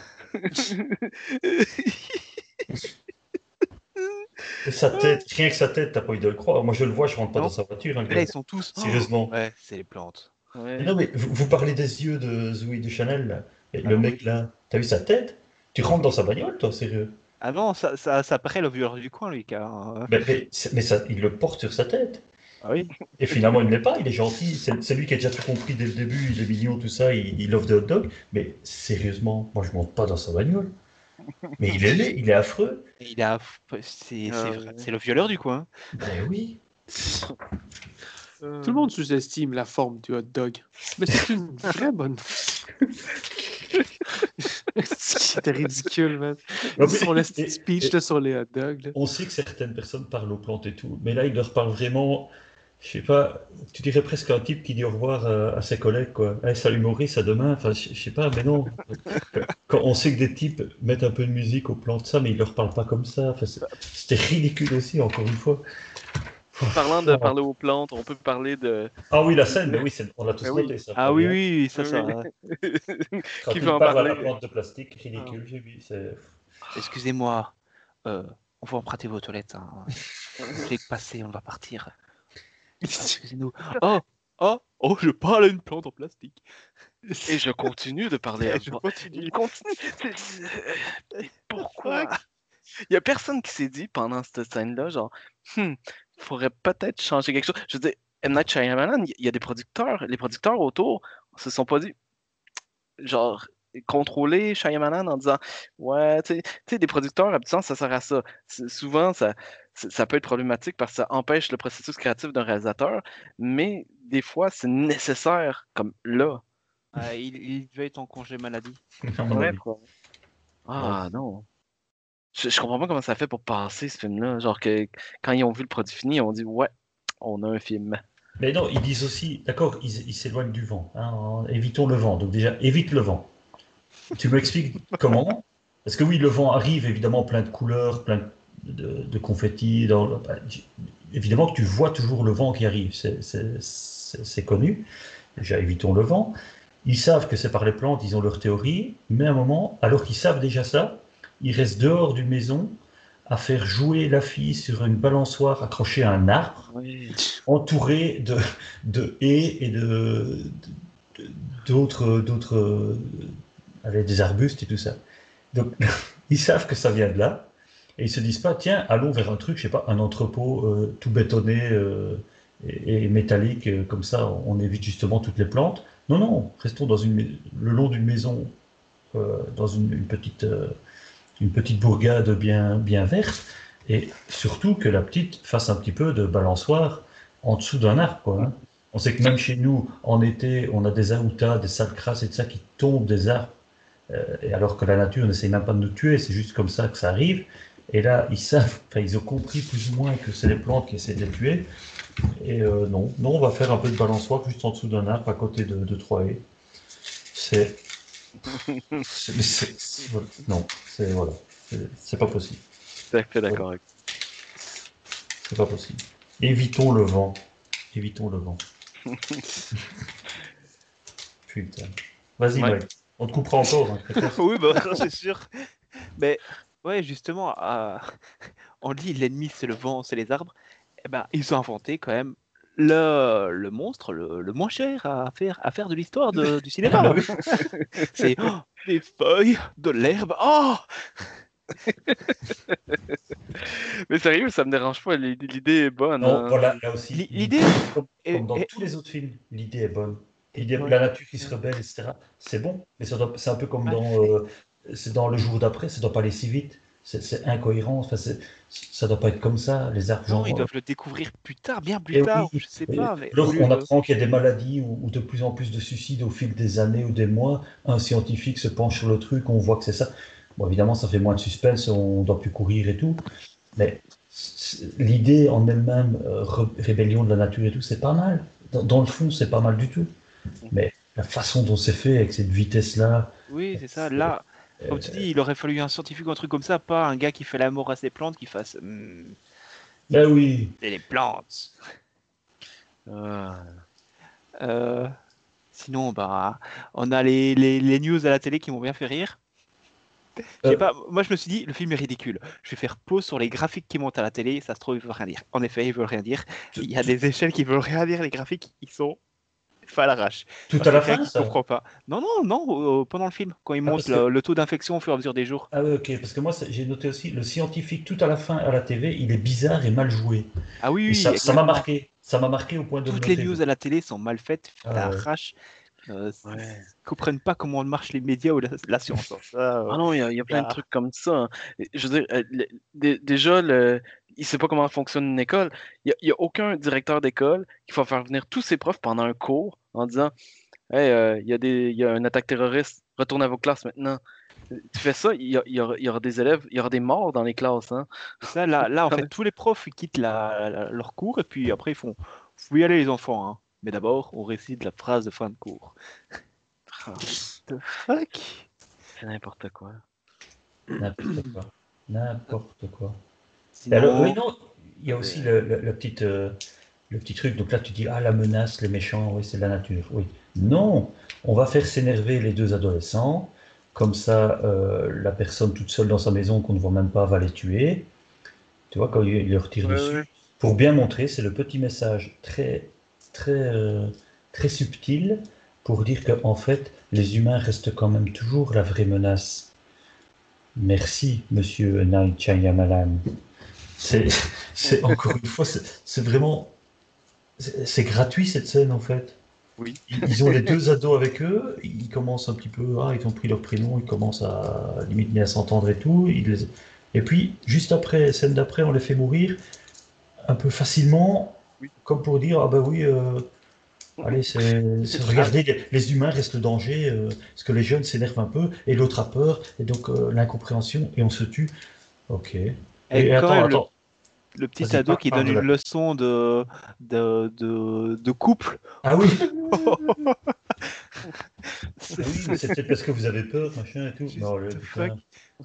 Sa tête, rien que sa tête, t'as pas envie de le croire. Moi, je le vois, je rentre pas Non. dans sa voiture. hein, le Là, gars. ils sont tous. Sérieusement. Oh, ouais, c'est les plantes. Ouais. Mais non, mais vous, vous parlez des yeux de Zoé de Chanel, là. Et Ah le oui. mec, là, t'as vu sa tête? Tu rentres dans sa bagnole, toi, sérieux? Ah non, ça, ça, ça paraît le violeur du coin, lui, car. euh, Mais, mais, c'est- mais ça, il le porte sur sa tête. Ah oui. Et finalement, il ne l'est pas, il est gentil. C'est c'est lui qui a déjà tout compris dès le début, il est mignon, tout ça, il, il offre des hot dogs. Mais sérieusement, moi, je monte pas dans sa bagnole. Mais il est laid, il est affreux. Et il a. C'est c'est Ah vrai, ouais. c'est le violeur du coin. Ben oui. Euh, Tout le monde sous-estime la forme du hot dog. Mais c'est une vraie bonne. C'était ridicule, man. Ouais, Son mais- esti de et- speech et- là, sur les hot dogs. Là. On sait que certaines personnes parlent aux plantes et tout, mais là, il leur parle vraiment, je sais pas, tu dirais presque un type qui dit au revoir euh, à ses collègues, quoi. Hey, salut Maurice, à demain. Enfin, je je sais pas, mais non. Quand on sait que des types mettent un peu de musique aux plantes, ça, mais ils leur parlent pas comme ça. Enfin, c'est- c'était ridicule aussi, encore une fois. Parlant de parler aux plantes, on peut parler de. Ah oui, la scène, mais oui, c'est- on l'a tous Mais oui. noté, ça. Ah très oui, bien. oui, ça, ça. Quand Qui il veut en parle à la parler? plante de plastique, ridicule, j'ai vu. c'est- Excusez-moi, euh, on va emprunter vos toilettes. Hein. J'ai passé, on va partir. Excusez-nous. Oh, oh, oh, je parle à une plante en plastique. Et je continue de parler à Je voix. continue. Il continue. C'est- c'est- Pourquoi? Il y a personne qui s'est dit pendant cette scène-là, genre, hmm, faudrait peut-être changer quelque chose. Je veux dire, M. Night Shyamalan, il y a des producteurs, les producteurs autour se sont pas dit, genre, contrôler Shyamalan en disant, ouais, tu sais, tu sais, des producteurs, habituellement, ça sert à ça. C'est- Souvent, ça, c'est- ça peut être problématique parce que ça empêche le processus créatif d'un réalisateur, mais des fois, c'est nécessaire, comme là. Ah, il, il devait être en congé maladie. à mon Ouais, avis. quoi. Ah non. Je, je comprends pas comment ça fait pour passer ce film-là. Genre que quand ils ont vu le produit fini, ils ont dit ouais, on a un film. Mais non, ils disent aussi, d'accord, ils ils s'éloignent du vent. Hein, en- évitons le vent. Donc déjà, évite le vent. Tu m'expliques comment? Parce que oui, le vent arrive évidemment plein de couleurs, plein de, de confettis. Dans le- bah, tu- évidemment que tu vois toujours le vent qui arrive, c'est- c'est c'est- c'est connu. Déjà, évitons le vent. Ils savent que c'est par les plantes, ils ont leur théorie, mais à un moment, alors qu'ils savent déjà ça, ils restent dehors d'une maison à faire jouer la fille sur une balançoire accrochée à un arbre, Oui. entourée de, de haies et de de- d'autres d'autres euh, avec des arbustes et tout ça. Donc ils savent que ça vient de là et ils se disent pas tiens allons vers un truc je sais pas un entrepôt euh, tout bétonné euh, et, et métallique euh, comme ça on évite justement toutes les plantes. Non non restons dans une mais- le long d'une maison euh, dans une, une petite euh, une petite bourgade bien bien verte et surtout que la petite fasse un petit peu de balançoire en dessous d'un arbre quoi. Hein. On sait que même chez nous, en été, on a des aoutas, des sales crasses et de ça qui tombent des arbres. Euh, et alors que la nature n'essaie même pas de nous tuer, c'est juste comme ça que ça arrive. Et là, ils savent, enfin, ils ont compris plus ou moins que c'est les plantes qui essaient de les tuer. Et euh, non, non, on va faire un peu de balançoire juste en dessous d'un arbre à côté de, de trois haies. C'est. c'est- c'est- c'est- voilà. Non, c'est voilà. C'est c'est pas possible. Tout à fait d'accord avec C'est pas possible. Évitons le vent. Évitons le vent. Putain. Vas-y, Ouais. Mike. On te coupera encore. Hein, peut-être. Oui, bah, c'est sûr. Mais ouais, justement, euh, on dit l'ennemi c'est le vent, c'est les arbres. Eh ben, ils ont inventé quand même le, le monstre le, le moins cher à faire, à faire de l'histoire de- du cinéma. Ah oui. C'est oh, des feuilles, de l'herbe. Oh, Mais sérieux, ça me dérange pas. l'i- L'idée est bonne. Non, hein. voilà, là aussi. L'i- l'idée Comme, est- comme dans est- tous les autres films, l'idée est bonne. L'idée, Ouais. la nature qui se rebelle, et cetera. C'est bon, mais ça doit- c'est un peu comme Ouais. dans, euh, c'est dans le jour d'après, ça doit pas aller si vite. C'est c'est incohérent. Enfin, c'est- ça doit pas être comme ça. Les arbres, non, genre, ils doivent le découvrir plus tard, bien plus Eh tard, oui, je sais oui. pas. Mais L'autre, au lieu on de- apprend qu'il y a des maladies ou, ou de plus en plus de suicides au fil des années ou des mois. Un scientifique se penche sur le truc, on voit que c'est ça. Bon, évidemment, ça fait moins de suspense, on ne doit plus courir et tout. Mais c- l'idée en elle-même, euh, re- rébellion de la nature et tout, c'est pas mal. Dans, dans le fond, c'est pas mal du tout. Mais la façon dont c'est fait, avec cette vitesse-là, Oui, c'est ça. Là, comme tu dis, il aurait fallu un scientifique ou un truc comme ça, pas un gars qui fait l'amour à ses plantes qui fasse. Hmm, ben oui. c'est les plantes. Ah. Euh, sinon, bah, on a les, les, les news à la télé qui m'ont bien fait rire. Je sais Euh. pas, moi je me suis dit, le film est ridicule. Je vais faire pause sur les graphiques qui montent à la télé, ça se trouve, ils veulent rien dire. En effet, ils veulent rien dire. Il y a des échelles qui veulent rien dire, les graphiques, ils sont faits à l'arrache. Tout Moi, à la je suis quelqu'un fin, qui ça comprend pas. Non, non, non, au- au- pendant le film, quand ils Ah, montent parce que- le, le taux d'infection au fur et à mesure des jours. Ah oui, ok, parce que moi, c'est- j'ai noté aussi, le scientifique, tout à la fin, à la T V, il est bizarre et mal joué. Ah oui, Et oui, ça ça m'a exactement. marqué. Ça m'a marqué au point de le Toutes les noter. news à la télé sont mal faites, faites à Ah ouais. l'arrache. Euh, c- Ouais. Ils comprennent pas comment marchent les médias ou la, la science. hein. Ça, euh, Ah non, il y a, il y a plein de Ah. trucs comme ça. hein. Et Je veux dire, euh, le- dé- déjà, le, il sait pas comment fonctionne une école. Il y a, il y a aucun directeur d'école qui va faire venir tous ses profs pendant un cours en disant Hey, euh, il y a des, il y a une attaque terroriste, retournez à vos classes maintenant. Tu fais ça, il y, a- il y aura, il y aura des élèves, il y aura des morts dans les classes. Hein. Ça, là, là, en fait, tous les profs ils quittent la, la- leur cours et puis après ils font « Vous y aller les enfants, hein. Mais d'abord, on récite la phrase de fin de cours. » The fuck? C'est n'importe quoi. N'importe quoi. N'importe quoi. Sinon- Et alors, oui, non, il y a aussi le, le- la petite, euh, le petit truc. Donc là, tu dis, ah, la menace, les méchants, oui, c'est la nature. Oui. Non, on va faire s'énerver les deux adolescents. Comme ça, euh, la personne toute seule dans sa maison qu'on ne voit même pas va les tuer. Tu vois, quand il il leur tire Ouais, dessus. ouais. Pour bien montrer, c'est le petit message très, très, euh, très subtil pour dire qu'en fait, les humains restent quand même toujours la vraie menace. Merci, monsieur Night Shyamalan. C'est, c'est encore une fois, c'est, c'est vraiment, c'est, c'est gratuit cette scène en fait. Oui. Ils, ils ont les deux ados avec eux, ils commencent un petit peu, ah, ils ont pris leur prénom, ils commencent à limite bien s'entendre et tout. Ils les- Et puis, juste après, scène d'après, on les fait mourir un peu facilement, comme pour dire, ah ben oui, euh, allez, c'est, c'est- regardez, les, les humains restent le danger, euh, parce que les jeunes s'énervent un peu, et l'autre a peur, et donc euh, l'incompréhension, et on se tue. Ok. Et, Et quand attends, même, attends. le, le petit Vas-y, ado par- qui parle donne de une la- leçon de, de, de, de couple. Ah oui. Ah oui, mais c'est peut-être parce que vous avez peur, machin et tout. Non, le, putain.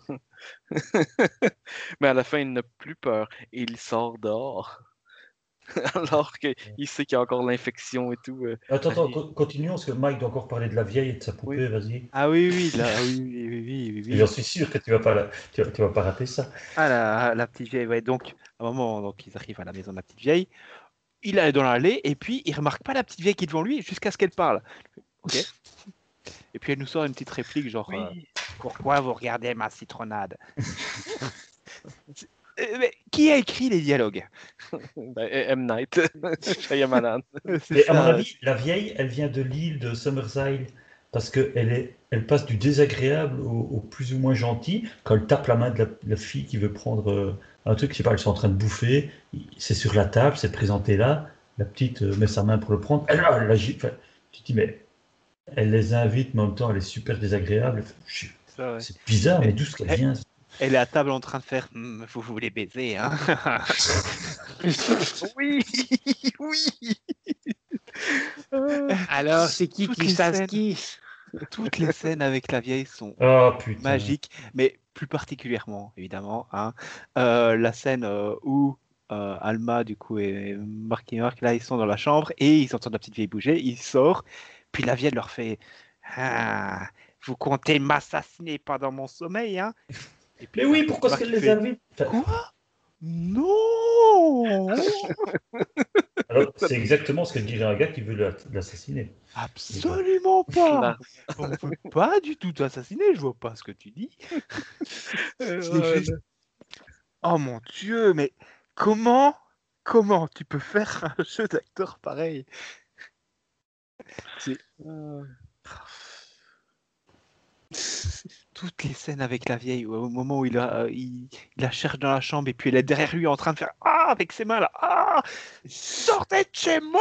Mais à la fin, il n'a plus peur et il sort dehors. Alors qu'il sait qu'il y a encore l'infection et tout. euh. Attends, attends, co- continuons, parce que Mike doit encore parler de la vieille et de sa poupée, vas-y. Ah oui, oui, là, oui, oui, oui, oui, oui, oui. Et j'en suis sûr que tu vas pas, la- tu vas, tu vas pas rater ça. Ah, la, la petite vieille, ouais. Donc, à un moment, donc, ils arrivent à la maison de la petite vieille. Il est dans l'allée et puis il remarque pas la petite vieille qui est devant lui jusqu'à ce qu'elle parle. Ok. Et puis elle nous sort une petite réplique genre Oui. euh, pourquoi vous regardez ma citronnade? Euh, mais qui a écrit les dialogues? Ben, M. Night Shyamalan. C'est Et à ça, mon avis, la vieille, elle vient de l'île de Summerside, parce qu'elle est, elle passe du désagréable au, au plus ou moins gentil, quand elle tape la main de la, la fille qui veut prendre euh, un truc, je sais pas, elles sont en train de bouffer, c'est sur la table, c'est présenté là, la petite euh, met sa main pour le prendre, elle, elle agit, enfin, tu te dis, mais elle les invite, mais en même temps, elle est super désagréable, Je- ça, ouais. c'est bizarre, mais d'où ce qu'elle Elle- vient? Elle est à table en train de faire Hm, vous voulez baiser, hein? Oui, oui. Alors, c'est qui Toutes qui les chasse scènes- qui? Toutes les scènes avec la vieille sont Oh putain. magiques, mais plus particulièrement, évidemment, hein, euh, la scène euh, où euh, Alma, du coup, et Marky Mark, là, ils sont dans la chambre et ils entendent la petite vieille bouger, ils sortent, puis la vieille leur fait ah, vous comptez m'assassiner pendant mon sommeil, hein? Et puis, Mais oui, Marky pourquoi est-ce Mark, qu'elle il les fait, invite? Enfin, Quoi? Non! alors, c'est exactement ce que dirait un gars qui veut la- l'assassiner. Absolument pas! On ne veut pas du tout t'assassiner, je vois pas ce que tu dis. C'est juste- Oh mon Dieu, mais comment, comment tu peux faire un jeu d'acteur pareil? C'est toutes les scènes avec la vieille, au moment où il, a, il, il la cherche dans la chambre et puis elle est derrière lui en train de faire ah avec ses mains là, ah sortez de chez moi!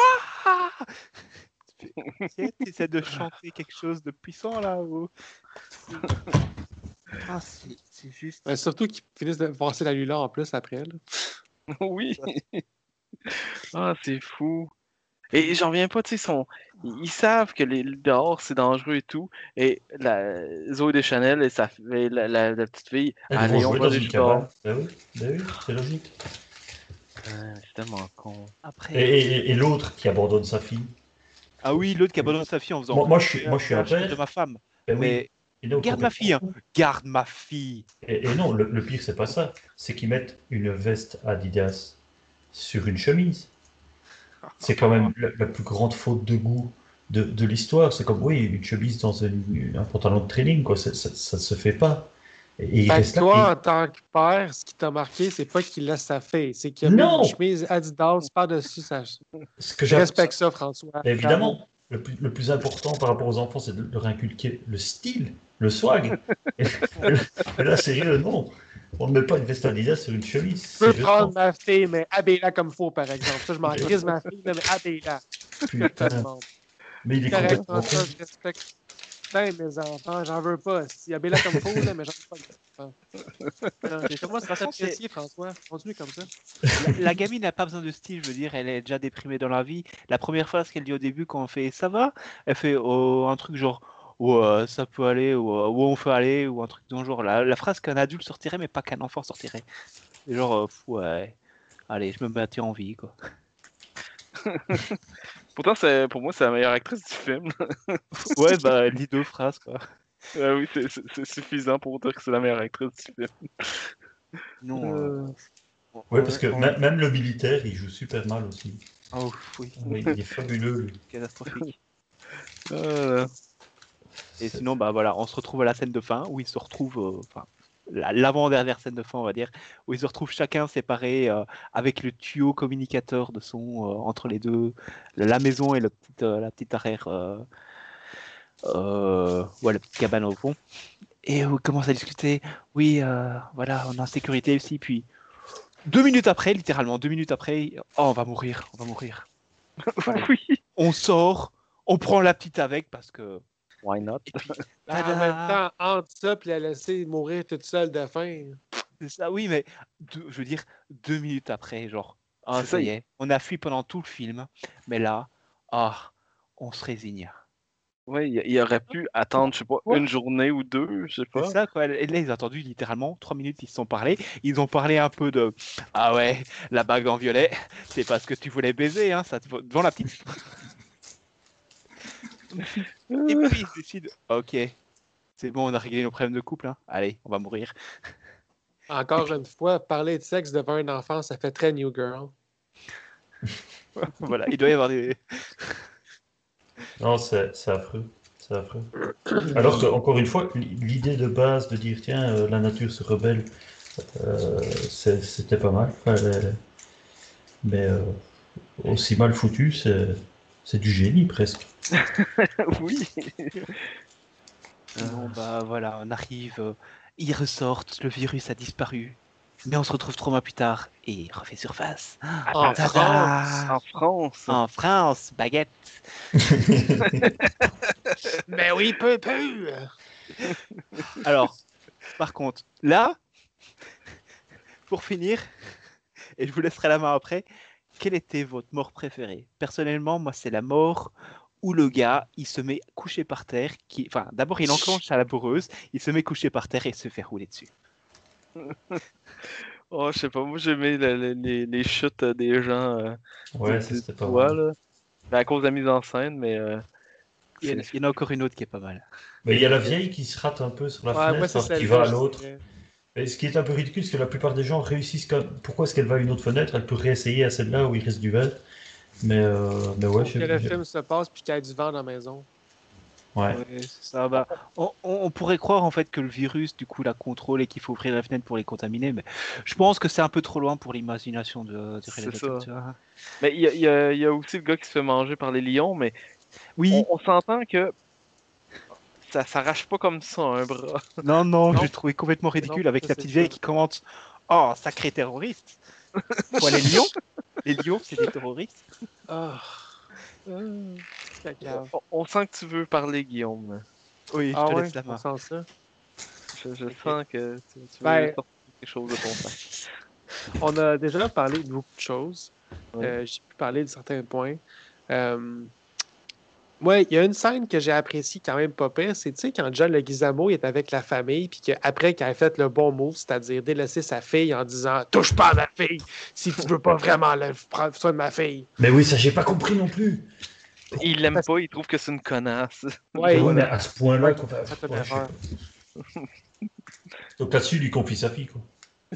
Tu essaies de chanter quelque chose de puissant là ou... Ah, c'est c'est juste. Ouais, surtout qu'ils finissent de passer la nuit là en plus après. Là. Oui. Ah, c'est fou. Et j'en reviens pas, tu sais, sont... ils ils savent que les... dehors c'est dangereux et tout. Et la Zoé Deschanel et sa... et la, la, la petite fille, Elles allez, vont on jouer va dans aller une jouer dehors. cabane. Ben oui, ben oui, c'est logique. Ah, c'est tellement con. Après. Et, et- et l'autre qui abandonne sa fille. Ah oui, l'autre qui abandonne sa fille en faisant. Moi, moi, je suis, moi, je suis un Je reste père. de ma femme. Ben oui. Mais Et non, garde ma fille, hein. complètement. Garde ma fille. Et, et non, le, le pire, c'est pas ça. C'est qu'ils mettent une veste Adidas sur une chemise. C'est quand même la, la plus grande faute de goût de, de l'histoire. C'est comme, oui, une chemise dans une- un pantalon de training, quoi. Ça, ça, ça se fait pas. Et, et il Fait reste que là, toi, et- en tant que père, ce qui t'a marqué, c'est pas qu'il laisse sa fille, c'est qu'il a Non! mis une chemise Adidas par-dessus sa chemise. ce que Je j'ai- respecte ça, François. Et évidemment, le plus, le plus important par rapport aux enfants, c'est de leur inculquer le style, le swag. Et, et là, sérieux, non. On ne met pas une veste Adidas sur une chemise. Je peux c'est prendre jetant. ma fille, mais habille-la comme faut, par exemple. Ça, je m'en crise ma fille, mais habille-la. Putain. Mais il est Correct, complètement François, con. je respecte. Ben, mes enfants, j'en veux pas. Il y a Bella comme faux, là, mais j'en veux pas d'enfants. Non, De toute Comment ça façon, c'est- t'apprécier, François? Continue comme ça. La, la gamine n'a pas besoin de style, je veux dire, elle est déjà déprimée dans la vie. La première phrase qu'elle dit au début quand on fait ça va, elle fait oh, un truc genre ouais, ça peut aller, ou euh, où on peut aller, ou un truc dans le genre. La, la phrase qu'un adulte sortirait, mais pas qu'un enfant sortirait. C'est genre euh, pff, ouais, allez, je me battais en vie quoi. Pourtant, c'est, pour moi, c'est la meilleure actrice du film. Ouais, bah, elle dit deux phrases quoi. Ah oui, c'est, c'est- c'est suffisant pour dire que c'est la meilleure actrice du film. Non. euh, Ouais, parce que on- même, même le militaire, il joue super mal aussi. Oh oui. Oui, il est fabuleux, lui. Catastrophique. Euh, Et sinon, bah voilà, on se retrouve à la scène de fin où ils se retrouvent, euh, enfin, la- l'avant-dernière scène de fin, on va dire, où ils se retrouvent chacun séparés euh, avec le tuyau communicateur de son euh, entre les deux, la maison et le petit, euh, la petite arrière, euh, euh, ouais, la petite cabane au fond. Et on commence à discuter. Oui, euh, voilà, on est en sécurité aussi. Puis deux minutes après, littéralement deux minutes après, oh, on va mourir, on va mourir. Allez, oui, on sort, on prend la petite avec parce que. why not? Et puis, Ben, en tada. même temps, entre ça et la laisser mourir toute seule de faim. C'est ça, oui, mais deux- je veux dire, deux minutes après, genre, ah, C'est ça ça, y il- est, on a fui pendant tout le film, mais là, ah, on se résigne. Ouais, il, il aurait pu attendre, je sais pas, Ouais. une journée ou deux, je sais C'est pas. ça, quoi. Et là, ils ont attendu littéralement trois minutes, ils se sont parlé. Ils ont parlé un peu de ah ouais, la bague en violet, c'est parce que tu voulais baiser, hein, ça te... devant la petite. Et puis, ils décident, ok, c'est bon, on a réglé nos problèmes de couple, hein. Allez, on va mourir. Encore une fois, parler de sexe devant un enfant, ça fait très New Girl. Voilà, il doit y avoir des. Non, c'est c'est affreux. C'est affreux. Alors que, encore une fois, l'idée de base de dire tiens, euh, la nature se rebelle, euh, c'est- c'était pas mal. Enfin, les- mais euh, aussi mal foutu, c'est c'est du génie presque. Oui. Bon, bah voilà, on arrive, euh, ils ressortent, le virus a disparu. Mais on se retrouve trois mois plus tard et il refait surface. En Tada. France! En France. En France, baguette. Mais oui, peu, peu! Alors, par contre, là, pour finir, et je vous laisserai la main après, quelle était votre mort préférée? Personnellement, moi, c'est la mort où le gars, il se met couché par terre, qui... enfin, d'abord, il enclenche sa laboureuse, il se met couché par terre et se fait rouler dessus. Oh, je sais pas, moi j'aimais le- le- les, les chutes euh, des gens. euh, Ouais, de- ça de c'était pas toit, mal. là. Ben, à cause de la mise en scène, mais. euh, Il y, en a, il y en a encore une autre qui est pas mal. Mais il y a la vieille qui se rate un peu sur la Ouais, moi, fenêtre c'est alors qu'il celle-là, va à je l'autre. dirais. Et ce qui est un peu ridicule, c'est que la plupart des gens réussissent quand... Pourquoi est-ce qu'elle va à une autre fenêtre? Elle peut réessayer à celle-là où il reste du verre. Mais, euh, mais ouais, Pour je que le sais film se passe puis qu'il y ait du vent dans la maison. Ouais. Ouais, c'est ça. Bah, on, on- on pourrait croire en fait que le virus, du coup, la contrôle et qu'il faut ouvrir la fenêtre pour les contaminer, mais je pense que c'est un peu trop loin pour l'imagination de, du C'est réalisateur. ça. tu vois. Mais il y a, il y a- il y a aussi le gars qui se fait manger par les lions, mais Oui, on, on s'entend que ça s'arrache pas comme ça un bras. non, non, Non. j'ai trouvé complètement ridicule Non, avec ça, la c'est petite vieille sûr. qui commente oh, sacré terroriste. Quoi, les lions Les lions, c'est des terroristes. Ah. Euh, caca. On, on sent que tu veux parler, Guillaume. Oui, je Ah te ouais, laisse la on main. sent ça. Je, je sens que tu, tu veux Ben- sortir quelque chose de ton sac. On a déjà parlé de beaucoup de choses. Ouais. Euh, j'ai pu parler de certains points. Euh, Ouais, il y a une scène que j'ai appréciée quand même pas pire, c'est tu sais quand John Leguizamo il est avec la famille, puis qu'après qu'il a fait le bon move, c'est-à-dire délaisser sa fille en disant « Touche pas à ma fille si tu veux pas vraiment le- prendre soin de ma fille. Mais oui, ça j'ai pas compris non plus. Il l'aime pas, il trouve que c'est une connasse. » Ouais, Oui, mais voilà. à ce point-là, Ouais, quoi, ça fait ouais, je sais erreur. pas. Donc là-dessus, il lui confie sa fille, quoi.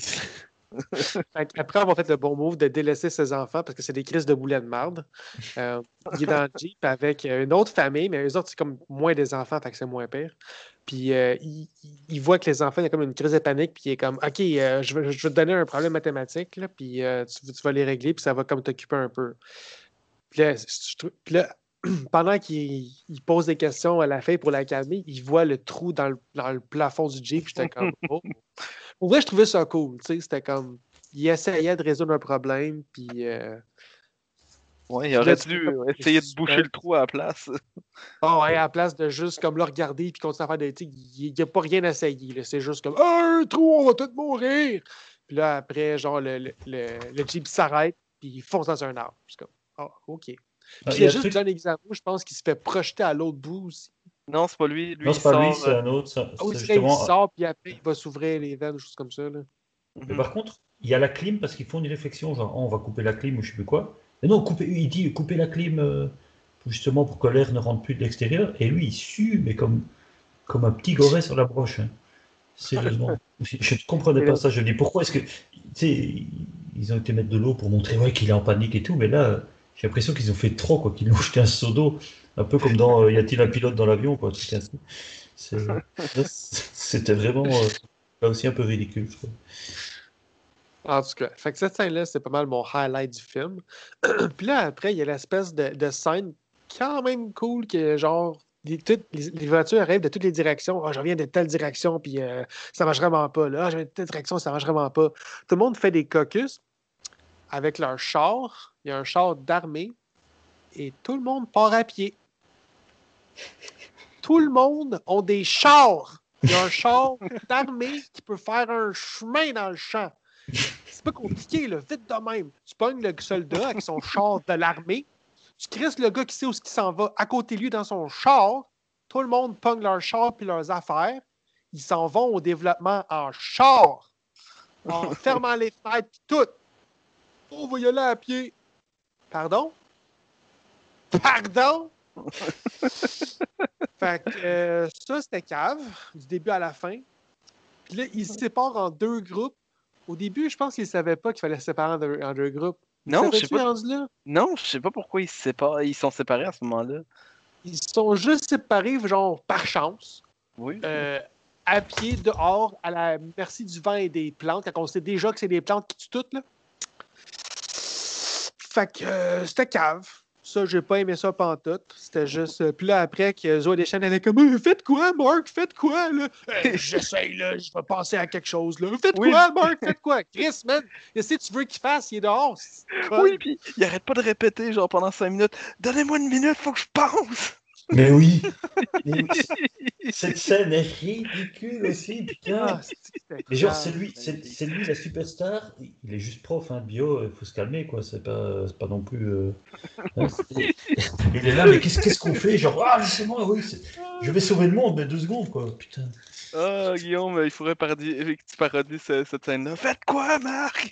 Fait après avoir fait le bon move de délaisser ses enfants parce que c'est des crises de boulets de marde, euh, il est dans le Jeep avec euh, une autre famille, mais eux autres, c'est comme moins des enfants, fait que c'est moins pire. Puis euh, il, il- il voit que les enfants, il y a comme une crise de panique, puis il est comme OK, euh, je, vais, je vais te donner un problème mathématique, là, puis euh, tu, tu vas les régler, puis ça va comme t'occuper un peu. Puis là, je trouve- puis là, pendant qu'il il pose des questions à la fille pour la calmer, il voit le trou dans le, dans le plafond du Jeep. J'étais comme, oh. Pour vrai, je trouvais ça cool. tu sais, C'était comme, il essayait de résoudre un problème, puis euh, Ouais, il Là, aurait tu dû peux- essayer de boucher le trou à la place. Ah ouais, à la place de juste comme le regarder puis continuer à faire des. Tu sais, il n'y a pas rien à essayer. là. C'est juste comme ah, un trou, on va tous mourir. Puis là, après, genre, le, le, le, le Jeep s'arrête puis il fonce dans un arbre. C'est comme ah, OK. Puis Ah, il il y y a a un juste truc- John Leguizamo, je pense, qui se fait projeter à l'autre bout aussi. Non, c'est pas lui. Lui, Non, il c'est pas lui, sort, c'est euh, un autre. ça- Ah oui, c'est c'est là, il justement. sort puis après, il va s'ouvrir les veines, des choses comme ça. Là. Mais par contre, il y a la clim parce qu'ils font une réflexion, genre oh, on va couper la clim ou je sais plus quoi. Mais non, couper, il dit couper la clim euh, pour- justement pour que l'air ne rentre plus de l'extérieur. Et lui, il sue, mais comme, comme un petit goret sur la broche. Hein. Sérieusement. Je ne comprenais pas ça. Je me dis pourquoi est-ce que. Tu sais, ils ont été mettre de l'eau pour montrer ouais, qu'il est en panique et tout, mais là, j'ai l'impression qu'ils ont fait trop, quoi, qu'ils lui ont jeté un seau d'eau. Un peu comme dans euh, Y a-t-il un pilote dans l'avion, quoi. C'était ainsi. C'est- C'était vraiment. euh, là aussi un peu ridicule, je trouve. En tout cas, fait que cette scène-là, c'est pas mal mon highlight du film. Puis là, après, il y a l'espèce de, de scène quand même cool que, genre, les, toutes, les, les voitures arrivent de toutes les directions. Ah, je reviens de telle direction, puis euh, ça marche vraiment pas. Là, ah, je viens de telle direction, ça marche vraiment pas. Tout le monde fait des caucus avec leur char. Il y a un char d'armée et tout le monde part à pied. Tout le monde a des chars. Il y a un char d'armée qui peut faire un chemin dans le champ. C'est pas compliqué, là, vite de même. Tu pognes le soldat avec son char de l'armée, tu crisses le gars qui sait où il s'en va à côté de lui dans son char, tout le monde pogne leur char puis leurs affaires, ils s'en vont au développement en char, en fermant les fenêtres puis tout. On va y aller à pied. Pardon? Pardon? Fait que euh, ça, c'était cave, du début à la fin. Puis là, ils se séparent en deux groupes. Au début, je pense qu'ils ne savaient pas qu'il fallait se séparer en deux, en deux groupes. Ils Non, je sais savaient-tu pas. rendu là? Non, je sais pas pourquoi ils se séparent. Ils sont séparés à ce moment-là. Ils se sont juste séparés, genre, par chance, Oui. euh, à pied, dehors, à la merci du vent et des plantes, quand on sait déjà que c'est des plantes qui tuent toutes, là. Fait que euh, c'était cave. Ça, j'ai pas aimé ça pantoute. C'était juste. euh, Puis là, après, que Zoé Deschanel elle est comme Euh, faites quoi, Marc? Faites quoi, là? Euh, J'essaye, là, je vais penser à quelque chose, là. Faites Oui. quoi, Marc? Faites quoi? Chris, man, qu'est-ce que tu veux qu'il fasse? Il est dehors. c'est con. Oui, puis il arrête pas de répéter, genre pendant cinq minutes. Donnez-moi une minute, faut que je pense. Mais oui! Mais cette scène est ridicule aussi, putain! Ah, c'est- c'était Mais genre, cave. c'est lui, c'est, c'est lui la superstar. Il est juste prof hein, de bio, il faut se calmer, quoi. C'est pas, c'est pas non plus. euh, hein, c'est- il est là, mais qu'est-ce, qu'est-ce qu'on fait? Genre, ah, c'est moi, oui, c'est- je vais sauver le monde, mais deux secondes, quoi. Putain. Ah, Guillaume, il faudrait parodier, que tu parodies ce- cette scène-là. Faites quoi, Marc?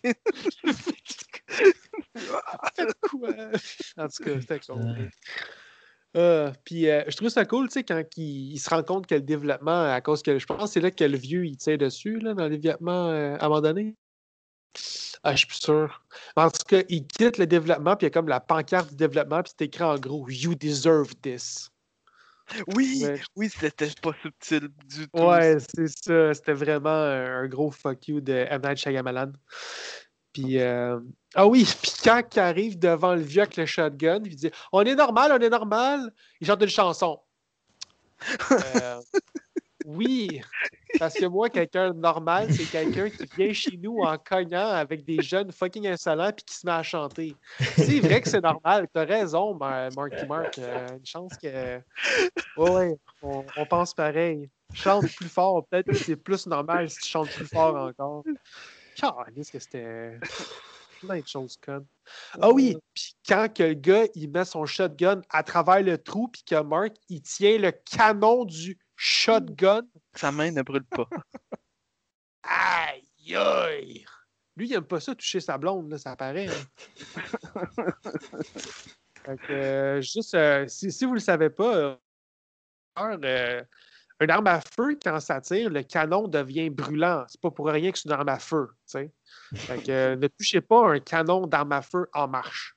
Faites quoi? En tout cas, c'était cool. Euh, puis euh, je trouve ça cool, tu sais, quand il, il se rend compte que le développement, à cause que je pense que c'est là que le vieux il tient dessus, là, dans le développement euh, à un moment donné. Ah, je suis plus sûr. En tout cas, il quitte le développement, puis il y a comme la pancarte du développement, puis c'est écrit en gros You deserve this. Oui, Ouais. oui, c'était pas subtil du tout. Ouais, c'est ça. C'était vraiment un, un gros fuck you de M. Night Shyamalan. Puis, euh, ah oui, puis quand il arrive devant le vieux avec le shotgun, il dit « On est normal, on est normal », il chante une chanson. Euh, oui, parce que moi, quelqu'un de normal, c'est quelqu'un qui vient chez nous en cognant avec des jeunes fucking insolents puis qui se met à chanter. C'est vrai que c'est normal, t'as raison, Mar- Marky Mark. euh, une chance que... Ouais, ouais, on, on pense pareil. Chante plus fort, peut-être que c'est plus normal si tu chantes plus fort encore. Qu'est-ce que c'était plein de choses connes. Ah oui, puis quand que le gars, il met son shotgun à travers le trou, puis que Mark, il tient le canon du shotgun. Sa main ne brûle pas. Aïe, aïe! Lui, il aime pas ça, toucher sa blonde, là, ça paraît. Hein. Fait que, euh, juste, euh, si, si vous le savez pas, euh, euh, une arme à feu, quand ça tire, le canon devient brûlant. C'est pas pour rien que c'est une arme à feu. T'sais. Fait que, euh, ne touchez pas un canon d'arme à feu en marche.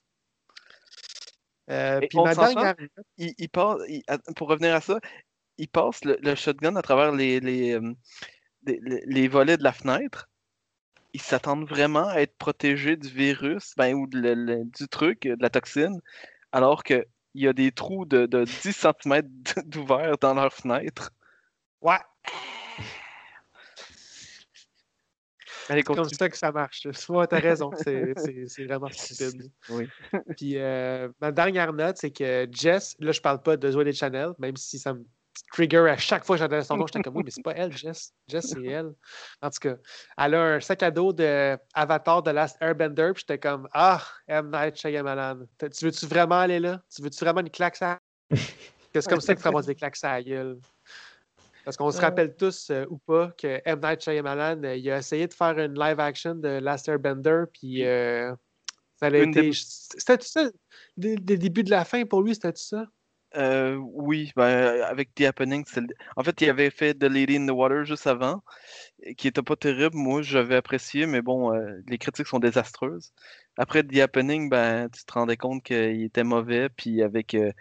Euh, Et puis on ma s'entend, dernière. il, il passe, il- à- pour revenir à ça, il passe le, le shotgun à travers les, les, euh, les, les- les volets de la fenêtre. Ils s'attendent vraiment à être protégés du virus ben, ou de le- le- du truc, de la toxine, alors qu'il y a des trous de, de dix centimètres d'ouvert dans leur fenêtre. Ouais. Allez, C'est comme continue. ça que ça marche. Ouais, t'as raison, c'est c'est- c'est vraiment stupide. Oui. Puis euh, ma dernière note, c'est que Jess, là, je parle pas de Zoé Chanel, même si ça me trigger à chaque fois que j'entendais son nom, j'étais comme oui, mais c'est pas elle, Jess. Jess, c'est elle. En tout cas, elle a un sac à dos de Avatar de Last Airbender, puis j'étais comme ah, M. Night Shyamalan. T'as- Tu veux-tu vraiment aller là? Tu veux-tu vraiment une claque ça? C'est comme ça qu'il faut avoir des claques à la gueule. Parce qu'on se rappelle tous, euh, ou pas, que M. Night Shyamalan, euh, il a essayé de faire une live action de Last Airbender, puis euh, ça a Une été. des- C'était-tu ça? Des, des débuts de la fin pour lui, c'était-tu ça? Euh, oui, ben, avec The Happening, c'est le- en fait, il avait fait The Lady in the Water juste avant, et qui était pas terrible. Moi, j'avais apprécié, mais bon, euh, les critiques sont désastreuses. Après The Happening, ben, tu te rendais compte qu'il était mauvais, puis avec euh,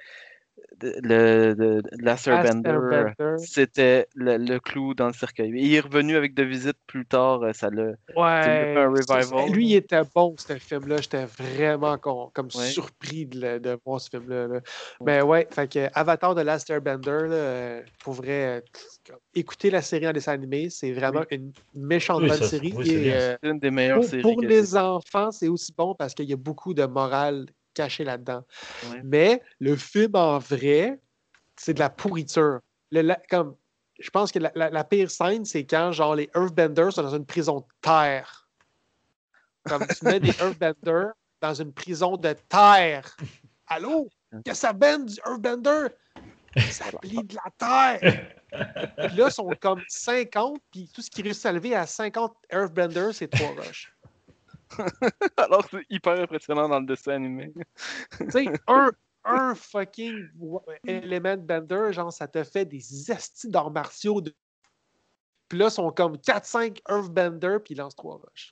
le, le, Last Last Airbender, Airbender. c'était le, le clou dans le cercueil. Il est revenu avec The Visit plus tard, euh, ça l'a ça l'a fait Ouais. un c'est- c'est- revival. Lui, il était bon, ce film-là. J'étais vraiment con- comme Ouais. surpris de, le- de voir ce film-là. là. Ouais. Mais ouais, fait que Avatar de Last Airbender, là, euh, pour vrai, euh, écouter la série en dessin animé, c'est vraiment une méchante Oui, bonne ça, série. oui, c'est Et, bien. euh, C'est une des meilleures pour séries. pour que les enfants, c'est aussi bon parce qu'il y a beaucoup de morale cachée là-dedans. j'ai- ouais. Mais le film en vrai, c'est de la pourriture. Le- la- comme, je pense que la, la- la pire scène, c'est quand genre les Earthbenders sont dans une prison de terre. Comme tu mets des Earthbenders dans une prison de terre. Allô? Que ça bende du Earthbender? Ça plie de la terre! Puis là, ils sont comme cinquante, puis tout ce qui réussit à lever à cinquante Earthbenders, c'est trois rushs. Alors, c'est hyper impressionnant dans le dessin animé. Tu sais, un, un fucking wa- Element Bender, genre, ça te fait des estis d'arts martiaux. De... Puis là, ils sont comme quatre cinq Earthbender, puis ils lancent trois rushs.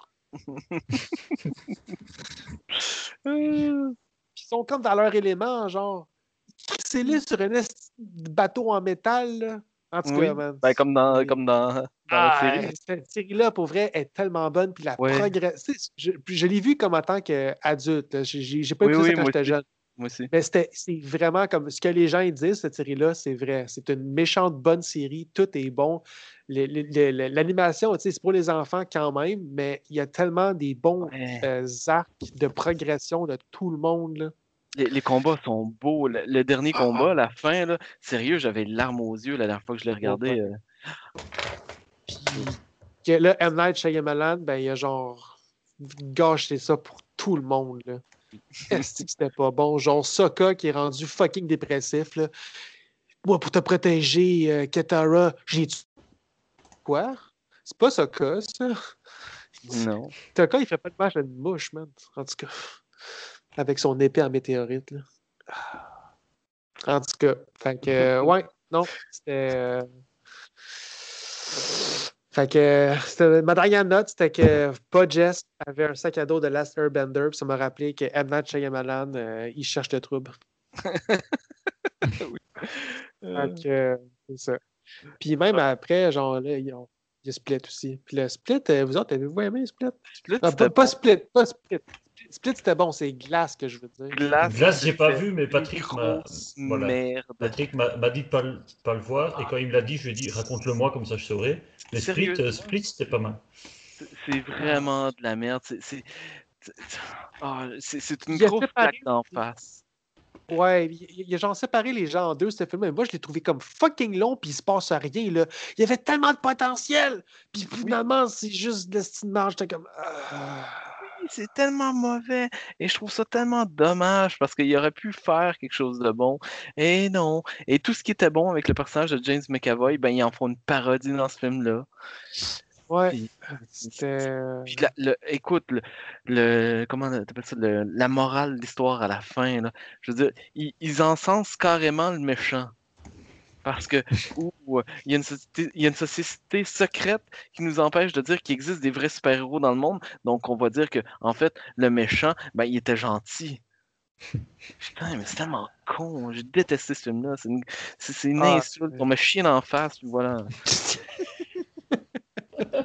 Puis ils sont comme dans leur élément, genre, crissez-les sur un esti de bateau en métal, là. En tout Oui, cas, man. ben, comme dans, Oui. comme dans, dans Ah, la série. cette série-là, pour vrai, est tellement bonne. Puis la Ouais. progression. Je, puis je l'ai vu comme en tant qu'adulte. là. J'ai j'ai- j'ai pas Oui, écouté oui, ça quand moi j'étais aussi. jeune. Moi aussi. Mais c'était- c'est vraiment comme ce que les gens ils disent, cette série-là, c'est vrai. C'est une méchante bonne série. Tout est bon. Le- le- le- le- L'animation, tu sais, c'est pour les enfants quand même, mais il y a tellement des bons Ouais. euh, arcs de progression de tout le monde. Là. Les, les combats sont beaux. Le, le dernier Ah. combat, la fin, là, sérieux, j'avais les larmes aux yeux la dernière fois que je l'ai regardé. Ouais. euh. Puis que là, M. Night Shyamalan, ben, il a genre gâché ça pour tout le monde. Là. Est-ce que c'était pas bon? Genre Sokka qui est rendu fucking dépressif. Là. Moi, pour te protéger, euh, Katara, j'ai tué. Quoi? C'est pas Sokka, ça? Non. Sokka, il fait pas de match à une mouche, man. En tout cas, avec son épée en météorite. Là. En tout cas, fait que, euh, ouais, non, c'était. euh, Fait que euh, c'était- ma dernière note, c'était que pas Jess avait un sac à dos de Last Airbender, puis ça m'a rappelé que M. Night Shyamalan, euh, il cherche le trouble. Fait que, euh, c'est ça. Puis même après, genre, là, ils ont- il y a Split aussi. Puis le Split, euh, vous autres, avez-vous aimé Split? Split, Ah, c'était pas, pas bon. Split, pas Split. Split, c'était bon, c'est Glace que je veux dire. Glace, Glace, j'ai pas c'était vu, mais une Patrick m'a grosse voilà. merde. Patrick m'a m'a dit de pas, le- pas le voir, et quand il me l'a dit, je lui ai dit raconte-le-moi, comme ça je saurais. Mais Split, Sérieusement? euh, Split c'était pas mal. C'est- C'est vraiment de la merde. C'est c'est- c'est- ah, c'est- c'est une Il a grosse séparé- claque d'en face. Ouais, il, il a genre séparé les gens en deux, ce film. Mais moi, je l'ai trouvé comme fucking long, puis il se passe rien, là. Il y avait tellement de potentiel! Puis finalement, c'est juste de la marge. J'étais comme. ah. Oui, c'est tellement mauvais. Et je trouve ça tellement dommage parce qu'il aurait pu faire quelque chose de bon. Et non. Et tout ce qui était bon avec le personnage de James McAvoy, ben, ils en font une parodie dans ce film-là. Ouais, Puis, c'était. puis la- le, écoute, le, le- comment t'appelles ça, le- la morale de l'histoire à la fin, là, je veux dire, ils, ils encensent carrément le méchant. Parce que ouh, il y a une société, il y a une société secrète qui nous empêche de dire qu'il existe des vrais super-héros dans le monde. Donc, on va dire que, en fait, le méchant, ben, il était gentil. Putain, mais c'est tellement con. J'ai détesté ce film-là. C'est une, c'est, c'est une Ah, insulte. c'est- On me chie en face, puis voilà.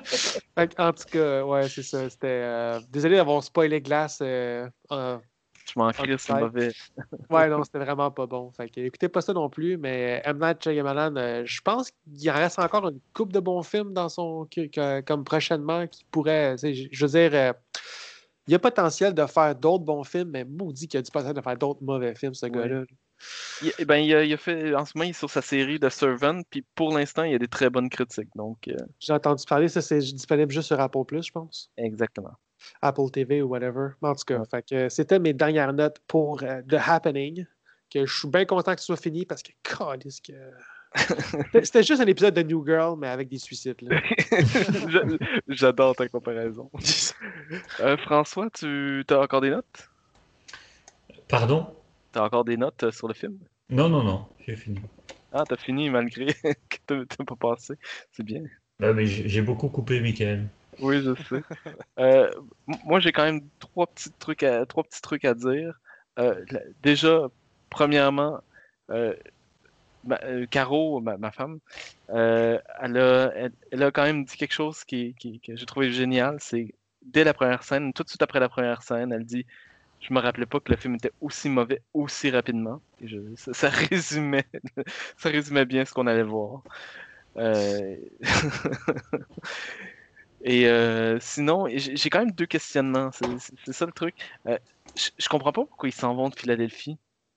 Fait que, en tout cas, ouais, c'est ça. C'était. euh, Désolé d'avoir spoilé Glace. euh, euh, Je m'en crie, c'est mauvais. Ouais, non, c'était vraiment pas bon. Fait que, écoutez pas ça non plus, mais M. Night Shyamalan, euh, je pense qu'il en reste encore une couple de bons films dans son que- que- comme prochainement qui pourraient, tu sais, je je veux dire, euh, il y a potentiel de faire d'autres bons films, mais maudit qu'il y a du potentiel de faire d'autres mauvais films, ce Ouais. gars-là. Il, eh ben, il, a, il a fait, en ce moment, il est sur sa série de Servant, puis pour l'instant, il y a des très bonnes critiques. Donc, euh, J'ai entendu parler, ça c'est disponible juste sur Apple Plus, je pense. exactement. Apple T V ou whatever. Mais en tout cas, fait que c'était mes dernières notes pour euh, The Happening, que je suis bien content que ce soit fini parce que, calisse que... C'était- C'était juste un épisode de New Girl, mais avec des suicides. Là. Je- J'adore ta comparaison. Euh, François, tu as encore des notes? Pardon? Tu as encore des notes euh, sur le film? Non, non, non, j'ai fini. Ah, t'as fini malgré que t'as t'as pas passé. C'est bien. Ah, mais j'ai j'ai beaucoup coupé, Michael. Oui, je sais. Euh, m- moi, j'ai quand même trois petits trucs à, trois petits trucs à dire. Euh, la- déjà, premièrement, euh, ma- euh, Caro, ma, ma femme, euh, elle a, elle, elle a quand même dit quelque chose qui, qui- que j'ai trouvé génial. C'est dès la première scène, tout de suite après la première scène, elle dit, je me rappelais pas que le film était aussi mauvais aussi rapidement. Et je- ça, ça résumait, ça résumait bien ce qu'on allait voir. Euh, Et euh, sinon, j'ai j'ai quand même deux questionnements. C'est c'est- c'est ça le truc. Euh, je, je comprends pas pourquoi ils s'en vont de Philadelphie.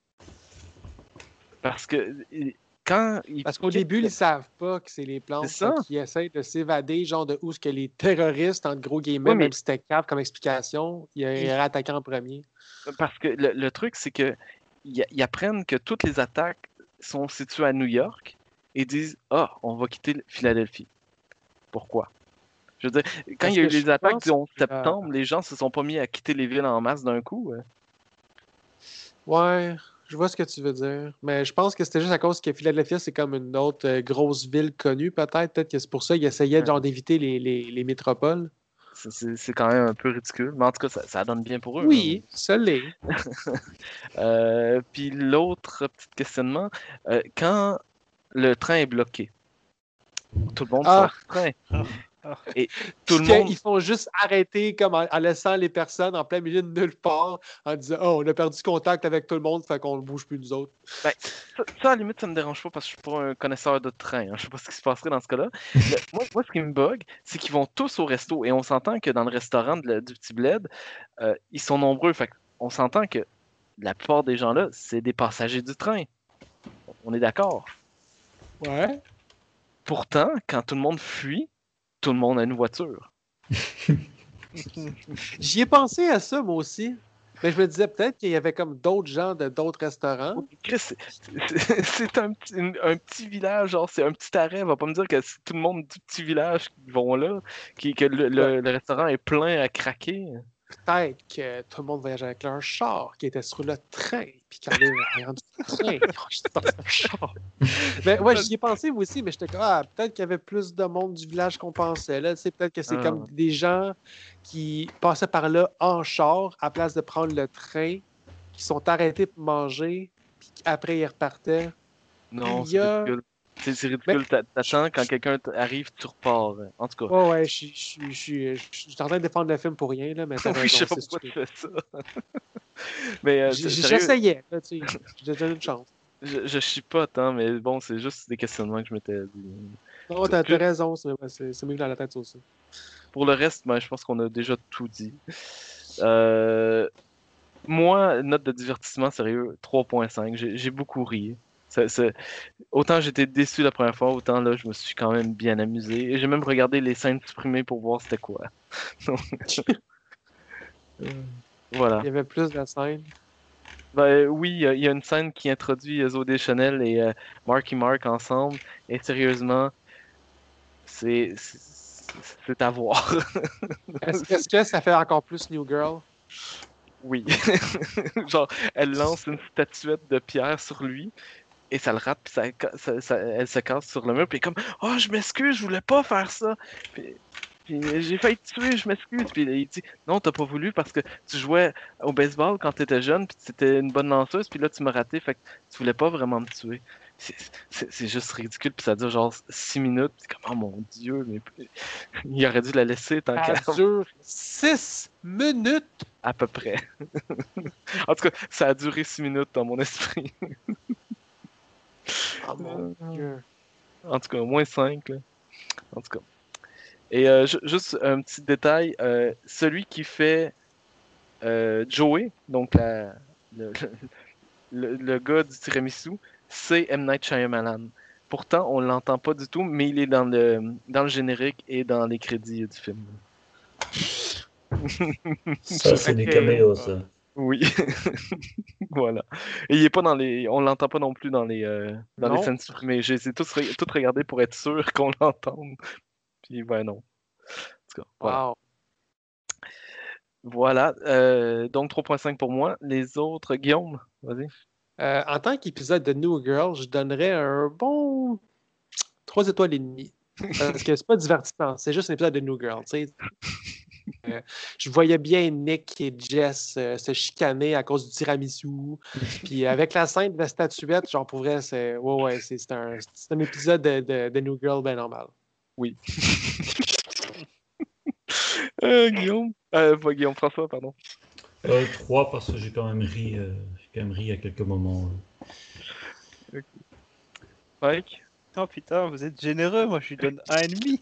Parce que euh, quand ils Parce qu'au quittent- début, ils savent pas que c'est les plantes. C'est ça. Ils essayent de s'évader, genre de où ce que les terroristes, entre gros guillemets, Oui, mais- même si c'était cave comme explication, ils Ils- iraient attaquer en premier. Parce que le, le truc, c'est que ils, ils apprennent que toutes les attaques sont situées à New York et disent ah, on va quitter Philadelphie. Pourquoi? Je veux dire, quand Parce il y a eu que je les attaques pense du onze que, septembre, les gens se sont pas mis à quitter les villes en masse d'un coup. euh. Ouais, je vois ce que tu veux dire. Mais je pense que c'était juste à cause que Philadelphia, c'est comme une autre euh, grosse ville connue, peut-être. Peut-être que c'est pour ça qu'ils essayaient genre, d'éviter les, les, les métropoles. C'est- C'est c'est quand même un peu ridicule, mais en tout cas, ça, ça donne bien pour eux. Oui, ça l'est. Euh, puis l'autre petit questionnement, euh, quand le train est bloqué, tout le monde Ah. sort du train. Et tout le Puis monde. Ils font juste arrêter comme en, en laissant les personnes en plein milieu de nulle part en disant oh, on a perdu contact avec tout le monde, fait qu'on ne bouge plus nous autres. Ben, ça, ça, à la limite, ça me dérange pas parce que je suis pas un connaisseur de train. Hein. Je sais pas ce qui se passerait dans ce cas-là. Le- moi, moi, ce qui me bug, c'est qu'ils vont tous au resto. Et on s'entend que dans le restaurant de la- du petit bled, euh, ils sont nombreux. Fait on s'entend que la plupart des gens là, c'est des passagers du train. On est d'accord. Ouais. Pourtant, quand tout le monde fuit, tout le monde a une voiture. J'y ai pensé à ça, moi aussi. Mais je me disais peut-être qu'il y avait comme d'autres gens de d'autres restaurants. Chris, c'est- c'est c'est un, petit- une- un petit village, genre c'est un petit arrêt. Va pas me dire que c'est tout le monde du petit village qui vont là, qui, que le, le- le restaurant est plein à craquer. Peut-être que tout le monde voyageait avec leur char qui était sur le train. Puis quand ils est rendu sur le train, ils ont juste dans un char. Mais ouais, j'y ai pensé moi aussi, mais j'étais comme ah, peut-être qu'il y avait plus de monde du village qu'on pensait. Là, tu sais, peut-être que c'est Ah. comme des gens qui passaient par là en char à place de prendre le train, qui sont arrêtés pour manger, puis après ils repartaient. Non, Il y c'est a- ridicule. C'est c'est ridicule. T'a- T'attends quand quelqu'un t- arrive, tu repars. En tout cas. Ouais, ouais, je suis- je suis- je suis je suis en train de défendre le film pour rien, là, mais t'as Oui, je raison, sais pas c'est pourquoi tu stupide. fais ça. Mais euh, J- sérieux, J'essayais, là, tu sais, je te donne une chance. je, je chipote, hein, mais bon, c'est juste des questionnements que je m'étais dit. Non, t'as Plus- t'as raison, c'est c'est- c'est mieux que dans la tête, ça aussi. Pour le reste, ben, je pense qu'on a déjà tout dit. Euh, Moi, note de divertissement, sérieux, trois virgule cinq. J'ai j'ai beaucoup ri. Ça- ça- Autant j'étais déçu la première fois, autant là, je me suis quand même bien amusé. Et j'ai même regardé les scènes supprimées pour voir c'était quoi. Donc, euh, voilà. Il y avait plus de scènes. Ben, oui, il y, a- il y a une scène qui introduit euh, Zooey Chanel et euh, Marky Mark ensemble. Et sérieusement, c'est c'est- c'est à voir. Est-ce est-ce que ça fait encore plus New Girl? Oui. Genre, elle lance une statuette de pierre sur lui et ça le rate, puis ça, ca- ça- ça- elle se casse sur le mur, puis elle est comme « Oh, je m'excuse, je voulais pas faire ça! » Puis, puis, j'ai failli te tuer, je m'excuse. Puis il dit « Non, t'as pas voulu parce que tu jouais au baseball quand t'étais jeune, puis t'étais une bonne lanceuse, puis là tu m'as raté, fait que tu voulais pas vraiment me tuer. » c'est, c'est, c'est juste ridicule, puis ça dure genre six minutes. C'est comme, oh mon Dieu, mais il aurait dû la laisser tant qu'à... Ça dure six minutes! À peu près. En tout cas, ça a duré six minutes dans mon esprit. Oh mon Dieu. En tout cas, au moins cinq. Là. En tout cas. Et euh, ju- juste un petit détail, euh, celui qui fait euh, Joey, donc la, le, le, le gars du tiramisu, c'est M. Night Shyamalan. Pourtant, on l'entend pas du tout, mais il est dans le, dans le générique et dans les crédits du film. Ça, c'est des caméos, ça. Oui. Voilà. Et il est pas dans les. On l'entend pas non plus dans les euh, dans Non. les scènes supprimées. J'ai essayé tous re- tout regarder pour être sûr qu'on l'entende. Puis ben non. En tout cas, voilà. Wow. Voilà. Euh, donc trois virgule cinq pour moi. Les autres, Guillaume, vas-y. Euh, en tant qu'épisode de New Girl, je donnerais un bon trois étoiles et demie. Parce que c'est pas divertissant, c'est juste un épisode de New Girl. Tu sais. Euh, je voyais bien Nick et Jess euh, se chicaner à cause du tiramisu. Puis avec la scène de la statuette, genre pour vrai, c'est ouais, ouais, c'est, c'est, un, c'est un épisode de, de, de New Girl bien normal. Oui. euh, Guillaume. Euh, pas Guillaume François, pardon. Euh, trois parce que j'ai quand même ri, euh, j'ai quand même ri à quelques moments. euh. Mike. Oh putain, vous êtes généreux, moi je lui donne un et demi.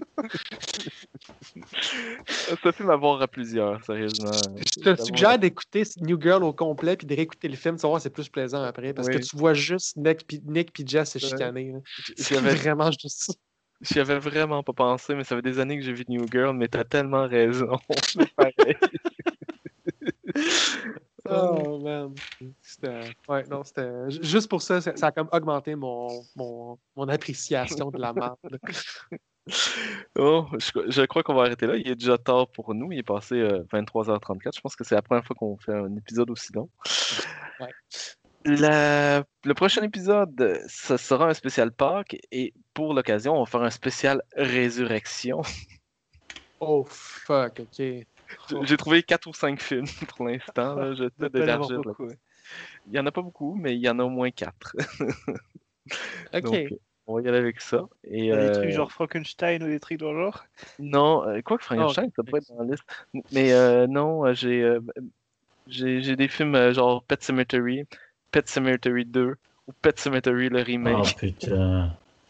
Ça fait m'avoir à plusieurs, sérieusement. Je te suggère d'écouter New Girl au complet puis de réécouter le film, tu vas voir, c'est plus plaisant après parce Oui. que tu vois juste Nick puis Nick puis Jess se Ouais. chicaner. là. C'est J'avais- vraiment juste ça. J'y avais vraiment pas pensé, mais ça fait des années que j'ai vu New Girl, mais t'as tellement raison. C'est pareil. Oh man. C'était... Ouais, non, c'était. ju- Juste pour ça, ça ça a comme augmenté mon, mon, mon appréciation de la merde. Oh, je, je crois qu'on va arrêter là. Il est déjà tard pour nous. Il est passé euh, vingt-trois heures trente-quatre. Je pense que c'est la première fois qu'on fait un épisode aussi long. Ouais. La- Le prochain épisode, ce sera un spécial Pâques. Et pour l'occasion, on va faire un spécial Résurrection. Oh fuck, ok. J'ai- J'ai trouvé quatre ou cinq films pour l'instant. là. J'essaie doit pas y en avoir d'élargir. beaucoup, là. ouais. Il n'y en a pas beaucoup, mais il y en a au moins quatre. Ok. Donc, on va y aller avec ça. Et, Des euh, trucs genre Frankenstein ou des trucs dans le genre. Non, euh, quoi que Frankenstein, ça pourrait être dans la liste. Mais euh, non, euh, j'ai, euh, j'ai j'ai des films euh, genre Pet Sematary, Pet Sematary deux ou Pet Sematary le Ah remake. putain.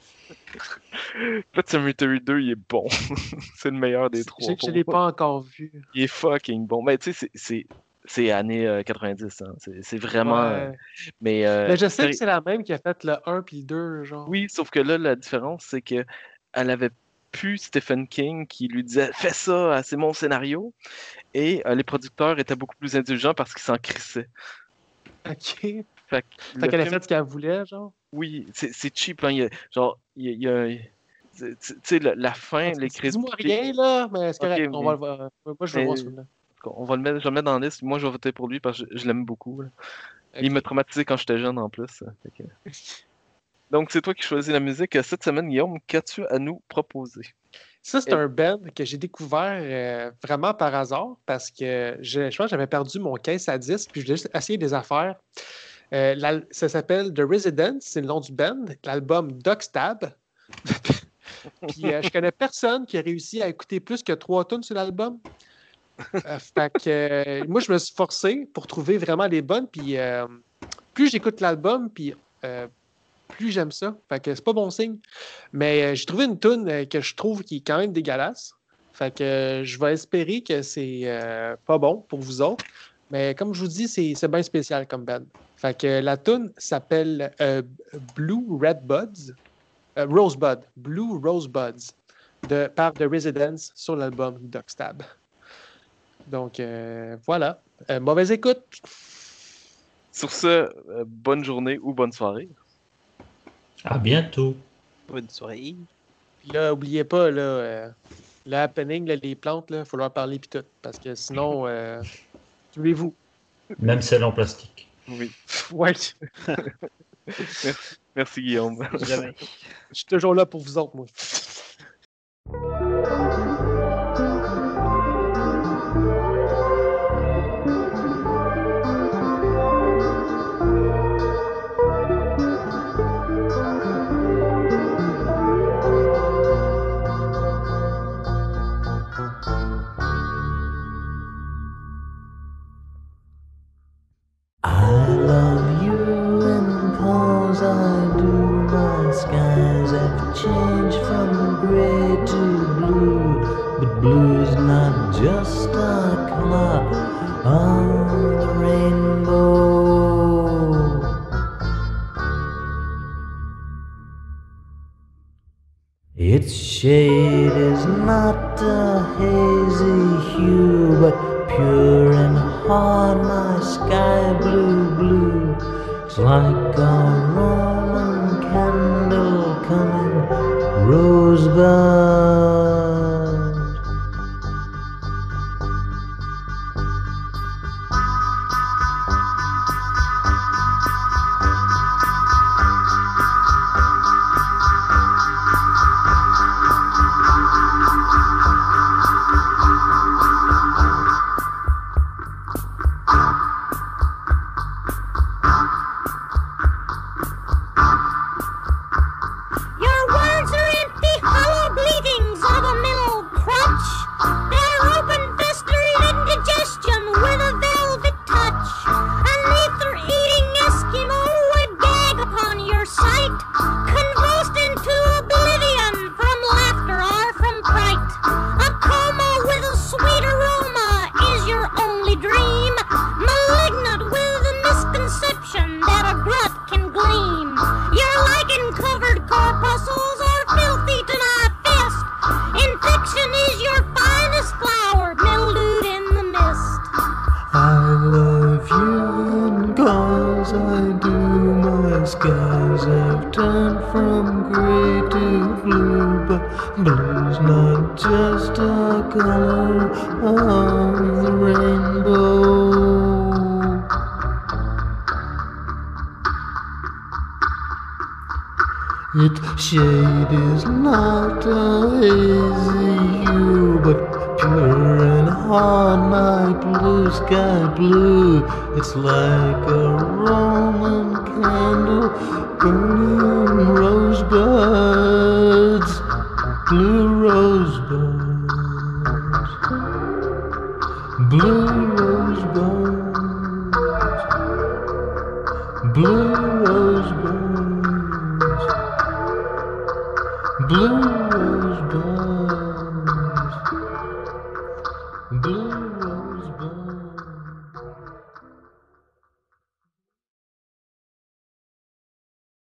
Pet Sematary deux, il est bon. C'est le meilleur des trois. Je, je l'ai pas encore vu. Il est fucking bon. Mais tu sais, c'est- c'est c'est années euh, quatre-vingt-dix. Hein. C'est c'est vraiment. euh, Ouais. Mais, euh, Mais je sais séri- que c'est la même qui a fait le un puis le deux, genre. Oui, sauf que là, la différence, c'est que elle avait plus Stephen King qui lui disait fais ça, c'est mon scénario. Et euh, les producteurs étaient beaucoup plus indulgents parce qu'ils s'en crissaient. Ok. Fait, que Fait le qu'elle a film- fait ce qu'elle voulait, genre. Oui, c'est c'est cheap. Hein. Il y a, genre, il y a. il y a- tu tu sais, la, la fin, les crédits. Dis-moi rien, là, mais c'est correct. Ok, On mais- va le voir. Moi, je veux mais- voir celui-là. On va le mettre, je vais le mettre dans la liste. Moi, je vais voter pour lui parce que je, je l'aime beaucoup. là. Il Ok. m'a traumatisé quand j'étais jeune en plus. Fait que- Donc, c'est toi qui choisis la musique. Cette semaine, Guillaume, qu'as-tu à nous proposer? Ça, c'est un band que j'ai découvert euh, vraiment par hasard parce que je, je pense que j'avais perdu mon caisse à disque puis je voulais juste essayer des affaires. Euh, l'al- ça s'appelle The Residence, c'est le nom du band. L'album Dogstab. Puis euh, je connais personne qui a réussi à écouter plus que trois tunes sur l'album. Euh, fait que euh, moi, je me suis forcé pour trouver vraiment les bonnes. Puis euh, plus j'écoute l'album, puis euh, plus j'aime ça. Fait que c'est pas bon signe. Mais euh, j'ai trouvé une tune euh, que je trouve qui est quand même dégueulasse. Fait que euh, je vais espérer que c'est euh, pas bon pour vous autres. Mais comme je vous dis, c'est c'est bien spécial comme band. Fait que la tune s'appelle euh, Blue Red Buds. Euh, Rosebud. Blue Rosebuds. De, par The Residence sur l'album Dogstab. Donc euh, voilà. Euh, mauvaise écoute. Sur ce, euh, bonne journée ou bonne soirée. À bientôt. Bonne soirée. Puis là, oubliez pas, là, euh, le happening, là, les plantes, il faut leur parler puis tout. Parce que sinon, euh, tuez-vous. Même celle en plastique. Oui. Ouais. Merci, merci Guillaume. Jamais. Je suis toujours là pour vous autres, moi. is not a hazy hue, but pure and hard, my sky blue blue. It's like a Roman candle coming, rosebud. Skies have turned from gray to blue, but blue's not just a color of the rainbow. Its shade is not a hazy hue, but pure and hard, my blue sky blue. It's like a Roman candle burning rosebuds, blue rosebuds, blue rosebuds, blue rosebuds, blue rosebuds, blue.